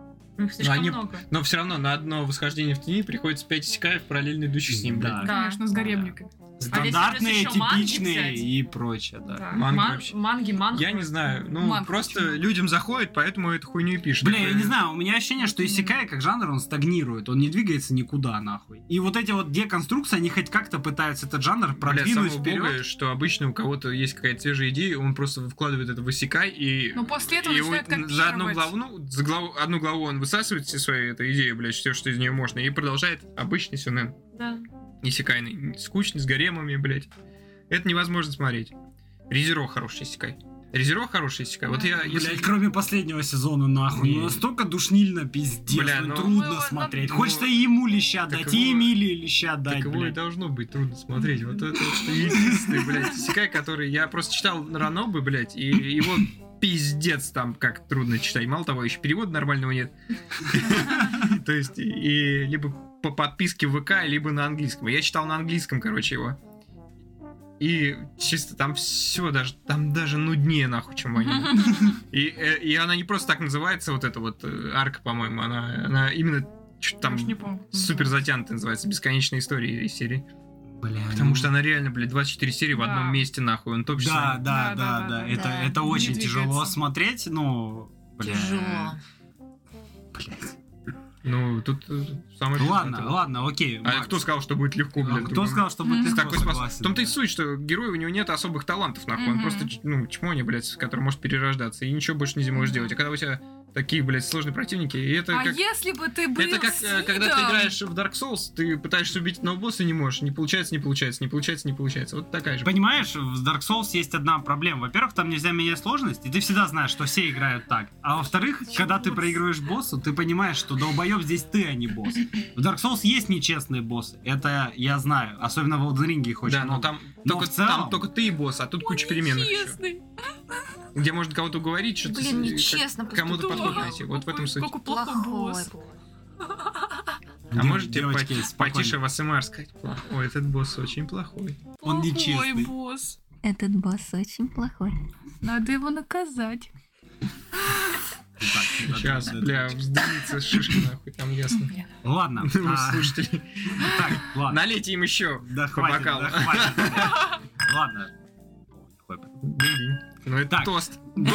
Их слишком они- много. Но все равно на одно восхождение в тени приходится пять исекаев, параллельно идущих с ним, Да. блядь. Конечно, с гаремниками. Стандартные, если плюс ещё манги типичные взять. и прочее, да. Да. Манги Ман- вообще. Манги, манги. Я не знаю, ну Манга просто почему? людям заходит, поэтому эту хуйню и пишут. Бля, я Это- не знаю, у меня ощущение, что исекай как жанр, он стагнирует, он не двигается никуда, нахуй. И вот эти вот деконструкции, они хоть как-то пытаются этот жанр Бля, продвинуть самое вперед. убогое, что обычно у кого-то есть какая-то свежая идея, он просто вкладывает это в исекай и... Но после этого и начинает он за одну копировать. главу, ну, за главу, одну главу он высасывает все свои эту идею, блядь, все, что из нее можно, и продолжает обычный сюнэн. Да. Исекайный. Скучный, с гаремами, блядь. Это невозможно смотреть. Резеро хороший исекай. Резеро хороший исекай. Вот я, если... Блять, кроме последнего сезона, нахуй. Не. Ну, настолько душнильно, пиздец. Бля, ну, ну- трудно Ну, смотреть. ну, Хочется и ему леща так дать, и его- Эмилии леща дать, Так его и блядь. должно быть трудно смотреть. Вот это вот единственный, блядь, исекай, который... Я просто читал Ранобы, блядь, и его пиздец там как трудно читать. Мало того, еще перевода нормального нет. То есть, и либо по подписке в ВК, либо на английском. Я читал на английском, короче, его. И чисто там все даже, там даже нуднее, нахуй, чем в аниме. И, э, и она не просто так называется, вот эта вот э, арка, по-моему, она, она именно что-то там Я уж не помню. супер затянутая называется, бесконечная история из серии. Бля, Потому ну- что она реально, блядь, двадцать четыре серии в Да. одном месте, нахуй, он топчется. Да, да, Да, да, да, да. да, Это, да. это Не очень двигается. тяжело смотреть, ну... бля. Тяжело. Блядь. Ну, тут э, самое... Ну ладно, это- ладно, окей. А Макс. кто сказал, что будет легко, А блядь? кто другому? сказал, что будет Мгм. легко? Такой способ. Согласен, В том-то и да. суть, что герой у него нет особых талантов, нахуй. Он Мгм. просто, ч- ну, чмоня, блядь, который может перерождаться. И ничего больше не можешь делать. А когда у тебя такие, блядь, сложные противники, и это А как... если бы ты был Это как, э, когда ты Сидом? играешь в Dark Souls, ты пытаешься убить одного босса и не можешь. Не получается, не получается, не получается, не получается. Вот такая же. Понимаешь, в Dark Souls есть одна проблема. Во-первых, там нельзя менять сложность, и ты всегда знаешь, что все играют так. А во-вторых, когда ты проигрываешь боссу, ты понимаешь, что долбоеб здесь ты, а не босс. В Dark Souls есть нечестные боссы. Это я знаю. Особенно в Elden Ring их очень Да, но много. там, Но только, в целом- там только ты и босс, а тут куча переменных еще. Честный. Где можно кого-то уговорить, что-то Блин, с- нечестно как- кому-то поступил. подход найти. Вот в этом суть. Какой плохой Плохой босс. босс. А Дев- можете девочки, по- спокойно. потише в АСМР сказать? Ой, этот босс очень плохой. Он Плохой нечестный. босс. Этот босс очень плохой. Надо его наказать. Так, Сейчас, да, да, бля, да. вздымется шишка, нахуй, там ясно. Ладно. а, Слушатели, Так, ладно. налейте им еще Да по хватит, бокалу. да хватит. Ладно. Ой, Дынь-дынь. Ну это Так. тост.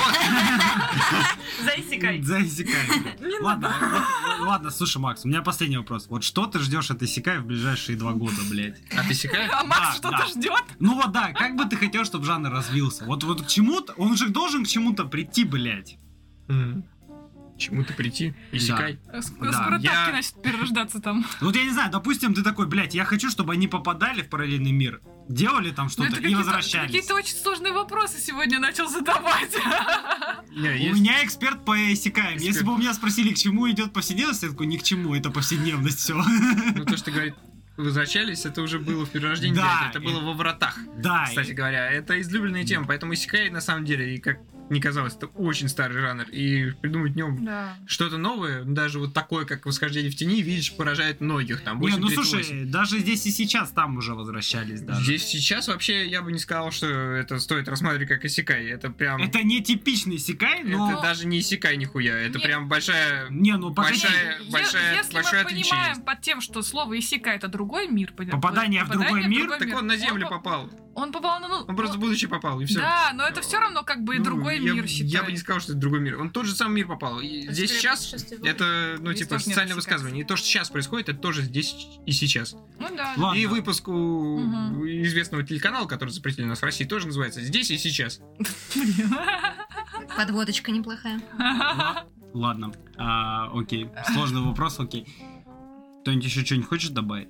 За Исекай. За Исекай. Ладно, вот, ладно, слушай, Макс, у меня последний вопрос. Вот что ты ждешь от Исекай в ближайшие два года, блядь? А ты секай? А Макс Да, что-то да. ждет? Ну вот да, как бы ты хотел, чтобы жанр развился? Вот, вот к чему-то, он же должен к чему-то прийти, блядь. Чему-то прийти? И секай. Скоро Да, скоро я- тапки начнут перерождаться там. Вот я не знаю, допустим, ты такой, блядь, я хочу, чтобы они попадали в параллельный мир, делали там Ну, что-то это и какие-то- возвращались. Какие-то очень сложные вопросы сегодня начал задавать. Не, У есть- меня эксперт по Исекаям. Если Эксперт. бы у меня спросили, к чему идет повседневность, я такой, ни к чему, это повседневность, все. Ну то, что говорит, возвращались, это уже было в перерождении. Да, это было и- во вратах. Да, Кстати говоря, это излюбленная тема, поэтому Исекай, на самом деле, и как не казалось, это очень старый жанр, и придумать в нем Да. что-то новое, даже вот такое, как «Восхождение в тени», видишь, поражает многих, там, не, ну восемь тридцать восемь. слушай, даже здесь и сейчас там уже возвращались даже. Здесь сейчас вообще я бы не сказал, что это стоит рассматривать как Исекай, это прям... Это не типичный Исекай, но... Это даже не Исекай нихуя, это Не- прям большая... Не, ну погоди. Большая- Е- большая- Если большое мы отличие понимаем под тем, что слово Исека это другой мир, пон- Попадание в другой мир, Так он на землю по- попал. Он попал на... Ну, Он просто в будущее попал, и все. Да, но это все равно как бы другой я, мир, считай. Я бы не сказал, что это другой мир. Он тот же самый мир попал. И Это здесь скорее сейчас путешествие в это, ну, Здесь типа, тоже нет социальное мексиканцев. высказывание. И то, что сейчас происходит, это тоже здесь и сейчас. Ну да. Ладно. И выпуск у Мгм. известного телеканала, который запретили у нас в России, тоже называется «Здесь и сейчас». Блин. Подводочка неплохая. Ла- Ладно, а, окей. Сложный вопрос, окей. Кто-нибудь еще что-нибудь хочет добавить?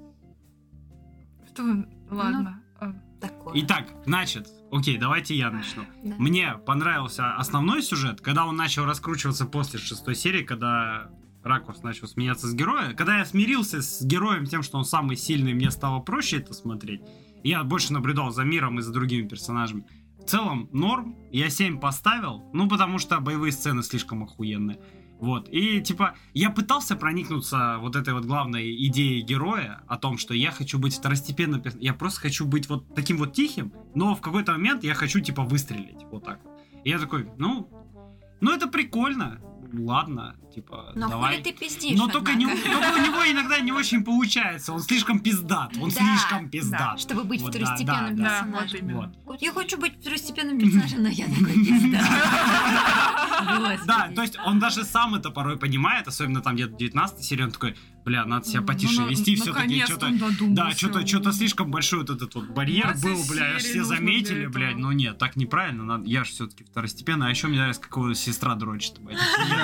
Что? Ладно. А, Такое. Итак, значит, окей, давайте я начну. Да. Мне понравился основной сюжет, когда он начал раскручиваться после шестой серии, когда ракурс начал сменяться с героя. Когда я смирился с героем тем, что он самый сильный, мне стало проще это смотреть. Я больше наблюдал за миром и за другими персонажами. В целом, норм. Я семь поставил, ну, потому что боевые сцены слишком охуенные. Вот, и типа, я пытался проникнуться вот этой вот главной идеей героя о том, что я хочу быть второстепенным, перс- я просто хочу быть вот таким вот тихим, но в какой-то момент я хочу типа выстрелить, вот так вот. И я такой, ну, ну это прикольно, ладно, типа, Но давай. хули ты пиздишь, Но только, не, однако. только у него иногда не очень получается, он слишком пиздат, он Да, слишком пиздат. Чтобы быть Вот, да, второстепенным да, да, персонажем. вот именно. Вот. Вот я хочу быть второстепенным персонажем, но я такой пизда. Господи. Да, то есть он даже сам это порой понимает, особенно там где-то в девятнадцатой серии, он такой, бля, надо себя потише Ну, на- вести, все-таки наконец-то что-то... он додумался. Да, что-то что слишком большой вот этот вот барьер двадцать был, бля, аж серий все нужно заметили, для блядь, этого. ну нет, так неправильно, надо, я же все-таки второстепенно, а еще мне нравится, какого сестра дрочит, блядь.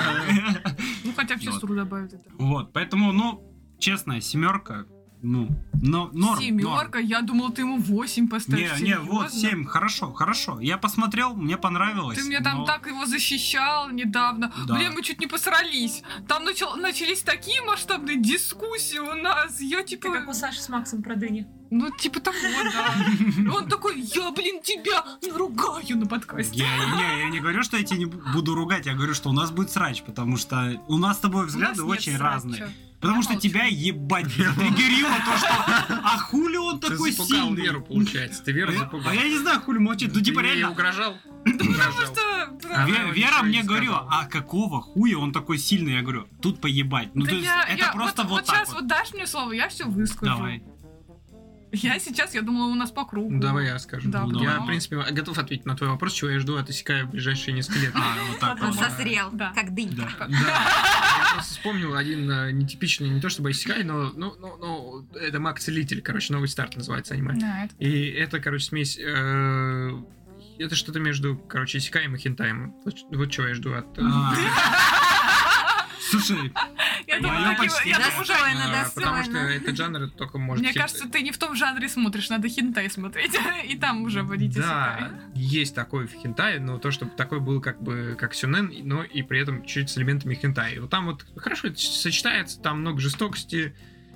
Ну хотя бы Вот. сестру добавить это. Вот, поэтому, ну, честная семерка, ну, но норм. Семерка, я думала, ты ему восемь норм. поставишь. Не, не, вот, серьезно? семь, хорошо, хорошо. Я посмотрел, мне понравилось. Ты мне там но- так его защищал недавно. Да. Блин, мы чуть не посрались. Там начал, начались такие масштабные дискуссии у нас. Я Ты типа... как у Саши с Максом про дыни. Ну, типа того, да. Он такой, я, блин, тебя наругаю на подкасте. Я, не, я не говорю, что я тебя не бу- буду ругать, я говорю, что у нас будет срач, потому что у нас с тобой У нас взгляды нет очень срача. разные. Потому Я что молчу. тебя ебать триггерило то, что а хули он Ты такой запугал сильный? Веру, получается. Ты Веру А я- запугал. а я не знаю, хули молчит. Ну, типа, Ты ей реально, угрожал? Потому Угрожал. что... Она Ве- ничего Вера не мне сказала. говорила, а какого хуя он такой сильный? Я говорю, тут поебать. Ну, Да то есть, я- это я- просто вот, вот так сейчас вот. вот дашь мне слово, я все выскажу. Давай. Я сейчас, я думала, у нас по кругу. Ну, давай я скажу. Да, Ну, я, давай. в принципе, готов ответить на твой вопрос, чего я жду от Исекая в ближайшие несколько лет. А, вот так Он вот. созрел, Да. как дынька. Да. Да, я просто вспомнил один э, нетипичный, не то чтобы Исекай, но ну, ну, ну, это Маг-целитель, короче, новый старт называется аниме. Да, это- И это, короче, смесь... э, это что-то между, короче, Исекаем и хентаем. Вот, вот чего я жду от... э, А. Слушай, Я думаю, Моё такие- почти. я Да, думаю, достойно, Жень, а, потому что достойно. этот жанр только может... Мне хит- кажется, ты не в том жанре смотришь, надо хентай смотреть. И там уже вводить Да, есть такой в хентае, но то, чтобы такой был как бы как сюнен, но и при этом чуть с элементами хентая. И вот там вот хорошо это сочетается, там много жестокости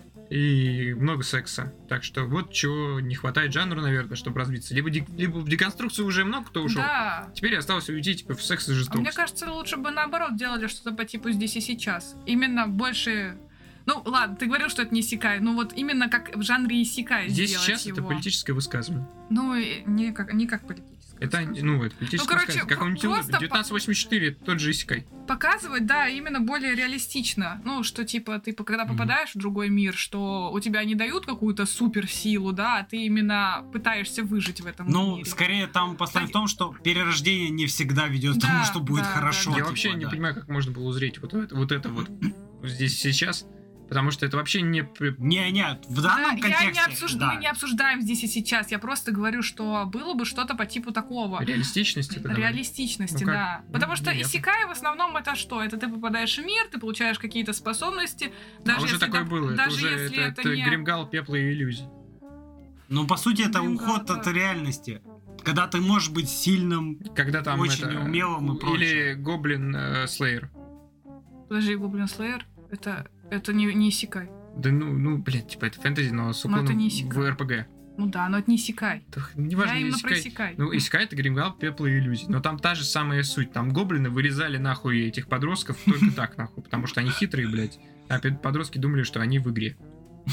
и много секса. Так что вот чего не хватает жанру, наверное, чтобы развиться. Либо, ди- либо в деконструкцию уже много кто ушел. Да. Теперь осталось уйти типа в секс и А жестокость. мне кажется, лучше бы наоборот делали что-то по типу здесь и сейчас. Именно больше... Ну, ладно, ты говорил, что это не исекай, но вот именно как в жанре исекай Здесь сделать сейчас его. это политическое высказывание. Ну, и не как, не как политическое. Это, высказывание. ну, это политическое Ну, короче, высказывание. Как он просто по- девятнадцать восемьдесят четыре, тот же исекай. Показывать, да, именно более реалистично. Ну, что типа ты по- когда Мгм. попадаешь в другой мир, что у тебя не дают какую-то суперсилу, да, а ты именно пытаешься выжить в этом ну, мире. скорее там послание в Так- том, что перерождение не всегда ведет к тому, Да, что будет да, хорошо. да, Я да. вообще типа, не да. понимаю, как можно было узреть вот это вот, это вот здесь и сейчас. Потому что это вообще не... при- Не, не, в Да, данном контексте. я не обсуждаю, да. не обсуждаем здесь и сейчас. Я просто говорю, что было бы что-то по типу такого. Реалистичность это давай. Реалистичности, Ну как? да. Потому что Нет. исекай в основном это что? Это ты попадаешь в мир, ты получаешь какие-то способности. Даже а уже если, такое доп- было. Это даже уже если это, это, это не... гримгал пепла и иллюзий. Ну, по сути, это Блин, уход да, от да. реальности. Когда ты можешь быть сильным. Когда там Очень это... неумелым и прочее. Или гоблин э, Слеер. Подожди, Гоблин Слеер, это, это не, не исекай. Да ну, ну, блин, типа это фэнтези, но с Но это уклоном не в исекай. эр пи джи. Ну да, но это не исекай. Так, неважно, Я именно исекай. про исекай. Ну, исекай это гримгал пепла и иллюзий. Но там та же самая суть. Там гоблины вырезали нахуй этих подростков только так нахуй. Потому что они хитрые, блядь. А пед- подростки думали, что они в игре.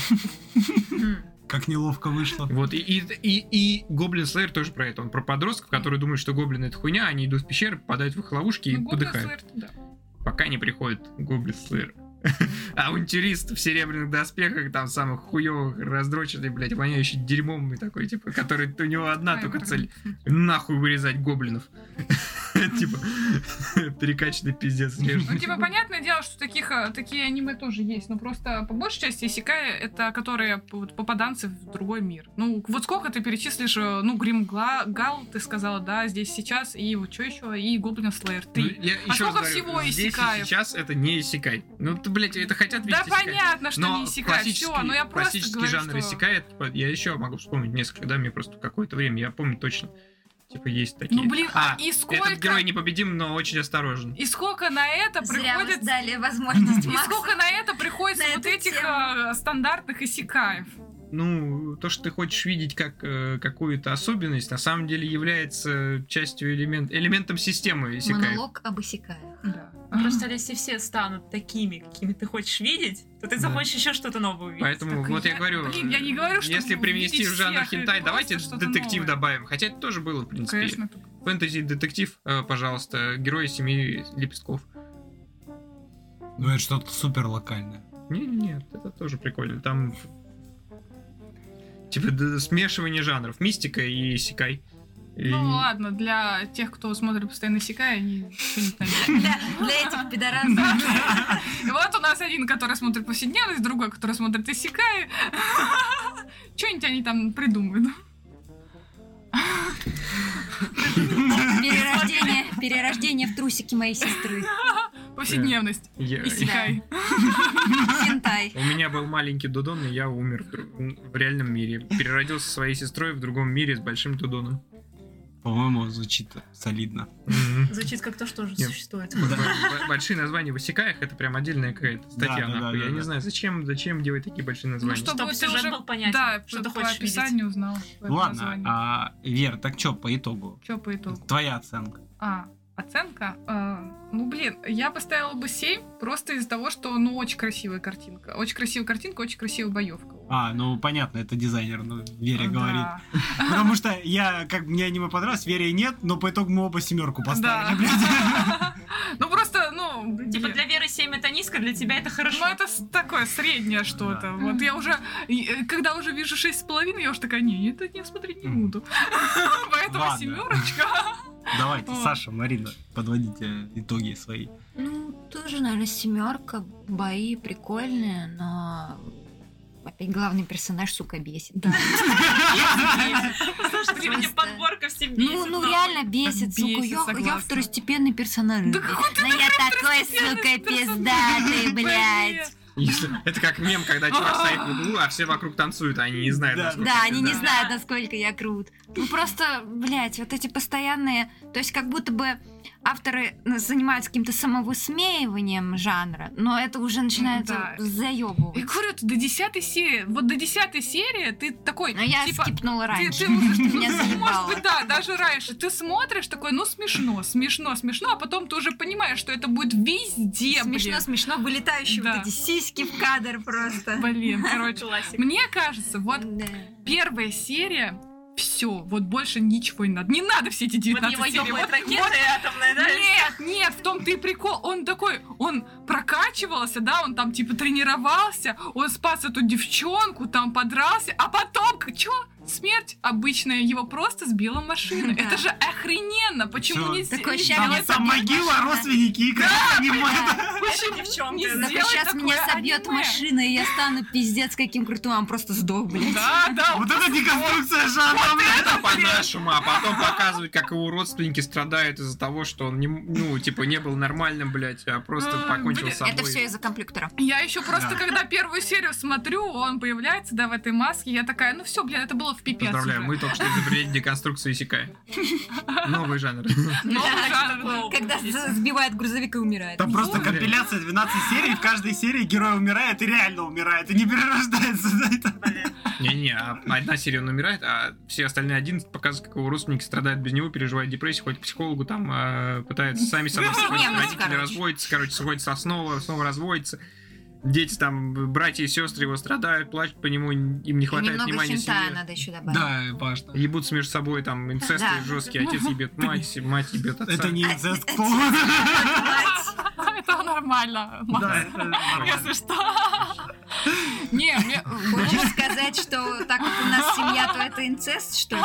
М. Как неловко вышло. Вот, и, и, и, и Гоблин Слеер тоже про это. Он про подростков, которые думают, что гоблины это хуйня, они идут в пещеры, попадают в их ловушки и Ну, Гоблин подыхают. Слеер, да. Пока не приходит Гоблин Слеер. авантюрист в серебряных доспехах, там самых хуёвых, раздроченный, блядь, воняющий дерьмом и такой, типа, который у него одна только цель — нахуй вырезать гоблинов. Типа, перекачанный пиздец. Ну, типа, понятное дело, что таких, такие аниме тоже есть, но просто по большей части исекай — это которые вот, попаданцы в другой мир. Ну, вот сколько ты перечислишь, ну, Гримгал, ты сказала, да, здесь сейчас, и вот что еще, и Гоблин Слэйр, ты. Ну, я а еще сколько раз всего говорю, здесь исекаев? и сейчас это не исекай. Ну, ты, блядь, это хотят видеть Да исекай. понятно, что Но не исекай, классический- все, но я просто классический говорю, жанр что... исекай, это, я еще могу вспомнить несколько, да, мне просто какое-то время, я помню точно. Типа, есть такие. Ну, блин, а, и сколько... этот герой непобедим, но очень осторожен. И сколько на это Зря вы приходит... дали возможность И Максу. сколько на это приходится на вот эту этих тему. а, стандартных исекаев? Ну, то, что ты хочешь видеть как э, какую-то особенность, на самом деле является частью элемент, элементом системы исекаев. Монолог об исекаях. Да. Просто если все станут такими, какими ты хочешь видеть, то ты захочешь еще что-то новое увидеть. Поэтому Так вот я, я- говорю, блин, я не говорю, что если привнести видеть в жанр всех и хентай, просто давайте что-то детектив новое. добавим. Хотя это тоже было, в принципе. Конечно. Фэнтези-детектив, э, пожалуйста, герои семи лепестков. Ну, это что-то супер локальное. Не, нет, это тоже прикольно. Там типа д- смешивание жанров, мистика и исекай. И- Ну ладно, для тех, кто смотрит постоянно исекай, они что-нибудь найдут. Для, для этих пидорасов. И вот у нас один, который смотрит повседневность, другой, который смотрит исекай. Что-нибудь они там придумают. Перерождение, перерождение в трусики моей сестры. Повседневность. я- Исекай. Хентай. У меня был маленький Дудон, и я умер в, дру- в реальном мире. Переродился со своей сестрой в другом мире с большим Дудоном. По-моему, звучит солидно. Мгм. Звучит как то, что уже Нет. существует. Б- б- Большие названия в исекаях — это прям отдельная какая-то статья. Да, да, нахуй. да, Я да, не да. знаю, зачем, зачем делать такие большие Ну, названия. чтобы Чтоб ты сюжет уже... был понятен, Да, что ты по хочешь видеть. описанию узнал. Ну ладно, а, Вер, так что по итогу? Что по итогу? Твоя оценка. А, оценка? Э, ну, блин, я поставила бы семь просто из-за того, что, ну, очень красивая картинка. Очень красивая картинка, очень красивая боевка. А, ну понятно, это дизайнер, ну, Вере Да. говорит. Потому что я, как мне аниме понравилось, Вере нет, но по итогу мы оба семерку поставили, Да. блядь. Ну, просто, ну, Типа блин. для Веры семь это низко, для тебя это хорошо. Ну, это с- такое среднее что-то. Да. Вот я уже, и, э, когда уже вижу шесть с половиной, я уже такая, не, это не смотреть не буду. Поэтому Ладно. семерочка. Давайте, Вот. Саша, Марина, подводите итоги свои. Ну, тоже, наверное, семерка. Бои прикольные, но опять главный персонаж, сука, бесит. Да. Слушай, сегодня Просто- подборка все Ну, бесит. ну нахуй. реально бесит, сука. Бесит, Я, я согласна. второстепенный персонаж. Да какой ты Ну я такой, сука, пиздатый, блядь. Если- Это как мем, когда чувак стоит в углу, а все вокруг танцуют, а они не знают, Да. насколько Да, это- они не да. знают, насколько я крут. Ну просто, блядь, вот эти постоянные... То есть как будто бы авторы ну, занимаются каким-то самовысмеиванием жанра, но это уже начинается Да. И заебывать. говорю, ты до десятой серии, вот до десятой серии ты такой, Но я типа, скипнула ты, раньше. ты уже, Меня может заебало. быть, да, даже раньше. Ты смотришь такой, ну смешно, смешно, смешно, а потом ты уже понимаешь, что это будет везде, Смешно, блин. смешно, вылетающие Да. вот эти сиськи в кадр просто. Блин, короче. Классик. Мне кажется, вот Да. первая серия, все, вот больше ничего не надо. Не надо все эти Вот девятнадцать его серий. ёбает Вот- ракета атомная, да? Нет, нет, в том-то и прикол. Он такой, он прокачивался, да, он там типа тренировался, он спас эту девчонку, там подрался, а потом, чё? Смерть обычная, его просто сбила машина. Да. Это же охрененно. Почему Всё. не, Такое не ощущение, Там, сделать там собьет могила, машина. родственники и как понимают. Почему девчонка? Не да? Ну сделай сейчас такое меня собьет аниме. машина, и я стану пиздец каким крутым, а он просто сдох, блядь. Да, да, Вот это деконструкция жанра, блядь. Это по-нашему, а потом показывают, как его родственники страдают из-за того, что он не, ну, типа, не был нормальным, блядь, а просто Ой, покончил блин, с собой. Это все из-за комплектора. Я еще просто, Да. когда первую серию смотрю, он появляется, да, в этой маске, я такая, ну все, блин, это было в пипец Поздравляю, уже. мы только что изобрели деконструкцию исекай. Новый жанр. Новый Да, жанр. такой опыт Когда есть. с- сбивает грузовик и умирает. Там просто Ну, компиляция двенадцать серий, в каждой серии герой умирает и реально умирает, и не перерождается. Да, это- Блин. Не-не, а одна серия он умирает, а все остальные одиннадцать показывают, как его родственники страдают без него, переживают депрессию, ходят к психологу, там а, пытаются сами собой строить, Нет, родители короче. разводятся, короче, сходятся снова, снова разводятся. Дети там, братья и сестры его страдают, плачут по нему, им не И хватает немного внимания хентая семьи. надо еще добавить. Да, важно. Ебутся между собой, там, инцесты Да. жесткие, отец ебет мать, мать ебет отца. Это не инцест, кто? Это оно нормально, Макс. Да, это нормально. Если что. Не, мне... Хочешь сказать, что так как у нас семья, то это инцест, что ли,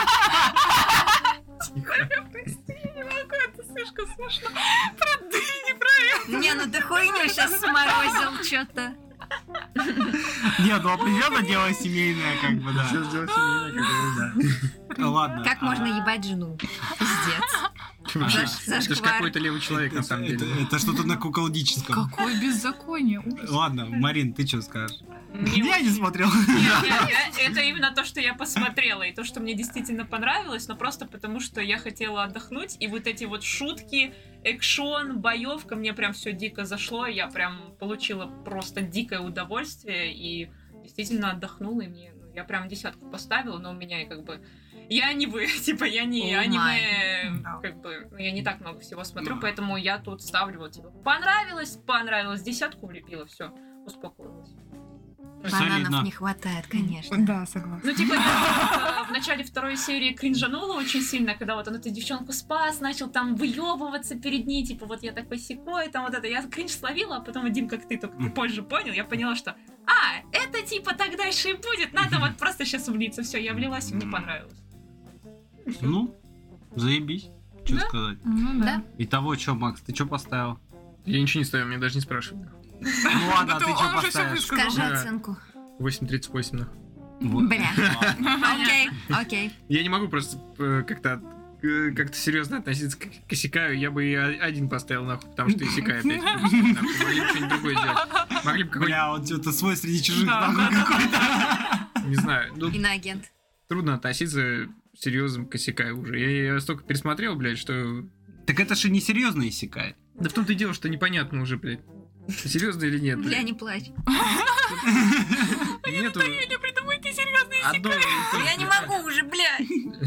теперь? Прости, не могу, это слишком смешно. Про дыни, про Не, ну ты хуйню сейчас сморозил что-то. Нет, ну определенно дело семейное, как бы, да. Сейчас дело семейное, как бы, Да. Ладно. Как а, можно ебать жену? Пиздец. Вообще, Заш- Это же зашквар. какой-то левый человек, на самом Это, деле. это что-то на куколдическом. Какое беззаконие, ужас. Ладно, Марин, ты что скажешь? Не Я не смотрел. Нет, я- я- это именно то, что я посмотрела, и то, что мне действительно понравилось, но просто потому, что я хотела отдохнуть, и вот эти вот шутки, экшон, боевка, мне прям все дико зашло, я прям получила просто дикое удовольствие, и действительно отдохнула, и мне, ну, я прям десятку поставила, но у меня и как бы... Я не вы, типа, я не Oh аниме, my. как бы, ну, я не так много всего смотрю, поэтому я тут ставлю вот, типа, понравилось, понравилось, десятку влепила, все, успокоилась. Солидно. Бананов не хватает, конечно. Да, согласна. Ну, типа, я, э, в начале второй серии кринжанула очень сильно, когда вот он эту девчонку спас, начал там выебываться перед ней, типа, вот я такой секой, там вот это. Я кринж словила, а потом, Дим, как ты, только ты позже понял, я поняла, что, а, это типа так дальше и будет, надо вот просто сейчас влиться. Все, я влилась, и мне понравилось. Ну, заебись. Что Да? сказать? Ну Да. Итого, что, Макс, ты что поставил? Я ничего не ставил, меня даже не спрашивают. Ну ладно, а Да ты он что уже всё поставишь? высказал. Скажи Да. оценку. восемь тридцать восемь, да. Вот. Бля. Ладно. Окей, окей. Я не могу просто э, как-то э, как-то серьезно относиться к к Исекаю. Я бы и о- один поставил, нахуй, потому что Исекай опять. Нахуй, могли бы что-нибудь другое сделать. Могли бы какой-нибудь, Бля, он что-то свой среди чужих Да, нахуй да, какой-то. не знаю, ну, Иноагент. трудно относиться серьезно к Исекаю уже. Я, я столько пересмотрел, блядь, что... Так это же не серьезно иссякает. Да в том-то и дело, что непонятно уже, блядь. Серьезно или нет, Бля, блядь. не плачь. Нету Или придумайте серьезные одного... Я не могу уже, блядь.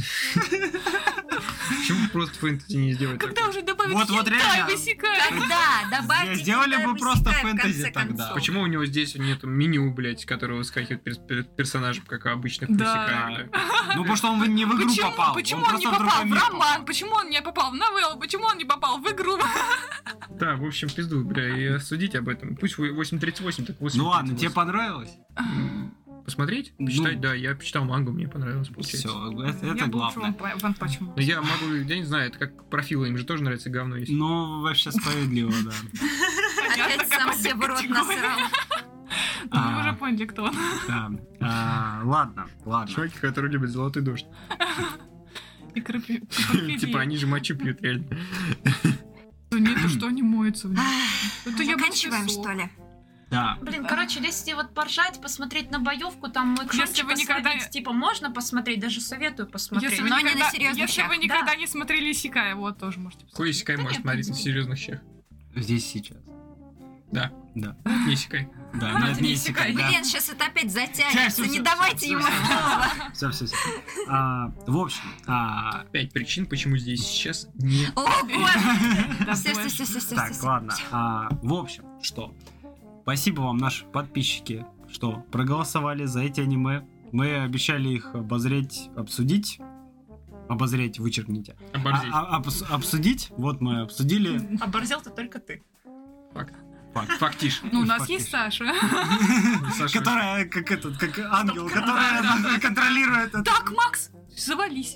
Почему просто фэнтези не сделать Когда такое? уже добавить Вот- вот хентай реально. в Исекай? Когда? Добавьте Сделали хентай бы в просто Исекай, в фэнтези конце тогда. концов. Почему у него здесь нету меню, блядь, которое выскакивает перед перед персонажем, как у обычных в Да. Исекаях, да? Ну, потому что он не в игру Почему, попал. почему он он, не просто в попал другой в мир роман? Почему он не попал в новеллу? Почему он не попал в игру? Да, в общем, пизду, бля, и судить об этом. Пусть восемь тридцать восемь, так восемь. Ну ладно, тебе понравилось? Посмотреть? Ну. Почитать, да, я почитал мангу, мне понравилось, получается. Все, это, это Я был главное. в Ван Панчмен. Но я могу, я не знаю, это как профилы, им же тоже нравится говно есть. Ну, вообще справедливо, да. Опять сам себе в рот насрал. Ну, А. вы уже поняли, кто он. Да. А, Ладно, ладно. Чуваки, которые любят золотой дождь. И крапи- Типа крапиве. они же мочу пьют, реально. Ну, нет, то что они моются. Это я Заканчиваем, что ли? Да. Блин, короче, если вот поржать, посмотреть на боевку, там экшончик вы никогда- посмотреть, типа, можно посмотреть, даже советую посмотреть. Если вы, Но не на никогда, серьезных если вы щах, никогда не смотрели Исекай, вот тоже можете Какой Исекай Да может нет, смотреть на не серьезных щах? Здесь сейчас. Да. Да. Не Исекай. Да, но это не Иссякай. иссякай, да. Блин, сейчас это опять Всё, затянется. всё, Не всё, давайте всё, ему всё. слова. Все, все, все. В общем, а, Пять причин, почему здесь сейчас не... О, господи. Да, Все, все, больше. все, все, все. так, ладно. А, В общем, что? Спасибо вам, наши подписчики, что проголосовали за эти аниме. Мы обещали их обозреть, обсудить. Обозреть, вычеркните. Оборзеть. А- а- обс- Обсудить. Вот мы обсудили. Оборзел-то только ты. Факт. Факт. Фактиш. Ну, у нас Фактически. есть Саша. Саша, Которая, как этот, как ангел, Стоп, которая контролирует это. Так, Макс, завались.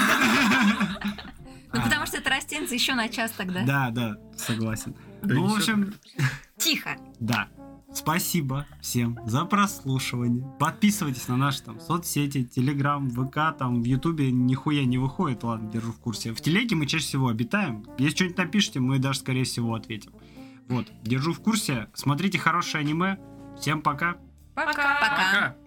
Ну, потому что это растенцы еще на час тогда. Да, да, согласен. да Ну, в несёт. общем, Тихо. да. Спасибо всем за прослушивание. Подписывайтесь на наши там соцсети, Телеграм, ВК, там в Ютубе нихуя не выходит, ладно, держу в курсе. В Телеге мы чаще всего обитаем. Если что-нибудь напишите, мы даже, скорее всего, ответим. Вот, держу в курсе. Смотрите хорошее аниме. Всем пока. Пока. Пока. Пока.